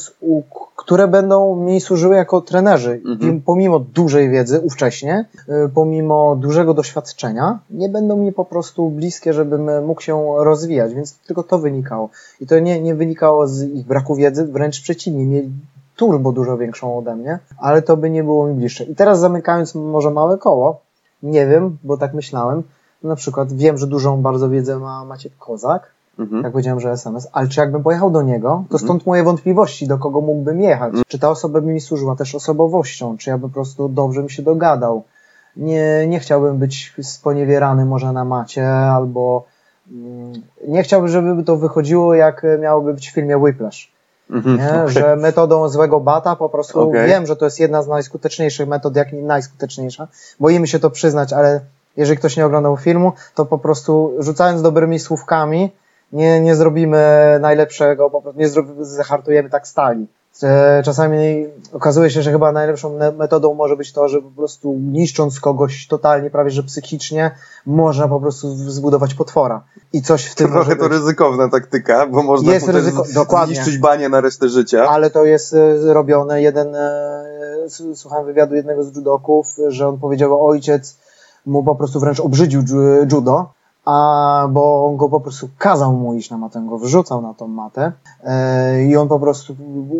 które będą mi służyły jako trenerzy. Mhm. Pomimo dużej wiedzy ówcześnie, pomimo dużego doświadczenia, nie będą mi po prostu bliskie, żebym mógł się rozwijać, więc tylko to wynikało. I to nie, nie wynikało z ich braku wiedzy, wręcz przeciwnie, mieli turbo dużo większą ode mnie, ale to by nie było mi bliższe. I teraz zamykając może małe koło, nie wiem, bo tak myślałem, na przykład wiem, że dużą bardzo wiedzę ma Maciek Kozak, mhm. jak powiedziałem, że S M S, ale czy jakbym pojechał do niego, to stąd moje wątpliwości, do kogo mógłbym jechać. Mhm. Czy ta osoba by mi służyła też osobowością, czy ja bym po prostu dobrze mi się dogadał. Nie, nie chciałbym być sponiewierany może na macie, albo mm, nie chciałbym, żeby to wychodziło, jak miałoby być w filmie Whiplash. Mhm, nie? Okay. Że metodą złego bata po prostu okay. wiem, że to jest jedna z najskuteczniejszych metod, jak nie najskuteczniejsza. Boimy się to przyznać, ale jeżeli ktoś nie oglądał filmu, to po prostu rzucając dobrymi słówkami nie, nie zrobimy najlepszego, po prostu nie zrobimy, zahartujemy tak stali. Czasami okazuje się, że chyba najlepszą metodą może być to, że po prostu niszcząc kogoś totalnie, prawie że psychicznie, można po prostu zbudować potwora. I coś w tym to trochę to ryzykowna taktyka, bo można jest ryzyko... z... zniszczyć banie na resztę życia. Ale to jest robione. Jeden, słuchałem wywiadu jednego z judoków, że on powiedział, ojciec mu po prostu wręcz obrzydził judo, a bo on go po prostu kazał mu iść na matę, go wrzucał na tą matę yy, i on po prostu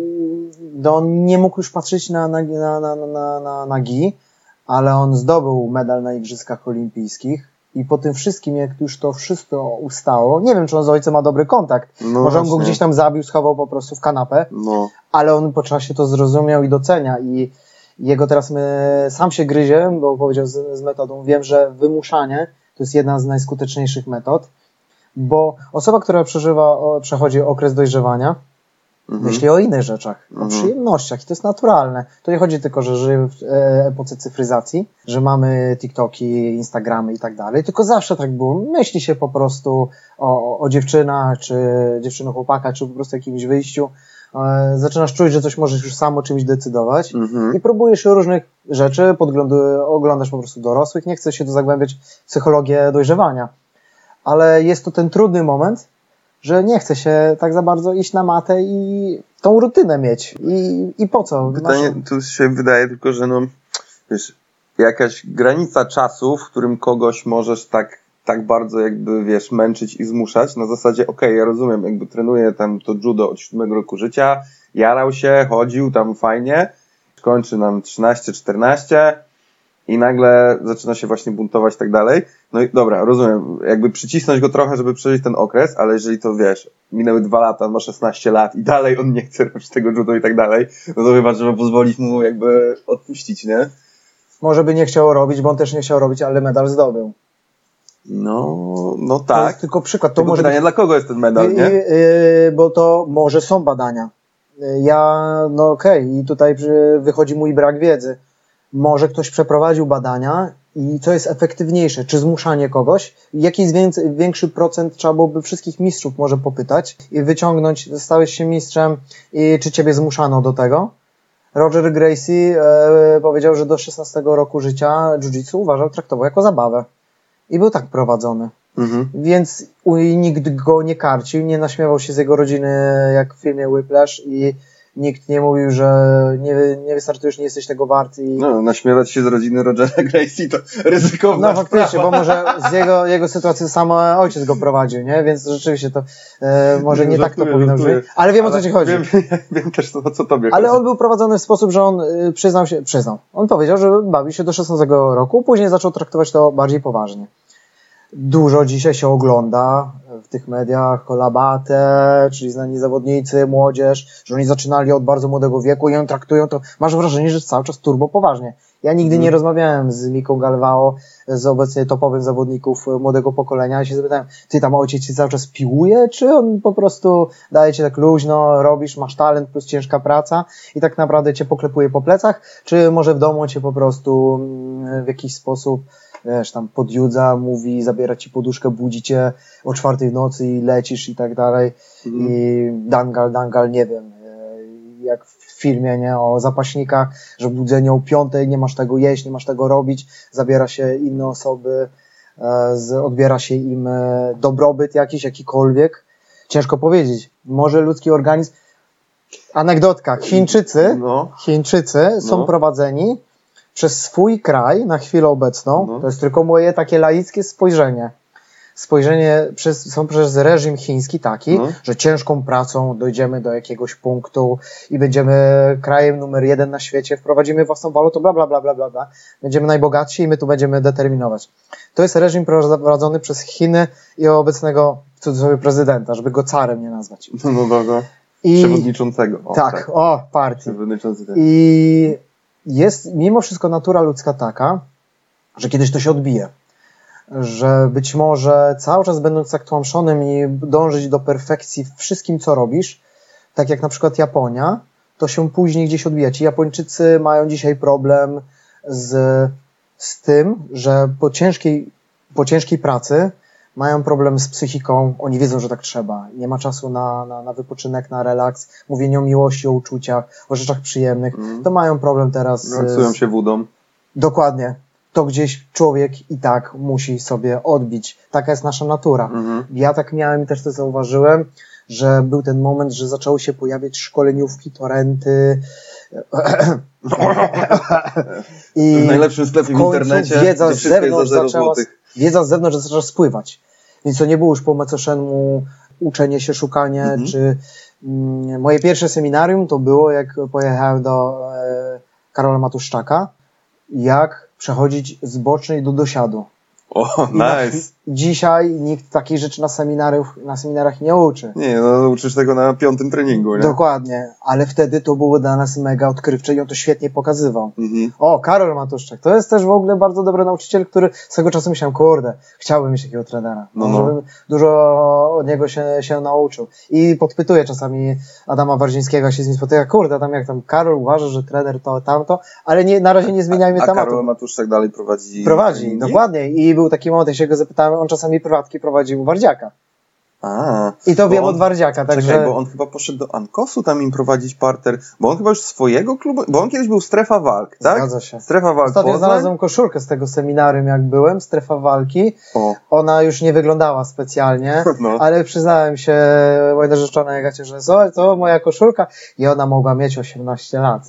no, on nie mógł już patrzeć na, na, na, na, na, na, na gi, ale on zdobył medal na Igrzyskach Olimpijskich i po tym wszystkim, jak już to wszystko ustało, nie wiem, czy on z ojcem ma dobry kontakt, no może on go gdzieś tam zabił, schował po prostu w kanapę, no. ale on po czasie to zrozumiał i docenia i jego teraz my, sam się gryzie, bo powiedział z, z metodą, wiem, że wymuszanie to jest jedna z najskuteczniejszych metod, bo osoba, która przeżywa, przechodzi okres dojrzewania, mhm. myśli o innych rzeczach, mhm. o przyjemnościach i to jest naturalne. To nie chodzi tylko, że żyjemy w epoce cyfryzacji, że mamy TikToki, Instagramy i tak dalej, tylko zawsze tak było. Myśli się po prostu o, o dziewczynach, czy dziewczyno chłopaka, czy po prostu jakimś wyjściu. Zaczynasz czuć, że coś możesz już sam o czymś decydować mhm. i próbujesz różnych rzeczy, podglądy, oglądasz po prostu dorosłych, nie chcesz się tu zagłębiać w psychologię dojrzewania, ale jest to ten trudny moment, że nie chce się tak za bardzo iść na matę i tą rutynę mieć i, i po co? Pytanie, Masz... tu się wydaje tylko, że no wiesz, jakaś granica czasu, w którym kogoś możesz tak tak bardzo jakby, wiesz, męczyć i zmuszać, na zasadzie, okej, okay, ja rozumiem, jakby trenuję tam to judo od siódmego roku życia, jarał się, chodził tam fajnie, kończy nam trzynaście czternaście i nagle zaczyna się właśnie buntować i tak dalej. No i dobra, rozumiem, jakby przycisnąć go trochę, żeby przeżyć ten okres, ale jeżeli to, wiesz, minęły dwa lata, on ma szesnaście lat i dalej on nie chce robić tego judo i tak dalej, no to chyba trzeba pozwolić mu jakby odpuścić, nie? Może by nie chciał robić, bo on też nie chciał robić, ale medal zdobył. No, no tak. To jest tylko przykład. To tylko może pytanie, być... dla kogo jest ten medal, nie? Yy, yy, bo to może są badania. Ja, no okej, okay, i tutaj wychodzi mój brak wiedzy. Może ktoś przeprowadził badania i co jest efektywniejsze? Czy zmuszanie kogoś? Jaki jest więcej, większy procent? Trzeba byłoby wszystkich mistrzów może popytać i wyciągnąć, stałeś się mistrzem i czy ciebie zmuszano do tego? Roger Gracie e, powiedział, że do szesnastego roku życia jiu-jitsu uważał, traktował jako zabawę. I był tak prowadzony. Mhm. Więc nikt go nie karcił, nie naśmiewał się z jego rodziny, jak w filmie Whiplash i nikt nie mówił, że nie, nie wystartujesz, nie jesteś tego wart. I... No, naśmiewać się z rodziny Rogera Gracie to ryzykowna No faktycznie, sprawa. Bo może z jego, jego sytuacji sam ojciec go prowadził, nie? Więc rzeczywiście to e, może nie, nie tak to powinno być. Ale wiem, ale o co ci chodzi. Wiem, wiem też o co tobie Ale chodzi. On był prowadzony w sposób, że on y, przyznał się, przyznał. On powiedział, że bawi się do szesnastego roku, później zaczął traktować to bardziej poważnie. Dużo dzisiaj się ogląda w tych mediach Kolabate, czyli znani zawodnicy, młodzież, że oni zaczynali od bardzo młodego wieku i oni traktują to, masz wrażenie, że cały czas turbo poważnie. Ja nigdy hmm. nie rozmawiałem z Miką Galvao, z obecnie topowych zawodników młodego pokolenia i się zapytałem, ty tam ojciec ci cały czas piłuje, czy on po prostu daje ci tak luźno, robisz, masz talent plus ciężka praca i tak naprawdę cię poklepuje po plecach, czy może w domu cię po prostu w jakiś sposób wiesz, tam podjudza, mówi, zabiera ci poduszkę, budzi cię o czwartej w nocy i lecisz i tak dalej. Mm. I dangal, dangal, nie wiem, jak w filmie, nie, o zapaśnikach, że budzenie o piątej, nie masz tego jeść, nie masz tego robić, zabiera się inne osoby z, odbiera się im dobrobyt jakiś, jakikolwiek. Ciężko powiedzieć. Może ludzki organizm... Anegdotka. Chińczycy, no. Chińczycy są no. prowadzeni przez swój kraj na chwilę obecną. No. To jest tylko moje takie laickie spojrzenie. Spojrzenie przez, są przez reżim chiński taki, no. że ciężką pracą dojdziemy do jakiegoś punktu i będziemy krajem numer jeden na świecie, wprowadzimy własną walutę, bla, bla, bla, bla, bla, bla. Będziemy najbogatsi i my tu będziemy determinować. To jest reżim prowadzony przez Chiny i obecnego w cudzysłowie prezydenta, żeby go carem nie nazwać. No, no, no, no. I, Przewodniczącego. O, tak, tak, o, partii. Przewodniczący. I jest mimo wszystko natura ludzka taka, że kiedyś to się odbije. Że być może cały czas będąc tak tłamszonym i dążyć do perfekcji w wszystkim, co robisz, tak jak na przykład Japonia, to się później gdzieś odbija. Ci Japończycy mają dzisiaj problem z, z tym, że po ciężkiej, po ciężkiej pracy mają problem z psychiką, oni wiedzą, że tak trzeba. Nie ma czasu na, na, na wypoczynek, na relaks, mówienie o miłości, o uczuciach, o rzeczach przyjemnych. Mm. To mają problem teraz. Relaksują się wódą. Dokładnie. To gdzieś człowiek i tak musi sobie odbić. Taka jest nasza natura. Mhm. Ja tak miałem i też to zauważyłem, że był ten moment, że zaczęły się pojawiać szkoleniówki, torenty. I w najlepszym sklepie w internecie, wiedza z zewnątrz zaczęła, wiedza z zewnątrz zaczęła spływać. Więc to nie było już po macoszemu uczenie się, szukanie, mhm. czy mm, moje pierwsze seminarium to było, jak pojechałem do e, Karola Matuszczaka, jak przechodzić z bocznej do dosiadu. O, nice. Dzisiaj nikt takich rzeczy na seminariach, na seminariach nie uczy. Nie, no uczysz tego na piątym treningu, nie? Dokładnie, ale wtedy to było dla nas mega odkrywcze i on to świetnie pokazywał. Mhm. O, Karol Matuszczak, to jest też w ogóle bardzo dobry nauczyciel, który z tego czasu myślałem, kurde, chciałbym mieć takiego trenera. No, no. Żebym dużo od niego się, się nauczył. I podpytuję czasami Adama Warzińskiego, jak się z nim spotyka, kurde, tam jak tam Karol uważa, że trener to, tamto, ale nie, na razie nie zmieniajmy a, a tematu. A Karol Matuszczak dalej prowadzi? Prowadzi, treningi? Dokładnie. I był taki moment, jak się go zapytałem, on czasami prywatki prowadził u Wardziaka. A, I to wiem on, od Wardziaka, także... Czekaj, bo on chyba poszedł do Ankosu tam im prowadzić parter, bo on chyba już swojego klubu, bo on kiedyś był Strefa Walk, tak? Zgadza się. Strefa Walk Ostatnio Poznań. znalazłem koszulkę z tego seminarium, jak byłem, Strefa Walki. O. Ona już nie wyglądała specjalnie, no. ale przyznałem się mojej narzeczonej Agacie, że co, to moja koszulka i ona mogła mieć osiemnaście lat.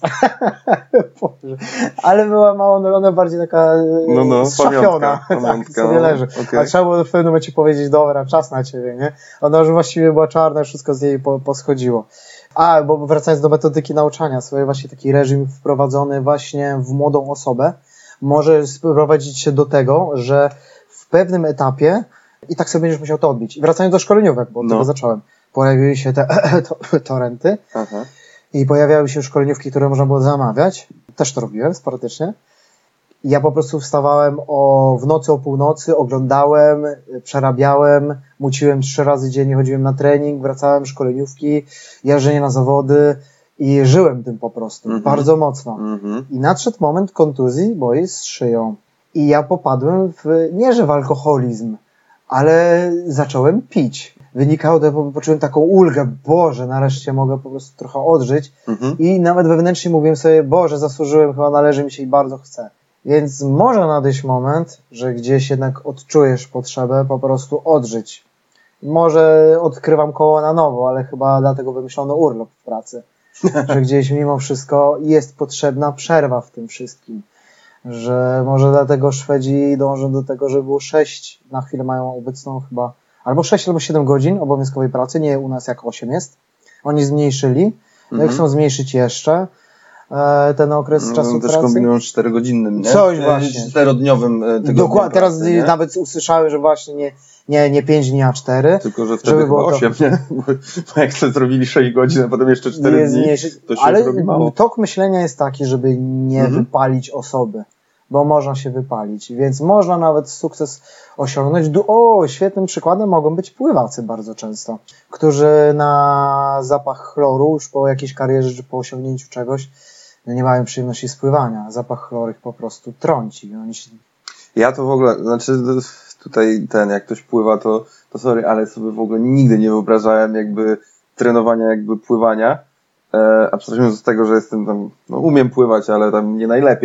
ale była mało, ona bardziej taka no, no, zszafiona, tak, sobie leży. Okay. A trzeba było w pewnym momencie powiedzieć, dobra, czas na ciebie, nie? Ona już właściwie była czarna, wszystko z niej po, poschodziło. A, bo wracając do metodyki nauczania, sobie właśnie taki reżim wprowadzony właśnie w młodą osobę może sprowadzić się do tego, że w pewnym etapie i tak sobie będziesz musiał to odbić. I wracając do szkoleniówek, bo od no. tego zacząłem. Pojawiły się te to, torenty Aha. i pojawiały się szkoleniówki, które można było zamawiać. Też to robiłem sporadycznie. Ja po prostu wstawałem o, w nocy o północy, oglądałem, przerabiałem, muciłem trzy razy dziennie, chodziłem na trening, wracałem, szkoleniówki, jeżdżenie na zawody i żyłem tym po prostu, mm-hmm. bardzo mocno. Mm-hmm. I nadszedł moment kontuzji mojej z szyją. I ja popadłem w, nie że w alkoholizm, ale zacząłem pić. Wynikało to, bo poczułem taką ulgę, Boże, nareszcie mogę po prostu trochę odżyć. Mm-hmm. I nawet wewnętrznie mówiłem sobie, Boże, zasłużyłem, chyba należy mi się i bardzo chcę. Więc może nadejść moment, że gdzieś jednak odczujesz potrzebę po prostu odżyć. Może odkrywam koło na nowo, ale chyba dlatego wymyślono urlop w pracy. Że gdzieś mimo wszystko jest potrzebna przerwa w tym wszystkim. Że może dlatego Szwedzi dążą do tego, żeby było sześć, na chwilę mają obecną chyba, albo sześć albo siedem godzin obowiązkowej pracy, nie u nas jak osiem jest. Oni zmniejszyli, no i chcą zmniejszyć jeszcze ten okres no, czasu też pracy. Też kombinują czterogodzinnym, nie? Coś właśnie. Czterodniowym tygodniem Dokładnie, teraz pracy, nawet usłyszałem, że właśnie nie, nie, nie pięć dni, a cztery. Tylko, że wtedy chyba osiem, to... nie? Bo jak to zrobili sześć godzin, a potem jeszcze cztery dni, to się ale robi mało. Tok myślenia jest taki, żeby nie mhm. wypalić osoby, bo można się wypalić, więc można nawet sukces osiągnąć. O, świetnym przykładem mogą być pływacy bardzo często, którzy na zapach chloru już po jakiejś karierze, czy po osiągnięciu czegoś, nie mają przyjemności spływania. Zapach chloru ich po prostu trąci. Oni się... Ja to w ogóle, znaczy tutaj ten, jak ktoś pływa, to, to sorry, ale sobie w ogóle nigdy nie wyobrażałem jakby trenowania jakby pływania. E, abstrahując z tego, że jestem tam, no umiem pływać, ale tam nie najlepiej.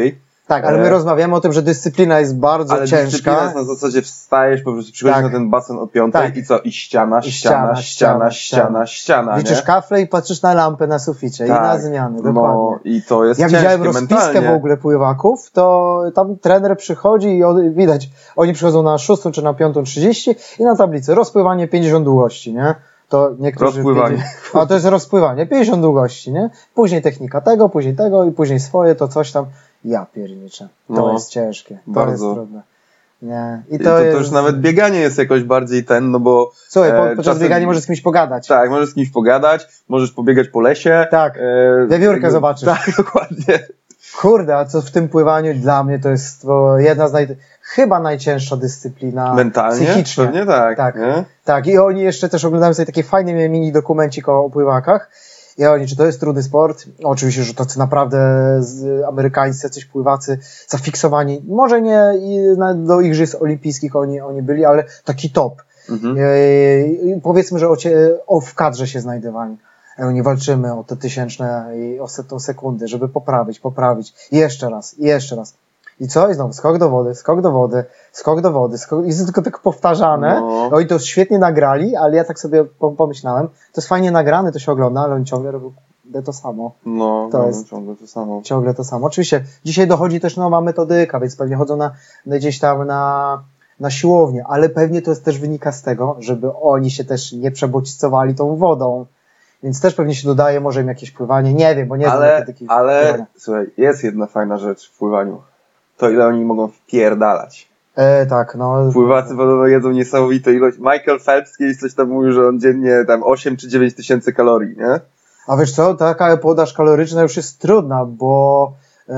Tak, ale my rozmawiamy o tym, że dyscyplina jest bardzo ale ciężka. Dyscyplina jest na zasadzie wstajesz, po prostu przychodzisz tak. na ten basen o piątej tak. i co? I ściana, I ściana, ściana, ściana, ściana, ściana. Liczysz kafle i patrzysz na lampę na suficie tak. i na zmiany, dokładnie. No i to jest ja ciężkie widziałem rozpiskę mentalnie. w ogóle pływaków, to tam trener przychodzi i od, widać, oni przychodzą na szóstą czy na piątą trzydzieści i na tablicy rozpływanie pięćdziesiąt długości, nie? To niektórzy rozpływanie. pięćdziesiąt, a to jest rozpływanie, pięćdziesiąt długości, nie? Później technika tego, później tego i później swoje, to coś tam. Ja pierniczę. To no, jest ciężkie. To bardzo. Jest trudne. Nie. I to, I to, jest... to już nawet bieganie jest jakoś bardziej ten, no bo... Słuchaj, po, podczas czasem... biegania możesz z kimś pogadać. Tak, możesz z kimś pogadać, możesz pobiegać po lesie. Tak, e... wiewiórkę tego... zobaczysz. Tak, dokładnie. Kurde, a co w tym pływaniu dla mnie to jest to jedna z naj... chyba najcięższa dyscyplina mentalnie? Psychicznie. Pewnie tak. Tak, nie? tak. I oni jeszcze też oglądałem sobie takie fajne mini dokumencik o pływakach. I oni, czy to jest trudny sport? Oczywiście, że tacy naprawdę z, amerykańscy, jacyś pływacy zafiksowani, może nie i na, do igrzysk olimpijskich oni, oni byli, ale taki top. Mhm. I, powiedzmy, że o, o, w kadrze się znajdowali. I oni walczymy o te tysięczne i o setną sekundy, żeby poprawić, poprawić. I jeszcze raz, i jeszcze raz. I co? I znowu skok do wody, skok do wody, skok do wody, skok... i jest tylko tak powtarzane. No. Oni to świetnie nagrali, ale ja tak sobie pomyślałem, to jest fajnie nagrane, to się ogląda, ale oni ciągle robią to samo. No, to no jest ciągle to samo. Ciągle to samo. Oczywiście dzisiaj dochodzi też nowa metodyka, więc pewnie chodzą na, gdzieś tam na, na siłownię, ale pewnie to jest też wynika z tego, żeby oni się też nie przebodźcowali tą wodą. Więc też pewnie się dodaje może im jakieś pływanie, nie wiem, bo nie znam metodyki. Ale, pływania. Słuchaj, jest jedna fajna rzecz w pływaniu. To ile oni mogą wpierdalać. E, tak, no. Pływacy podobno jedzą niesamowitą ilość. Michael Phelps kiedyś coś tam mówił, że on dziennie tam osiem czy dziewięć tysięcy kalorii, nie? A wiesz co, taka podaż kaloryczna już jest trudna, bo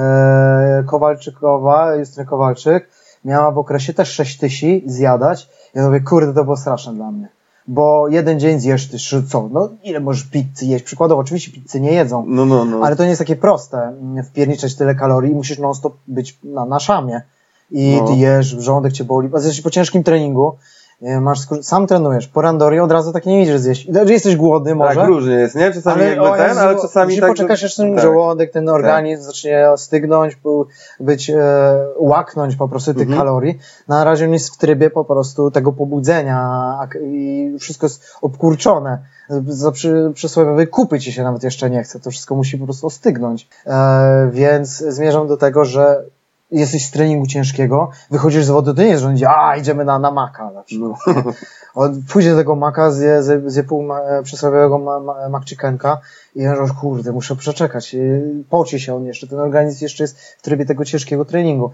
e, Kowalczykowa, Justyna Kowalczyk, miała w okresie też sześć tysięcy zjadać. Ja mówię, kurde, to było straszne dla mnie. Bo jeden dzień zjesz ty, co? No ile możesz pizzy jeść? Przykładowo, oczywiście pizzy nie jedzą, no, no, no. ale to nie jest takie proste, wpierniczać tyle kalorii i musisz non stop być na, na szamie. I no. Ty jesz, żołądek cię boli, a jesteś po ciężkim treningu, masz, sam trenujesz, po randorii od razu tak nie idziesz zjeść. Że jesteś głodny może. Tak, różnie jest, nie? Czasami ale, jakby ten, ale czasami tak... poczekasz, aż ten tak. żołądek, ten organizm tak. zacznie stygnąć, być, e, łaknąć po prostu tych mhm. kalorii. Na razie on jest w trybie po prostu tego pobudzenia i wszystko jest obkurczone. Za przy, przysłowiowej kupy ci się nawet jeszcze nie chce, to wszystko musi po prostu ostygnąć. E, więc zmierzam do tego, że jesteś z treningu ciężkiego, wychodzisz z wody, to nie jest, że on idzie, a idziemy na, na maka na przykład. No. On pójdzie do tego maka, zje, zje, zje pół ma, przysłowiowego ma, ma, McChickenka i ja mówię, kurde, muszę przeczekać. Poci się on jeszcze, ten organizm jeszcze jest w trybie tego ciężkiego treningu.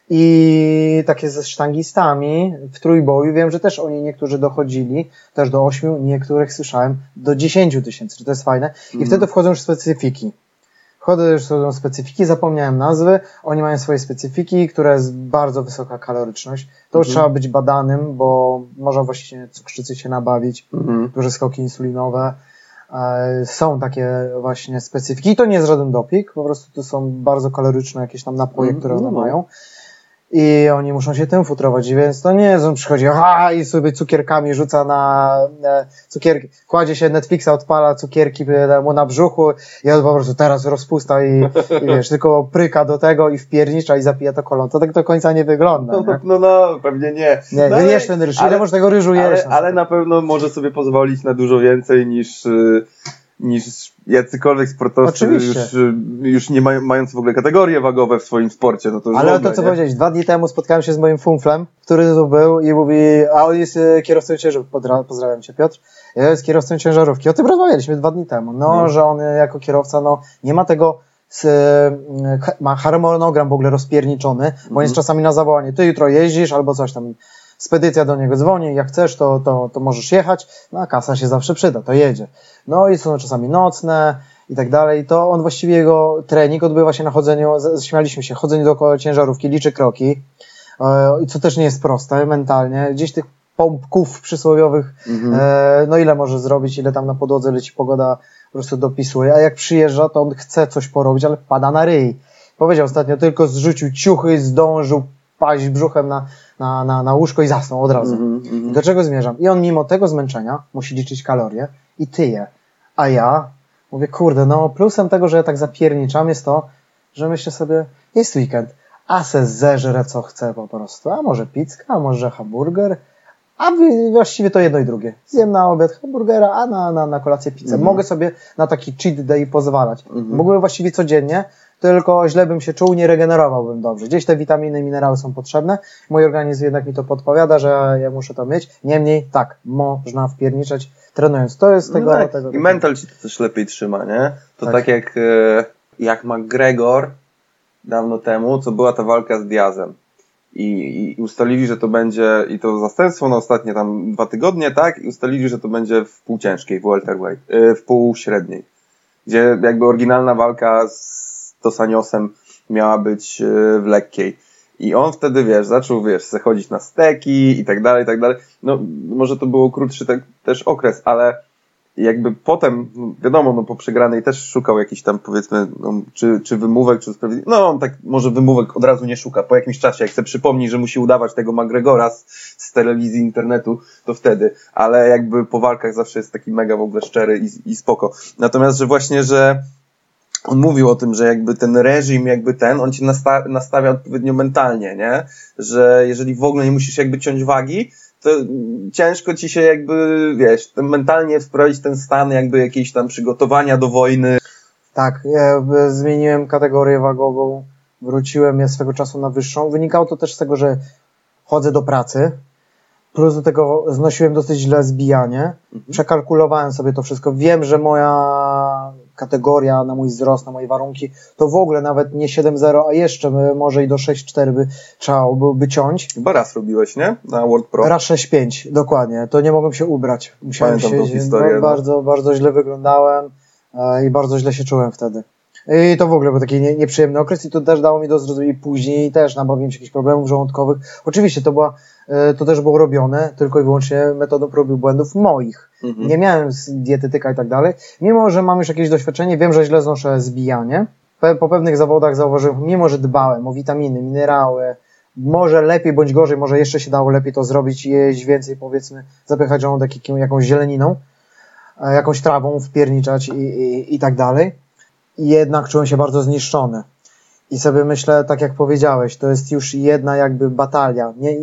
I takie ze sztangistami w trójboju, wiem, że też oni niektórzy dochodzili, też do ośmiu, niektórych słyszałem do dziesięciu tysięcy, to jest fajne. I mm. wtedy wchodzą już specyfiki. Wchodzą już są specyfiki, zapomniałem nazwy, oni mają swoje specyfiki, które jest bardzo wysoka kaloryczność. To już mm. trzeba być badanym, bo można właśnie cukrzycy się nabawić, mm. duże skoki insulinowe. E, są takie właśnie specyfiki i to nie jest żaden doping, po prostu to są bardzo kaloryczne jakieś tam napoje, mm. które one mm. mają. I oni muszą się tym futrować, więc to nie jest, on przychodzi, aha, i sobie cukierkami rzuca na e, cukierki, kładzie się Netflixa, odpala cukierki mu na brzuchu i on po prostu teraz rozpusta i, i wiesz, tylko pryka do tego i wpiernicza i zapija to kolą. To tak do końca nie wygląda. No, no, no pewnie nie. Nie, no, jesz ten ryż, ile może tego ryżu ale, jeść? Ale na pewno może sobie pozwolić na dużo więcej niż... Yy... niż jacykolwiek sportowcy już, już nie mają, mając w ogóle kategorie wagowe w swoim sporcie. No to ale ogóle, to co nie? powiedziałeś, dwa dni temu spotkałem się z moim fumflem, który tu był i mówi, a on jest kierowcą ciężarówki, pozdrawiam cię Piotr, ja jest kierowcą ciężarówki, o tym rozmawialiśmy dwa dni temu, no, no. że on jako kierowca, no nie ma tego, z, ma harmonogram w ogóle rozpierniczony, mm-hmm. bo jest czasami na zawołanie, ty jutro jeździsz albo coś tam, spedycja do niego dzwoni, jak chcesz, to, to, to możesz jechać, no a kasa się zawsze przyda, to jedzie. No i są czasami nocne i tak dalej, to on właściwie, jego trening odbywa się na chodzeniu, śmialiśmy się, chodzeniu dookoła ciężarówki, liczy kroki, i co też nie jest proste mentalnie, gdzieś tych pompków przysłowiowych, mhm. e, no ile może zrobić, ile tam na podłodze leci pogoda, po prostu dopisuje, a jak przyjeżdża, to on chce coś porobić, ale pada na ryj. Powiedział ostatnio, tylko zrzucił ciuchy, zdążył paść brzuchem na, na, na, na łóżko i zasnął od razu. Mm, mm. Do czego zmierzam? I on mimo tego zmęczenia musi liczyć kalorie i tyje. A ja mówię, kurde, no plusem tego, że ja tak zapierniczam jest to, że myślę sobie, jest weekend, a se zeżrę co chcę po prostu. A może pizzka, a może hamburger, a właściwie to jedno i drugie. Zjem na obiad hamburgera, a na, na, na kolację pizzę. Mhm. Mogę sobie na taki cheat day pozwalać. Mhm. Mógłbym właściwie codziennie, tylko źle bym się czuł, nie regenerowałbym dobrze. Gdzieś te witaminy i minerały są potrzebne. Mój organizm jednak mi to podpowiada, że ja muszę to mieć. Niemniej, tak, można wpierniczać trenując. To jest tego... No tak. tego I mental ci to też lepiej trzyma, nie? To tak, tak jak, jak McGregor dawno temu, co była ta walka z Diazem. I, i ustalili, że to będzie, i to zastępstwo na ostatnie tam dwa tygodnie, tak? I ustalili, że to będzie w półciężkiej, w welterweight, w półśredniej. Gdzie jakby oryginalna walka z Dos Anjosem miała być w lekkiej. I on wtedy, wiesz, zaczął, wiesz, se chodzić na steki i tak dalej, i tak dalej. No, może to był krótszy tak, też okres, ale jakby potem, wiadomo, no po przegranej też szukał jakichś tam, powiedzmy, no, czy, czy wymówek, czy usprawiedliwień. No, on tak może wymówek od razu nie szuka. Po jakimś czasie, jak sobie przypomni, że musi udawać tego McGregora z, z telewizji, internetu, to wtedy. Ale jakby po walkach zawsze jest taki mega w ogóle szczery i, i spoko. Natomiast, że właśnie, że on mówił o tym, że jakby ten reżim, jakby ten, on cię nasta- nastawia odpowiednio mentalnie, nie? Że jeżeli w ogóle nie musisz jakby ciąć wagi, to ciężko ci się jakby, wiesz, mentalnie wprowadzić ten stan jakby jakiejś tam przygotowania do wojny. Tak, ja zmieniłem kategorię wagową, wróciłem ja swego czasu na wyższą. Wynikało to też z tego, że chodzę do pracy, plus do tego znosiłem dosyć źle zbijanie. Mhm. Przekalkulowałem sobie to wszystko. Wiem, że moja kategoria na mój wzrost, na moje warunki, to w ogóle nawet nie siedem zero, a jeszcze może i do sześć cztery by trzeba byłoby ciąć. Chyba raz robiłeś, nie? Na World Pro. Raz sześć pięć, dokładnie. To nie mogłem się ubrać. Musiałem Pamiętam się, tą historię, no. bardzo, bardzo źle wyglądałem e, i bardzo źle się czułem wtedy. I to w ogóle był taki nie, nieprzyjemny okres i to też dało mi do zrozumienia. I później też nabawiłem się jakichś problemów żołądkowych. Oczywiście to była, to też było robione tylko i wyłącznie metodą prób i błędów moich. Mhm. Nie miałem dietetyka i tak dalej. Mimo, że mam już jakieś doświadczenie, wiem, że źle znoszę zbijanie. Po pewnych zawodach zauważyłem, mimo że dbałem o witaminy, minerały, może lepiej bądź gorzej, może jeszcze się dało lepiej to zrobić, jeść więcej, powiedzmy, zapychać żołądek jakąś zieleniną, jakąś trawą wpierniczać i, i, i tak dalej. I jednak czułem się bardzo zniszczony. I sobie myślę, tak jak powiedziałeś, to jest już jedna jakby batalia, nie,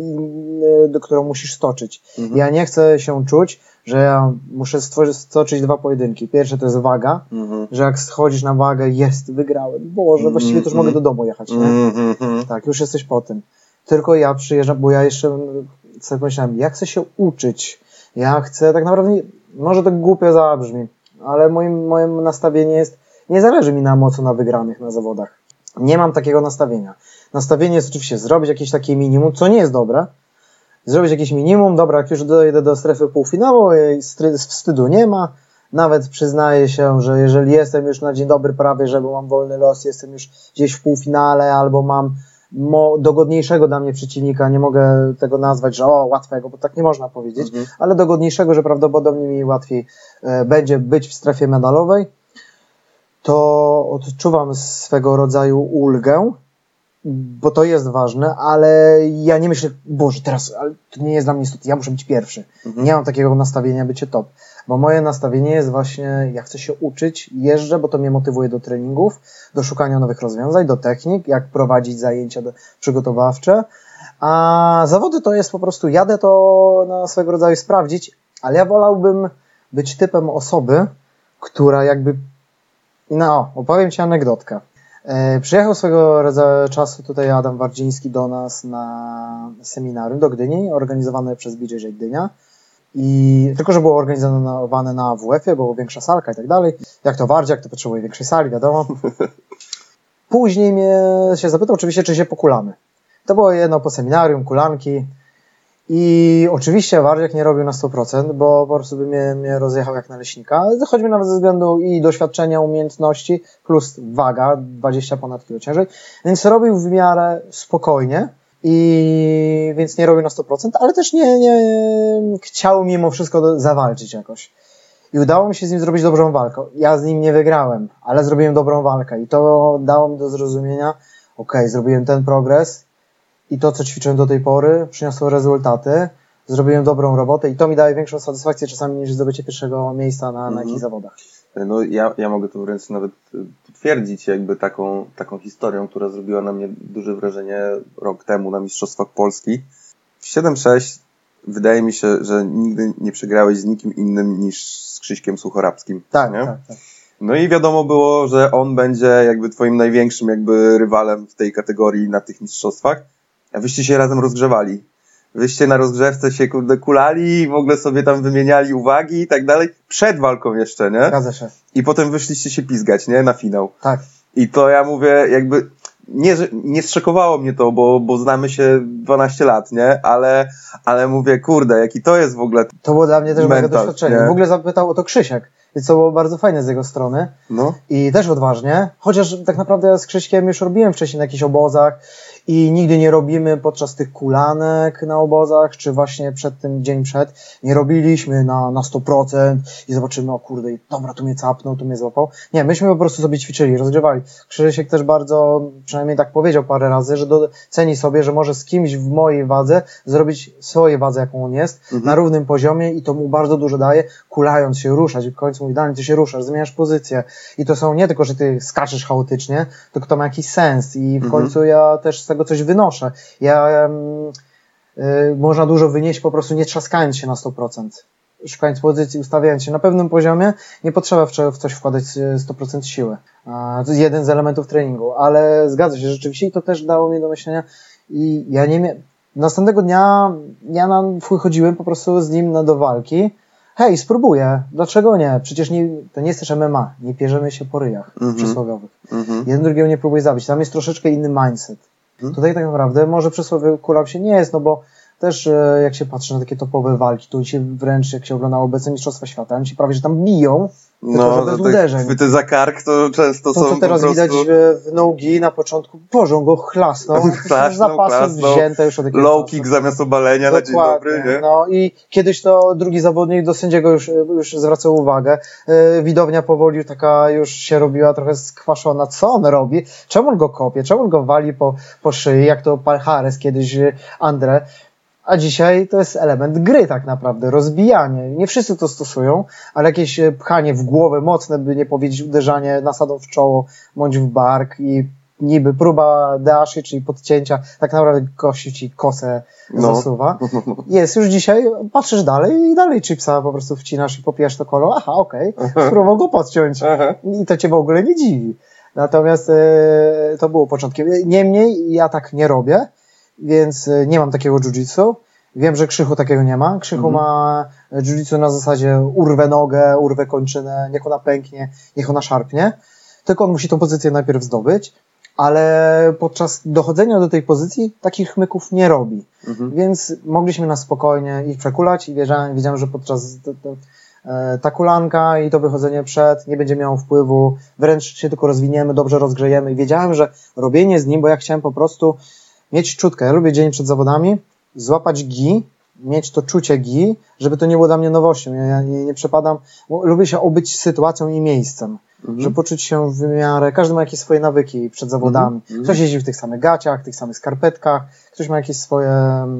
do którą musisz stoczyć. Mhm. Ja nie chcę się czuć, że ja muszę stworzyć, stoczyć dwa pojedynki. Pierwsze to jest waga, mhm. że jak schodzisz na wagę, jest, wygrałem. Boże, mhm. właściwie to już mogę do domu jechać, nie? Mhm. Tak, już jesteś po tym. Tylko ja przyjeżdżam, bo ja jeszcze sobie pomyślałem, ja chcę się uczyć. Ja chcę, tak naprawdę, może to głupio zabrzmi, ale moim, moim nastawienie jest, nie zależy mi na mocno na wygranych na zawodach. Nie mam takiego nastawienia. Nastawienie jest oczywiście zrobić jakieś takie minimum, co nie jest dobre. Zrobić jakieś minimum, dobra, jak już dojdę do strefy półfinału, wstydu nie ma. Nawet przyznaję się, że jeżeli jestem już na dzień dobry prawie, że bo mam wolny los, jestem już gdzieś w półfinale, albo mam mo- dogodniejszego dla mnie przeciwnika, nie mogę tego nazwać, że o, łatwego, bo tak nie można powiedzieć, mhm. ale dogodniejszego, że prawdopodobnie mi łatwiej e, będzie być w strefie medalowej, to odczuwam swego rodzaju ulgę, bo to jest ważne, ale ja nie myślę, Boże, teraz ale to nie jest dla mnie istotne, ja muszę być pierwszy. Mhm. Nie mam takiego nastawienia bycie top, bo moje nastawienie jest właśnie, ja chcę się uczyć, jeżdżę, bo to mnie motywuje do treningów, do szukania nowych rozwiązań, do technik, jak prowadzić zajęcia do, przygotowawcze, a zawody to jest po prostu, jadę to na swego rodzaju sprawdzić, ale ja wolałbym być typem osoby, która jakby no, opowiem Ci anegdotkę. E, przyjechał swego rodzaju czasu tutaj Adam Wardziński do nas na seminarium do Gdyni, organizowane przez B J J Gdynia. I tylko, że było organizowane na A W F-ie, było większa salka i tak dalej. Jak to Wardziak, to potrzebuje większej sali, wiadomo. Później mnie się zapytał oczywiście, czy się pokulamy. To było jedno po seminarium, kulanki. I oczywiście Wardziak nie robił na sto procent, bo po prostu by mnie, mnie rozjechał jak naleśnika, choćby nawet ze względu i doświadczenia, umiejętności, plus waga, dwadzieścia ponad kilo ciężej, więc robił w miarę spokojnie i więc nie robił na sto procent, ale też nie, nie chciał mimo wszystko zawalczyć jakoś. I udało mi się z nim zrobić dobrą walkę. Ja z nim nie wygrałem, ale zrobiłem dobrą walkę i to dało mi do zrozumienia, okej, okay, zrobiłem ten progres, i to, co ćwiczyłem do tej pory, przyniosło rezultaty, zrobiłem dobrą robotę i to mi daje większą satysfakcję czasami niż zdobycie pierwszego miejsca na, na jakichś zawodach. No ja, ja mogę to wręcz nawet potwierdzić jakby taką, taką historią, która zrobiła na mnie duże wrażenie rok temu na Mistrzostwach Polski. W siedem sześć wydaje mi się, że nigdy nie przegrałeś z nikim innym niż z Krzyśkiem Suchorabskim. Tak, nie? tak, tak. No i wiadomo było, że on będzie jakby twoim największym jakby rywalem w tej kategorii na tych mistrzostwach, a wyście się razem rozgrzewali. Wyście na rozgrzewce się kurde kulali i w ogóle sobie tam wymieniali uwagi i tak dalej. Przed walką jeszcze, nie? Zgadza się. I potem wyszliście się pizgać, nie? Na finał. Tak. I to ja mówię, jakby nie, że nie zszokowało mnie to, bo, bo znamy się dwanaście lat, nie? Ale, ale mówię, kurde, jaki to jest w ogóle To było dla mnie też mega mental, doświadczenie. nie? W ogóle zapytał o to Krzysiek, więc to było bardzo fajne z jego strony. No. I też odważnie, chociaż tak naprawdę ja z Krzyśkiem już robiłem wcześniej na jakichś obozach i nigdy nie robimy podczas tych kulanek na obozach, czy właśnie przed tym dzień przed, nie robiliśmy na, na sto procent i zobaczymy, o kurde, dobra, tu mnie capnął, tu mnie złapał. Nie, myśmy po prostu sobie ćwiczyli, rozgrzewali. Krzysiek też bardzo, przynajmniej tak powiedział parę razy, że doceni sobie, że może z kimś w mojej wadze zrobić swoje wadze, jaką on jest, mhm. na równym poziomie i to mu bardzo dużo daje, kulając się, ruszać. I w końcu mówi, Daniel, ty się ruszasz, zmieniasz pozycję. I to są nie tylko, że ty skaczesz chaotycznie, tylko to ma jakiś sens i w mhm. końcu ja też z tego coś wynoszę. Ja, yy, yy, można dużo wynieść po prostu nie trzaskając się na sto procent. Szukając pozycji, ustawiając się na pewnym poziomie, nie potrzeba w, w coś wkładać sto procent siły. A, to jest jeden z elementów treningu, ale zgadza się rzeczywiście i to też dało mi do myślenia i ja nie miałem, następnego dnia ja na, wychodziłem po prostu z nim na, do walki. Hej, spróbuję. Dlaczego nie? Przecież nie, to nie jest też M M A. Nie pierzemy się po ryjach mm-hmm. przysłowiowych. Mm-hmm. Jeden drugiego nie próbuje zabić. Tam jest troszeczkę inny mindset. Mm-hmm. Tutaj tak naprawdę może przysłowie kulał się nie jest, no bo też jak się patrzy na takie topowe walki, to się wręcz, jak się ogląda obecne Mistrzostwa Świata, oni się prawie, że tam biją, tylko no, że bez te uderzeń. Chwyty za kark to często to, są co teraz po prostu... widać w nogi na początku, Boże, go chlasnął, chlasnął zapasy wzięte już od jakiegoś low czasu. kick zamiast obalenia na dzień dobry, nie? No i kiedyś to drugi zawodnik do sędziego już, już zwracał uwagę. Yy, widownia powoli taka już się robiła trochę skwaszona. Co on robi? Czemu on go kopie? Czemu on go wali po, po szyi, jak to Palhares kiedyś Andre? A dzisiaj to jest element gry tak naprawdę, rozbijanie. Nie wszyscy to stosują, ale jakieś pchanie w głowę mocne, by nie powiedzieć uderzanie nasadą w czoło bądź w bark i niby próba dashi, czyli podcięcia, tak naprawdę kości ci kosę no. zasuwa. Jest już dzisiaj, patrzysz dalej i dalej chipsa po prostu wcinasz i popijasz to kolo, aha, okej, okay, spróbował go podciąć i to cię w ogóle nie dziwi. Natomiast e, to było początkiem. Niemniej ja tak nie robię, więc nie mam takiego jiu-jitsu. Wiem, że Krzychu takiego nie ma. Krzychu mhm. ma jiu-jitsu na zasadzie urwę nogę, urwę kończynę, niech ona pęknie, niech ona szarpnie. Tylko on musi tą pozycję najpierw zdobyć, ale podczas dochodzenia do tej pozycji takich chmyków nie robi. Mhm. Więc mogliśmy na spokojnie ich przekulać i wiedziałem, wiedziałem że podczas to, to, e, ta kulanka i to wychodzenie przed nie będzie miało wpływu, wręcz się tylko rozwiniemy, dobrze rozgrzejemy i wiedziałem, że robienie z nim, bo ja chciałem po prostu mieć czutkę. Ja lubię dzień przed zawodami, złapać gi, mieć to czucie gi, żeby to nie było dla mnie nowością. Ja, ja nie, nie przepadam, lubię się obyć sytuacją i miejscem, mhm. żeby poczuć się w miarę, każdy ma jakieś swoje nawyki przed zawodami. Mhm. Ktoś jeździ w tych samych gaciach, tych samych skarpetkach, ktoś ma jakieś swoje,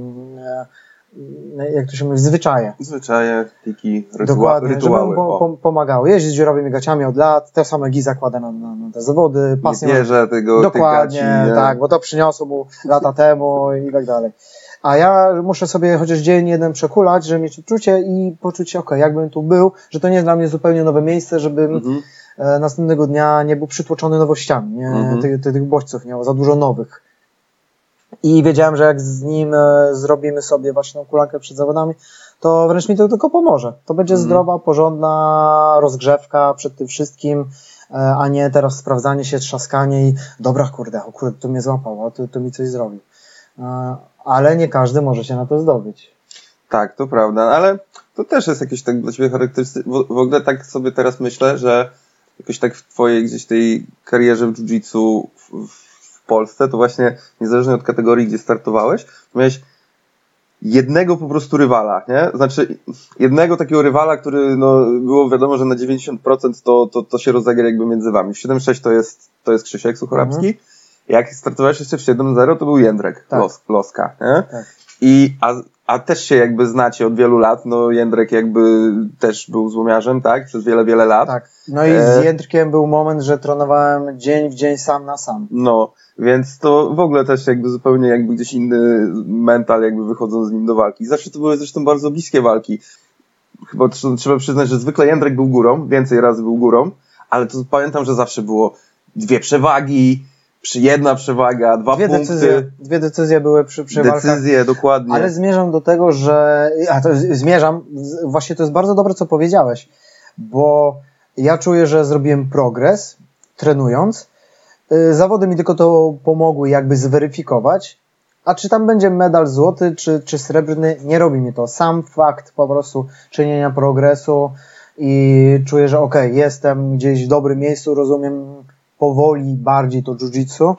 jak to się mówi, zwyczaje. Zwyczaje, tiki, rytua- Dokładnie, rytuały. Żeby mu po, pomagały. Jeździ z dziurawymi gaciami od lat, te same gi zakłada na, na, na te zawody. Nie bierze tego, dokładnie, tych gaci, tak, bo to przyniosło mu lata temu i tak dalej. A ja muszę sobie chociaż dzień jeden przekulać, żeby mieć uczucie i poczuć się, okej, okay, jakbym tu był, że to nie jest dla mnie zupełnie nowe miejsce, żebym mhm. e, następnego dnia nie był przytłoczony nowościami, nie, mhm. tych, tych bodźców, nie, za dużo nowych. I wiedziałem, że jak z nim e, zrobimy sobie właśnie tą kulankę przed zawodami, to wręcz mi to tylko pomoże. To będzie mhm. zdrowa, porządna rozgrzewka przed tym wszystkim, e, a nie teraz sprawdzanie się, trzaskanie i dobra, kurde, o kurde, tu mnie złapał, a tu, tu mi coś zrobił. E, ale nie każdy może się na to zdobyć. Tak, to prawda, ale to też jest jakieś tak dla ciebie charakterystyczne. W, w ogóle tak sobie teraz myślę, że jakoś tak w twojej gdzieś tej karierze w jiu-jitsu w, w Polsce, to właśnie niezależnie od kategorii, gdzie startowałeś, to miałeś jednego po prostu rywala, nie? Znaczy jednego takiego rywala, który no było wiadomo, że na dziewięćdziesiąt procent to, to, to się rozegra jakby między wami. W siedem sześć to jest, to jest Krzysiek Suchorabski. Mhm. Jak startowałeś jeszcze w siedem zero, to był Jędrek, tak. Los, Loska, nie? Tak. I, a, a też się jakby znacie od wielu lat, no Jędrek jakby też był złomiarzem, tak? Przez wiele, wiele lat. Tak. No i z Jędrkiem był moment, że trenowałem dzień w dzień sam na sam. No, więc to w ogóle też jakby zupełnie jakby gdzieś inny mental jakby wychodzą z nim do walki. Zawsze to były zresztą bardzo bliskie walki. Chyba trzeba przyznać, że zwykle Jędrek był górą, więcej razy był górą, ale to pamiętam, że zawsze było dwie przewagi, przy jedna przewaga, dwa dwie punkty. Decyzje, dwie decyzje były przy, przy Decyzje, walkach, dokładnie. ale zmierzam do tego, że... A to zmierzam, właśnie to jest bardzo dobre, co powiedziałeś, bo ja czuję, że zrobiłem progres, trenując. Zawody mi tylko to pomogły jakby zweryfikować, a czy tam będzie medal złoty, czy, czy srebrny, nie robi mi to. Sam fakt po prostu czynienia progresu i czuję, że okej, okay, jestem gdzieś w dobrym miejscu, rozumiem powoli bardziej to jiu-jitsu,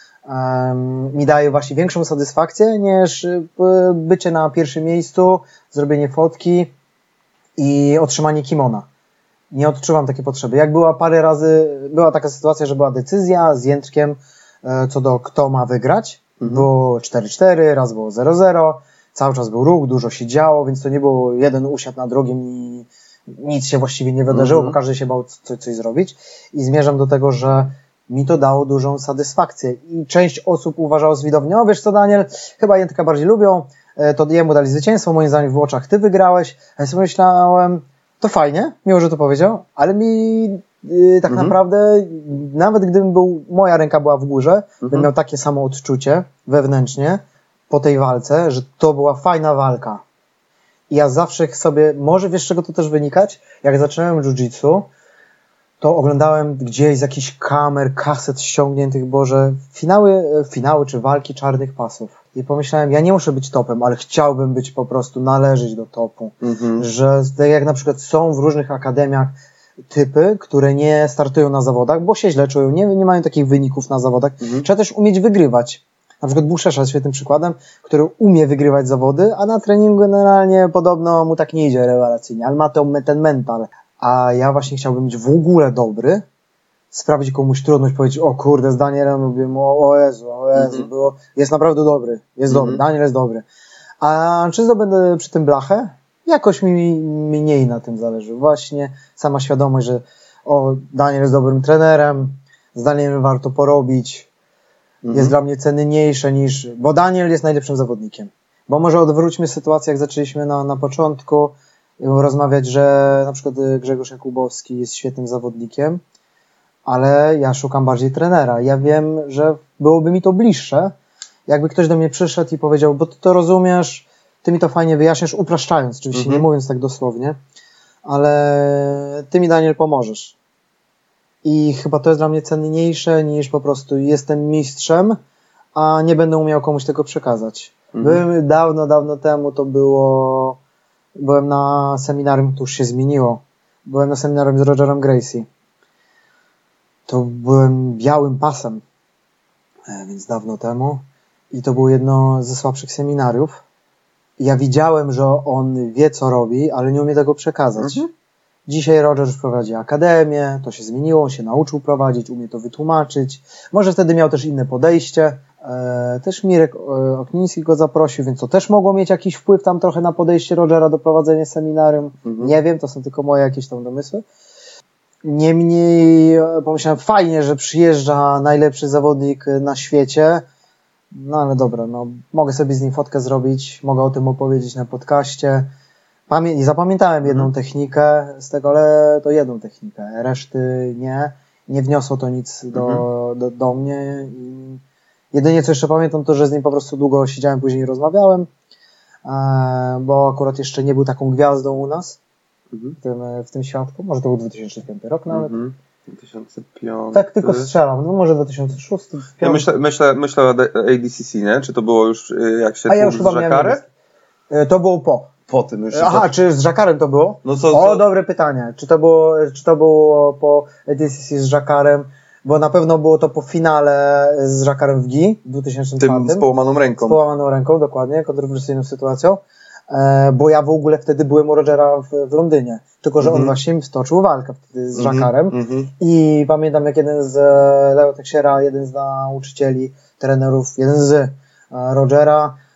um, mi daje właśnie większą satysfakcję niż bycie na pierwszym miejscu, zrobienie fotki i otrzymanie kimona. Nie odczuwam takiej potrzeby. Jak była parę razy, była taka sytuacja, że była decyzja z Jędrkiem e, co do kto ma wygrać. Mhm. Było cztery cztery, raz było zero zero, cały czas był ruch, dużo się działo, więc to nie było jeden usiadł na drugim i nic się właściwie nie wydarzyło, mhm. bo każdy się bał coś, coś zrobić. I zmierzam do tego, że mi to dało dużą satysfakcję. I część osób uważała z widowni, no wiesz co Daniel, chyba Jędrka bardziej lubią, e, to jemu dali zwycięstwo, moim zdaniem w oczach ty wygrałeś. A ja sobie myślałem, to fajnie, miło, że to powiedział, ale mi yy, tak mhm. naprawdę, nawet gdybym był, moja ręka była w górze, mhm. bym miał takie samo odczucie wewnętrznie po tej walce, że to była fajna walka. I ja zawsze sobie, może wiesz, z czego to też wynikać? Jak zacząłem jiu-jitsu, to oglądałem gdzieś z jakichś kamer, kaset ściągniętych, Boże, finały, finały czy walki czarnych pasów. I pomyślałem, ja nie muszę być topem, ale chciałbym być po prostu, należeć do topu. Mm-hmm. Że tak jak na przykład są w różnych akademiach typy, które nie startują na zawodach, bo się źle czują, nie, nie mają takich wyników na zawodach. Mm-hmm. Trzeba też umieć wygrywać. Na przykład Buszesza jest świetnym przykładem, który umie wygrywać zawody, a na treningu generalnie podobno mu tak nie idzie rewelacyjnie, ale ma ten, ten mental. A ja właśnie chciałbym być w ogóle dobry, sprawić komuś trudność, powiedzieć, o kurde, z Danielem lubię, o, o Jezu, o Jezu, mm-hmm. było, jest naprawdę dobry, jest mm-hmm. dobry, Daniel jest dobry. A czy zdobędę przy tym blachę? Jakoś mi mniej na tym zależy. Właśnie sama świadomość, że o, Daniel jest dobrym trenerem, z Danielem warto porobić, mm-hmm. jest dla mnie cenniejsze niż, bo Daniel jest najlepszym zawodnikiem. Bo może odwróćmy sytuację, jak zaczęliśmy na, na początku rozmawiać, że na przykład Grzegorz Jakubowski jest świetnym zawodnikiem, ale ja szukam bardziej trenera. Ja wiem, że byłoby mi to bliższe, jakby ktoś do mnie przyszedł i powiedział, bo ty to rozumiesz, ty mi to fajnie wyjaśniasz, upraszczając, oczywiście mm-hmm. nie mówiąc tak dosłownie, ale ty mi, Daniel, pomożesz. I chyba to jest dla mnie cenniejsze niż po prostu jestem mistrzem, a nie będę umiał komuś tego przekazać. Mm-hmm. Byłem dawno, dawno temu, to było, byłem na seminarium, to już się zmieniło, byłem na seminarium z Rogerem Gracie. To byłem białym pasem, więc dawno temu. I to było jedno ze słabszych seminariów. I ja widziałem, że on wie, co robi, ale nie umie tego przekazać. Mhm. Dzisiaj Roger już prowadzi akademię, to się zmieniło, on się nauczył prowadzić, umie to wytłumaczyć. Może wtedy miał też inne podejście. E, też Mirek Okniński go zaprosił, więc to też mogło mieć jakiś wpływ tam trochę na podejście Rogera do prowadzenia seminarium. Mhm. Nie wiem, to są tylko moje jakieś tam domysły. Niemniej pomyślałem, fajnie, że przyjeżdża najlepszy zawodnik na świecie, no ale dobra, no mogę sobie z nim fotkę zrobić, mogę o tym opowiedzieć na podcaście. Pamię- I zapamiętałem jedną mm. technikę z tego, ale to jedną technikę, reszty nie, nie wniosło to nic do, mm. do, do mnie. I jedynie co jeszcze pamiętam, to że z nim po prostu długo siedziałem, później i rozmawiałem, bo akurat jeszcze nie był taką gwiazdą u nas. W tym, w tym świadku, może to był dwa tysiące piąty rok nawet. Mm-hmm. dwa tysiące piąty. Tak tylko strzelam, no może dwa tysiące szósty. Ja myślę, myślę, myślę o A D C C, nie? Czy to było już jak się A ja już chyba z Żakarem? To było po. Po tym już. Aha, po... czy z Żakarem to było? No co, o, co? dobre pytanie. Czy to było, czy to było po A D C C z Żakarem? Bo na pewno było to po finale z Żakarem w G I w dwa tysiące czwartym. Tym z połamaną ręką. Z połamaną ręką, dokładnie, kontrowersyjną sytuacją. Bo ja w ogóle wtedy byłem u Rogera w, w Londynie, tylko że mm-hmm. on właśnie stoczył walkę wtedy z Żakarem mm-hmm. i pamiętam jak jeden z Leo Texiera, jeden z nauczycieli, trenerów, jeden z Rogera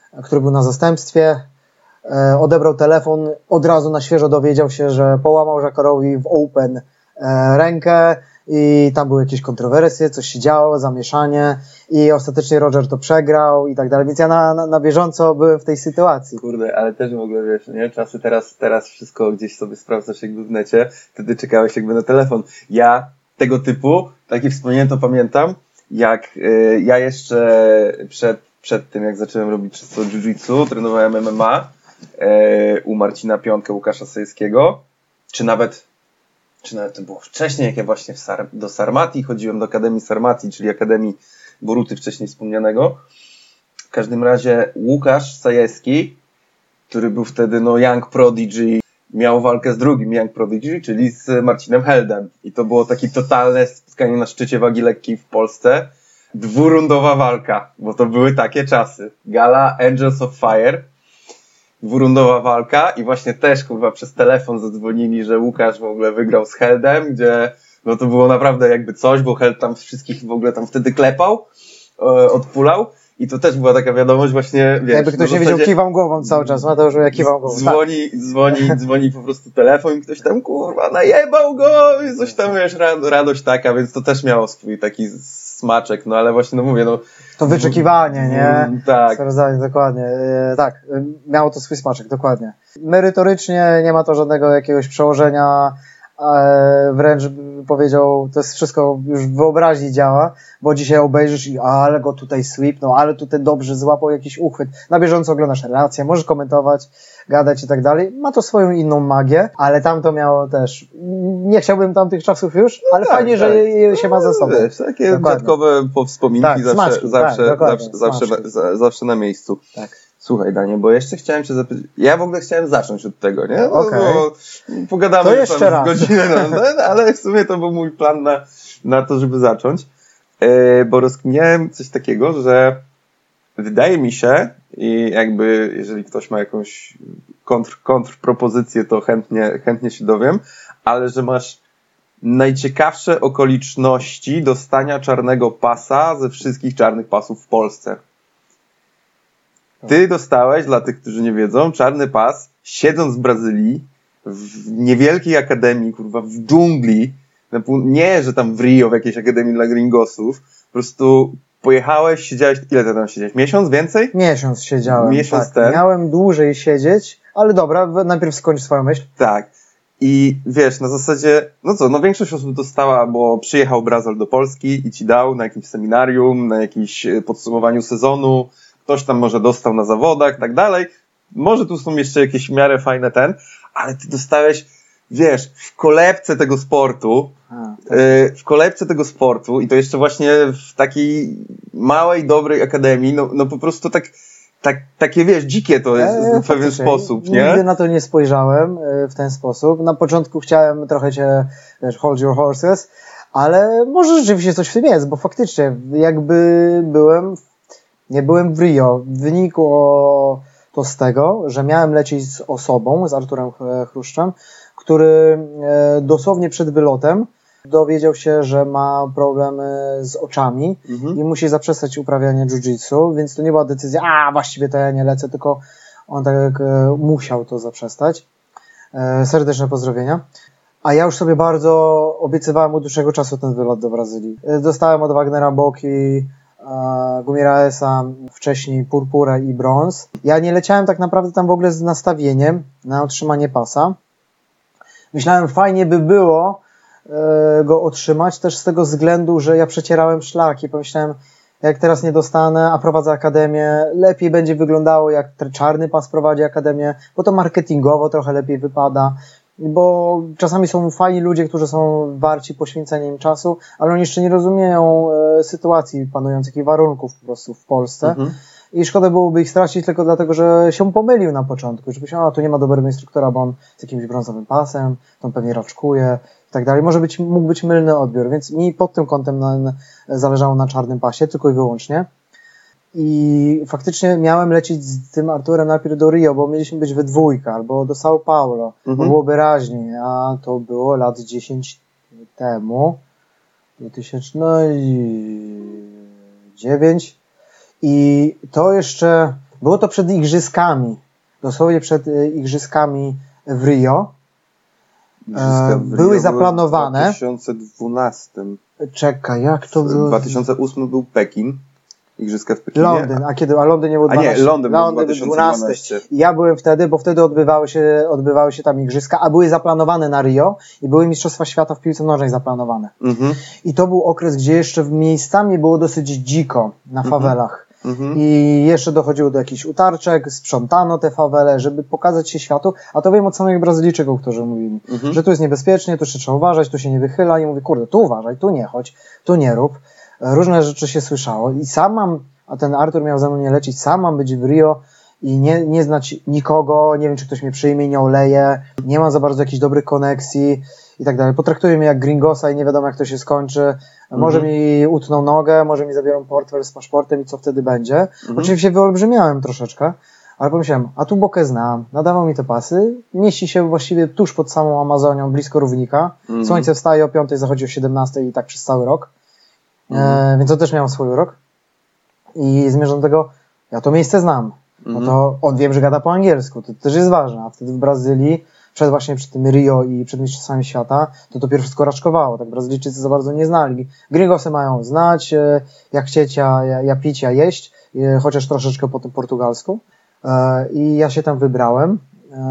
który był na zastępstwie, e, odebrał telefon, od razu na świeżo dowiedział się, że połamał Jacquerowi w Open e, rękę i tam były jakieś kontrowersje, coś się działo, zamieszanie i ostatecznie Roger to przegrał i tak dalej, więc ja na, na, na bieżąco byłem w tej sytuacji. Kurde, ale też w ogóle wiesz, nie? Czasy teraz, teraz wszystko gdzieś sobie sprawdzasz jakby w necie, wtedy czekałeś jakby na telefon. Ja tego typu, takie wspomnienie to pamiętam, jak y, ja jeszcze przed, przed tym, jak zacząłem robić czysto jiu-jitsu, trenowałem M M A y, u Marcina Piątkę, Łukasza Sajewskiego, czy nawet, czy nawet to było wcześniej, jak ja właśnie w Sar- do Sarmati chodziłem, do Akademii Sarmati, czyli Akademii Boruty wcześniej wspomnianego. W każdym razie Łukasz Sajewski, który był wtedy no Young Prodigy, miał walkę z drugim Young Prodigy, czyli z Marcinem Heldem. I to było takie totalne spotkanie na szczycie wagi lekkiej w Polsce. Dwurundowa walka, bo to były takie czasy. Gala Angels of Fire. Dwurundowa walka i właśnie też kurwa przez telefon zadzwonili, że Łukasz w ogóle wygrał z Heldem, gdzie no to było naprawdę jakby coś, bo Held tam wszystkich w ogóle tam wtedy klepał, e, odpulał. I to też była taka wiadomość właśnie, wiesz... Jakby ktoś nie wiedział, kiwam głową cały czas, Mateusz, ja kiwam głową. Dzwoni, tak. dzwoni, dzwoni po prostu telefon i ktoś tam, kurwa, najebał go i coś tam, wiesz, radość taka, więc to też miało swój taki smaczek, no ale właśnie, no mówię, no... To wyczekiwanie, nie? Mm, tak. Rozdanie, dokładnie, e, tak, miało to swój smaczek, dokładnie. Merytorycznie nie ma to żadnego jakiegoś przełożenia, e, wręcz powiedział, to jest wszystko już w wyobraźni działa, bo dzisiaj obejrzysz i ale go tutaj sweepnął, ale tutaj dobrze złapał jakiś uchwyt. Na bieżąco oglądasz relacje, możesz komentować, gadać i tak dalej. Ma to swoją inną magię, ale tam to miało też, nie chciałbym tamtych czasów już, ale no fajnie, tak, że tak. się ma ze sobą. Wiesz, takie dokładnie. Dodatkowe wspominki tak, zawsze, smaczki, zawsze, tak, zawsze, zawsze, na, zawsze na miejscu. Tak. Słuchaj, Danie, bo jeszcze chciałem cię zapytać, ja w ogóle chciałem zacząć od tego, nie? No, okay. Bo pogadamy to jeszcze raz. godzinę, no, ale w sumie to był mój plan na, na to, żeby zacząć, yy, bo rozkminiałem coś takiego, że wydaje mi się i jakby jeżeli ktoś ma jakąś kontr, kontrpropozycję, to chętnie, chętnie się dowiem, ale że masz najciekawsze okoliczności dostania czarnego pasa ze wszystkich czarnych pasów w Polsce. Ty dostałeś, dla tych, którzy nie wiedzą, czarny pas, siedząc w Brazylii, w niewielkiej akademii, kurwa, w dżungli, nie, że tam w Rio, w jakiejś akademii dla gringosów, po prostu pojechałeś, siedziałeś, ile ty tam siedziałeś? Miesiąc? Więcej? Miesiąc siedziałem, Miesiąc tak. ten. Miałem dłużej siedzieć, ale dobra, najpierw skończ swoją myśl. Tak. I wiesz, na zasadzie, no co, no większość osób dostała, bo przyjechał Brazil do Polski i ci dał na jakimś seminarium, na jakimś podsumowaniu sezonu, ktoś tam może dostał na zawodach i tak dalej. Może tu są jeszcze jakieś w miarę fajne ten, ale ty dostałeś, wiesz, w kolebce tego sportu, A, tak. y, w kolebce tego sportu i to jeszcze właśnie w takiej małej, dobrej akademii, no, no po prostu tak, tak, takie wiesz, dzikie to jest e, w pewien sposób, nie? Nigdy na to nie spojrzałem w ten sposób. Na początku chciałem trochę cię, wiesz, hold your horses, ale może rzeczywiście coś w tym jest, bo faktycznie jakby byłem Nie byłem w Rio. Wynikło to z tego, że miałem lecieć z osobą, z Arturem Chruszczem, który dosłownie przed wylotem dowiedział się, że ma problemy z oczami mhm. i musi zaprzestać uprawiania jiu-jitsu, więc to nie była decyzja, a właściwie to ja nie lecę, tylko on tak musiał to zaprzestać. Serdeczne pozdrowienia. A ja już sobie bardzo obiecywałem od dłuższego czasu ten wylot do Brazylii. Dostałem od Wagnera Boki, Gumiraesa, wcześniej purpurę i brąz. Ja nie leciałem tak naprawdę tam w ogóle z nastawieniem na otrzymanie pasa. Myślałem, fajnie by było e, go otrzymać, też z tego względu, że ja przecierałem szlaki. Pomyślałem, jak teraz nie dostanę, a prowadzę akademię, lepiej będzie wyglądało, jak czarny pas prowadzi akademię, bo to marketingowo trochę lepiej wypada. Bo czasami są fajni ludzie, którzy są warci poświęcenia im czasu, ale oni jeszcze nie rozumieją e, sytuacji panujących i warunków po prostu w Polsce. Mhm. I szkoda byłoby ich stracić tylko dlatego, że się pomylił na początku. Że myślał, a tu nie ma dobrego instruktora, bo on z jakimś brązowym pasem, to on pewnie raczkuje i tak dalej. Może być, mógł być mylny odbiór, więc mi pod tym kątem na, na, zależało na czarnym pasie, tylko i wyłącznie. I faktycznie miałem lecieć z tym Arturem najpierw do Rio, bo mieliśmy być we dwójkę, albo do São Paulo, mhm. bo byłoby raźniej, a to było lat dziesięć temu, dwa tysiące dziewięć i to jeszcze Było to przed igrzyskami, dosłownie przed y, igrzyskami w Rio. Igrzyska w Rio były zaplanowane. W dwa tysiące dwunastym. Czekaj, jak to było? W dwa tysiące ósmym był Pekin. Igrzyska w Pekinie. Londyn, a kiedy? A Londyn nie był dwunasty. A nie, Londyn, Londyn był dwa tysiące dwunasty. I ja byłem wtedy, bo wtedy odbywały się, odbywały się tam igrzyska, a były zaplanowane na Rio i były Mistrzostwa Świata w piłce nożnej zaplanowane. Mhm. I to był okres, gdzie jeszcze miejscami było dosyć dziko na fawelach. Mhm. I jeszcze dochodziło do jakichś utarczek, sprzątano te fawele, żeby pokazać się światu, a to wiem od samych Brazylijczyków, którzy mówili, mhm. że tu jest niebezpiecznie, tu się trzeba uważać, tu się nie wychyla i mówię, kurde, tu uważaj, tu nie chodź, tu nie rób. Różne rzeczy się słyszało i sam mam, a ten Artur miał ze mną nie lecieć, sam mam być w Rio i nie, nie znać nikogo, nie wiem, czy ktoś mnie przyjmie, nie oleje, nie mam za bardzo jakichś dobrych koneksji i tak dalej. Potraktuję mnie jak gringosa i nie wiadomo, jak to się skończy. Może mhm. mi utną nogę, może mi zabiorą portfel z paszportem i co wtedy będzie. Mhm. Oczywiście wyolbrzymiałem troszeczkę, ale pomyślałem, a tu Bokę znam, nadawał mi te pasy, mieści się właściwie tuż pod samą Amazonią, blisko równika. Mhm. Słońce wstaje o piątej, zachodzi o siedemnastej i tak przez cały rok. Mhm. E, więc to też miał swój urok. I zmierzam do tego, ja to miejsce znam. No to on wiem, że gada po angielsku, to też jest ważne. A wtedy w Brazylii, przed właśnie przed tym Rio i przed Mistrzostwami Świata, to dopiero wszystko raczkowało. Tak Brazylijczycy za bardzo nie znali. Gringosy mają znać, jak chcieć, ja, ja pić, ja jeść, chociaż troszeczkę po tym portugalsku. I ja się tam wybrałem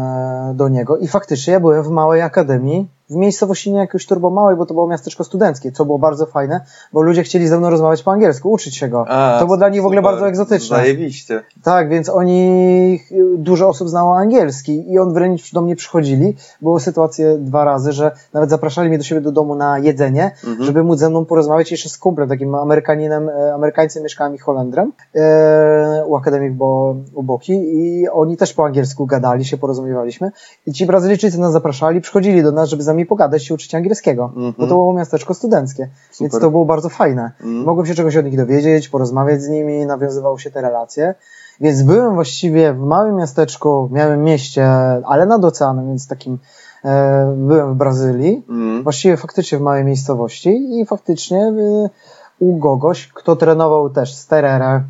do niego i faktycznie ja byłem w małej akademii, w miejscowości nie jakoś turbo małej, bo to było miasteczko studenckie, co było bardzo fajne, bo ludzie chcieli ze mną rozmawiać po angielsku, uczyć się go. A, to było dla nich w ogóle bardzo egzotyczne. Zajebiście. Tak, więc oni, dużo osób znało angielski i on wręcz do mnie przychodzili. Były sytuacje dwa razy, że nawet zapraszali mnie do siebie do domu na jedzenie, mhm. żeby móc ze mną porozmawiać jeszcze z kumplem, takim Amerykaninem, Amerykańcem, mieszkałem i Holendrem e, u Akademii bo, u Boki i oni też po angielsku gadali, się porozumiewaliśmy i ci Brazylijczycy nas zapraszali, przychodzili do nas, żeby z nami pogadać, się uczyć angielskiego, mm-hmm. bo to było miasteczko studenckie, super. Więc to było bardzo fajne. Mm. Mogłem się czegoś od nich dowiedzieć, porozmawiać z nimi, nawiązywały się te relacje, więc byłem właściwie w małym miasteczku, miałem mieście, ale nad oceanem, więc takim e, byłem w Brazylii, mm. właściwie faktycznie w małej miejscowości i faktycznie e, u kogoś, kto trenował też stererę,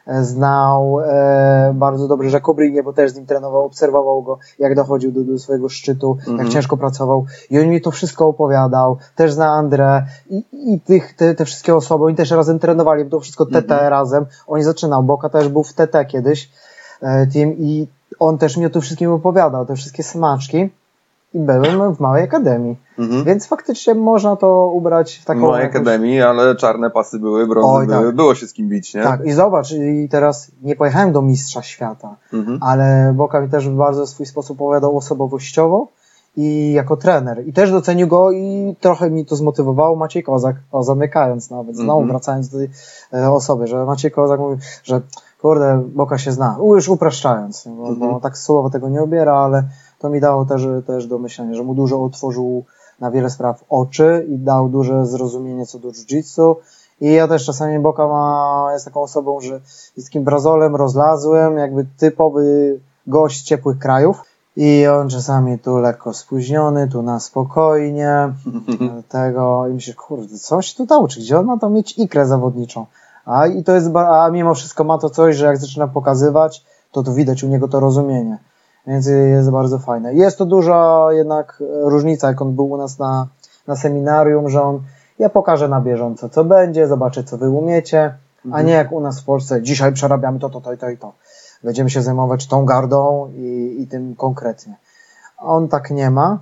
znał e, bardzo dobrze Jacobrynię, bo też z nim trenował, obserwował go, jak dochodził do, do swojego szczytu, mm-hmm. jak ciężko pracował i on mi to wszystko opowiadał, też zna Andrę i, i tych, te, te wszystkie osoby, oni też razem trenowali, bo to wszystko T T mm-hmm. razem, oni zaczynał, Boka też był w T T kiedyś e, team i on też mi o tym wszystkim opowiadał, te wszystkie smaczki i byłem w małej akademii, mhm. więc faktycznie można to ubrać w taką... W małej jakąś... akademii, ale czarne pasy były, brązy Oj, były, tak. było się z kim bić, nie? Tak, i zobacz, i teraz nie pojechałem do mistrza świata, mhm. ale Boka mi też w bardzo swój sposób opowiadał osobowościowo i jako trener. I też docenił go i trochę mi to zmotywowało Maciej Kozak, o, zamykając nawet, znowu mhm. wracając do tej e, osoby, że Maciej Kozak mówi, że kurde, Boka się zna, U, już upraszczając, bo, mhm. bo tak słowo tego nie obiera, ale to mi dało też, też do myślenia, że mu dużo otworzył na wiele spraw oczy i dał duże zrozumienie co do jiu-jitsu. I ja też czasami Boka ma, jest taką osobą, że jest takim brazolem rozlazłym, jakby typowy gość ciepłych krajów. I on czasami tu lekko spóźniony, tu na spokojnie, tego i myślę, kurde, coś tu nauczy, gdzie on ma tam mieć ikrę zawodniczą. A i to jest, a mimo wszystko ma to coś, że jak zaczyna pokazywać, to to widać u niego to rozumienie. Więc jest bardzo fajne. Jest to duża jednak różnica, jak on był u nas na, na seminarium, że on, ja pokażę na bieżąco, co będzie, zobaczę, co wy umiecie, a nie jak u nas w Polsce, dzisiaj przerabiamy to, to, to i to i to. Będziemy się zajmować tą gardą i, i tym konkretnie. On tak nie ma,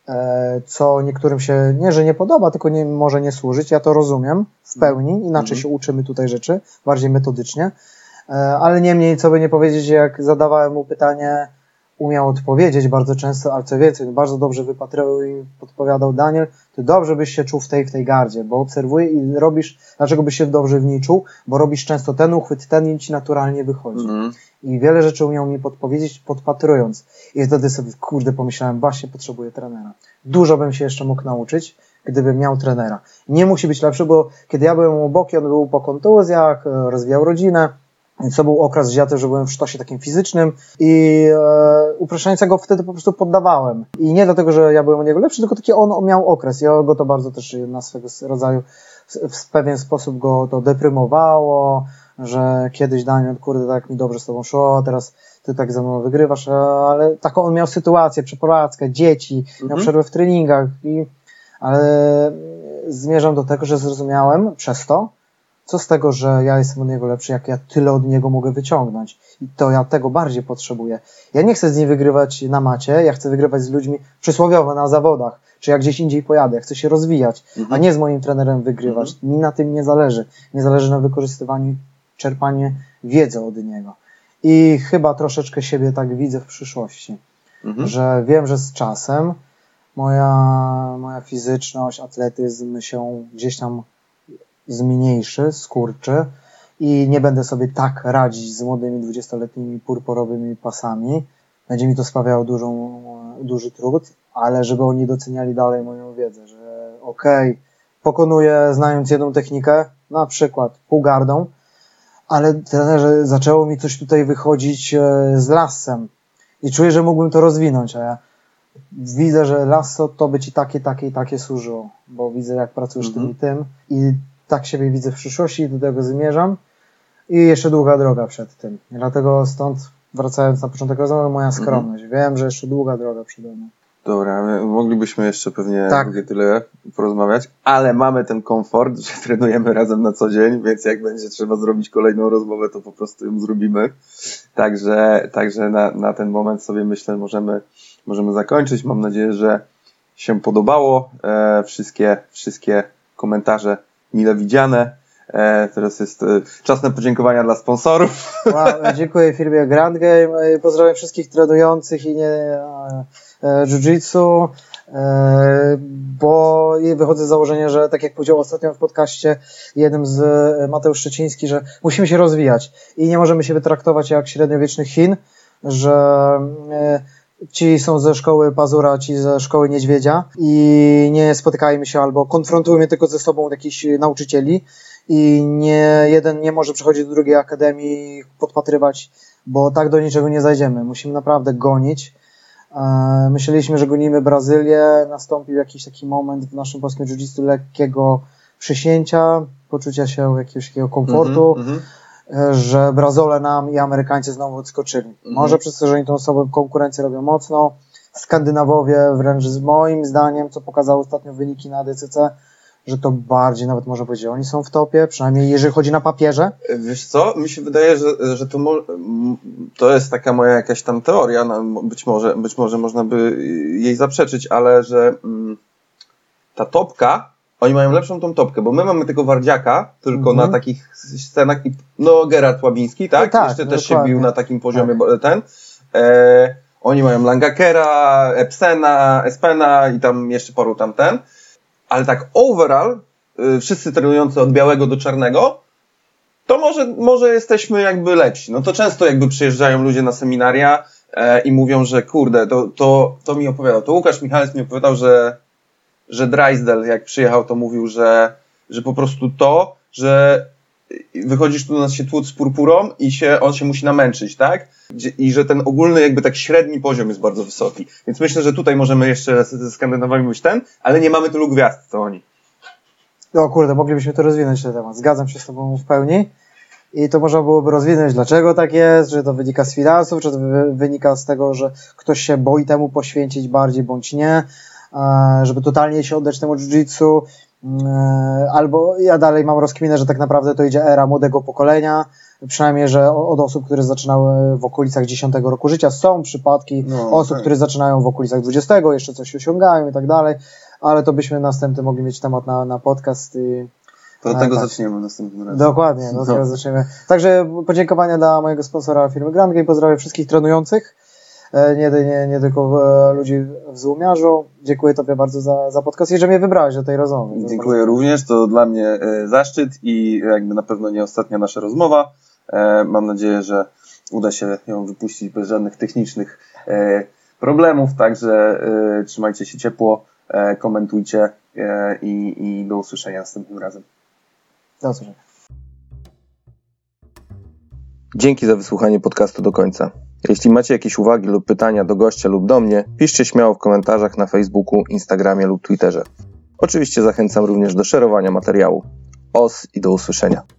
co niektórym się, nie, że nie podoba, tylko nie, może nie służyć, ja to rozumiem w pełni, inaczej mhm. się uczymy tutaj rzeczy, bardziej metodycznie, ale niemniej, co by nie powiedzieć, jak zadawałem mu pytanie, umiał odpowiedzieć bardzo często, ale co więcej, bardzo dobrze wypatrywał i podpowiadał Daniel, ty dobrze byś się czuł w tej, w tej gardzie, bo obserwuję i robisz, dlaczego byś się dobrze w niej czuł, bo robisz często ten uchwyt, ten i ci naturalnie wychodzi. Mm. I wiele rzeczy umiał mi podpowiedzieć, podpatrując. I wtedy sobie, kurde, pomyślałem, właśnie potrzebuję trenera. Dużo bym się jeszcze mógł nauczyć, gdybym miał trenera. Nie musi być lepszy, bo kiedy ja byłem u Boki, on był po kontuzjach, rozwijał rodzinę, więc to był okres wzięty, że byłem w sztosie takim fizycznym i e, upraszczając go wtedy po prostu poddawałem. I nie dlatego, że ja byłem u niego lepszy, tylko taki on miał okres. Ja go to bardzo też na swego rodzaju w pewien sposób go to deprymowało, że kiedyś Daniel, kurde, tak mi dobrze z tobą szło, a teraz ty tak ze mną wygrywasz, ale taką on miał sytuację, przeprowadzkę, dzieci, mhm. miał przerwę w treningach, i, ale zmierzam do tego, że zrozumiałem przez to, co z tego, że ja jestem od niego lepszy, jak ja tyle od niego mogę wyciągnąć. I to ja tego bardziej potrzebuję. Ja nie chcę z nim wygrywać na macie, ja chcę wygrywać z ludźmi przysłowiowo na zawodach, czy jak gdzieś indziej pojadę, ja chcę się rozwijać, mhm. a nie z moim trenerem wygrywać. Mhm. Mi na tym nie zależy. Nie zależy na wykorzystywaniu, czerpaniu wiedzy od niego. I chyba troszeczkę siebie tak widzę w przyszłości, mhm. że wiem, że z czasem moja, moja fizyczność, atletyzm się gdzieś tam zmniejszy, skurczy i nie będę sobie tak radzić z młodymi dwudziestoletnimi purpurowymi pasami. Będzie mi to sprawiało dużą, duży trud, ale żeby oni doceniali dalej moją wiedzę, że okej, okay, pokonuję znając jedną technikę, na przykład półgardą, ale trenerze, zaczęło mi coś tutaj wychodzić z lassem i czuję, że mógłbym to rozwinąć, a ja widzę, że lasso to by ci takie, takie i takie służyło, bo widzę, jak pracujesz mm-hmm. tym i tym i tak siebie widzę w przyszłości i do tego zmierzam i jeszcze długa droga przed tym. I dlatego stąd, wracając na początek rozmowy, moja skromność. Mm-hmm. Wiem, że jeszcze długa droga przede mną. Dobra, moglibyśmy jeszcze pewnie tak. drugie tyle porozmawiać, ale mamy ten komfort, że trenujemy razem na co dzień, więc jak będzie trzeba zrobić kolejną rozmowę, to po prostu ją zrobimy. Także, także na, na ten moment sobie myślę, możemy, możemy zakończyć. Mam nadzieję, że się podobało. E, wszystkie, wszystkie komentarze mile widziane. E, teraz jest e, czas na podziękowania dla sponsorów. Wow, dziękuję firmie Grand Game. Pozdrawiam wszystkich trenujących i nie e, e, jiu-jitsu, e, bo wychodzę z założenia, że tak jak powiedział ostatnio w podcaście jednym z e, Mateusz Szczeciński, że musimy się rozwijać i nie możemy się wytraktować jak średniowiecznych Chin, że e, ci są ze szkoły Pazura, ci ze szkoły Niedźwiedzia i nie spotykajmy się albo konfrontujmy tylko ze sobą jakichś nauczycieli i nie, jeden nie może przychodzić do drugiej akademii, podpatrywać, bo tak do niczego nie zajdziemy. Musimy naprawdę gonić. Myśleliśmy, że gonimy Brazylię, nastąpił jakiś taki moment w naszym polskim jiu-jitsu lekkiego przysięcia, poczucia się jakiegoś takiego komfortu, mm-hmm. że Brazole nam i Amerykańcy znowu odskoczyli. Mm-hmm. Może przez to, że oni tą osobę konkurencję robią mocno. Skandynawowie wręcz z moim zdaniem, co pokazały ostatnio wyniki na A D C C, że to bardziej nawet można powiedzieć, oni są w topie, przynajmniej jeżeli chodzi na papierze. Wiesz co, mi się wydaje, że, że to, mo- to jest taka moja jakaś tam teoria, no, być może, być może można by jej zaprzeczyć, ale że mm, ta topka, oni mają lepszą tą topkę, bo my mamy tego Wardziaka, tylko mm-hmm. na takich scenach, i, no Gerard Łabiński, tak? No tak, Jeszcze no też dokładnie. się bił na takim poziomie tak. ten. E, oni mają Langakera, Epsena, Espena i tam jeszcze paru tamten. Ale tak overall, yy, wszyscy trenujący od białego do czarnego, to może, może jesteśmy jakby lepsi. No to często jakby przyjeżdżają ludzie na seminaria e, i mówią, że kurde, to, to, to mi opowiadał. To Łukasz Michałec mi opowiadał, że, że Drysdale jak przyjechał, to mówił, że, że po prostu to, że wychodzisz tu do nas się tłuc z purpurą i się, on się musi namęczyć, tak? I że ten ogólny jakby tak średni poziom jest bardzo wysoki. Więc myślę, że tutaj możemy jeszcze ze Skandynawami być ten, ale nie mamy tylu gwiazd, co oni. No kurde, moglibyśmy to rozwinąć ten temat. Zgadzam się z tobą w pełni. I to można byłoby rozwinąć, dlaczego tak jest, czy to wynika z finansów, czy to wynika z tego, że ktoś się boi temu poświęcić bardziej, bądź nie, żeby totalnie się oddać temu jiu-jitsu. Albo ja dalej mam rozkminę, że tak naprawdę to idzie era młodego pokolenia, przynajmniej, że od osób, które zaczynały w okolicach dziesiątego roku życia. Są przypadki no, osób, tak. które zaczynają w okolicach dwudziestego, jeszcze coś osiągają i tak dalej, ale to byśmy następny mogli mieć temat na, na podcast. I, to od tego tak. zaczniemy następnym razem. Dokładnie, do tego no. zaczniemy. Także podziękowania dla mojego sponsora firmy Grand Game, pozdrawiam wszystkich trenujących. Nie, nie, nie tylko ludzi w Złomiarzu. Dziękuję tobie bardzo za, za podcast i że mnie wybrałeś do tej rozmowy. Dziękuję również, to dla mnie zaszczyt i jakby na pewno nie ostatnia nasza rozmowa. Mam nadzieję, że uda się ją wypuścić bez żadnych technicznych problemów, także trzymajcie się ciepło, komentujcie i, i do usłyszenia następnym razem. Do usłyszenia. Dzięki za wysłuchanie podcastu do końca. Jeśli macie jakieś uwagi lub pytania do gościa lub do mnie, piszcie śmiało w komentarzach na Facebooku, Instagramie lub Twitterze. Oczywiście zachęcam również do szerowania materiału. Os i do usłyszenia.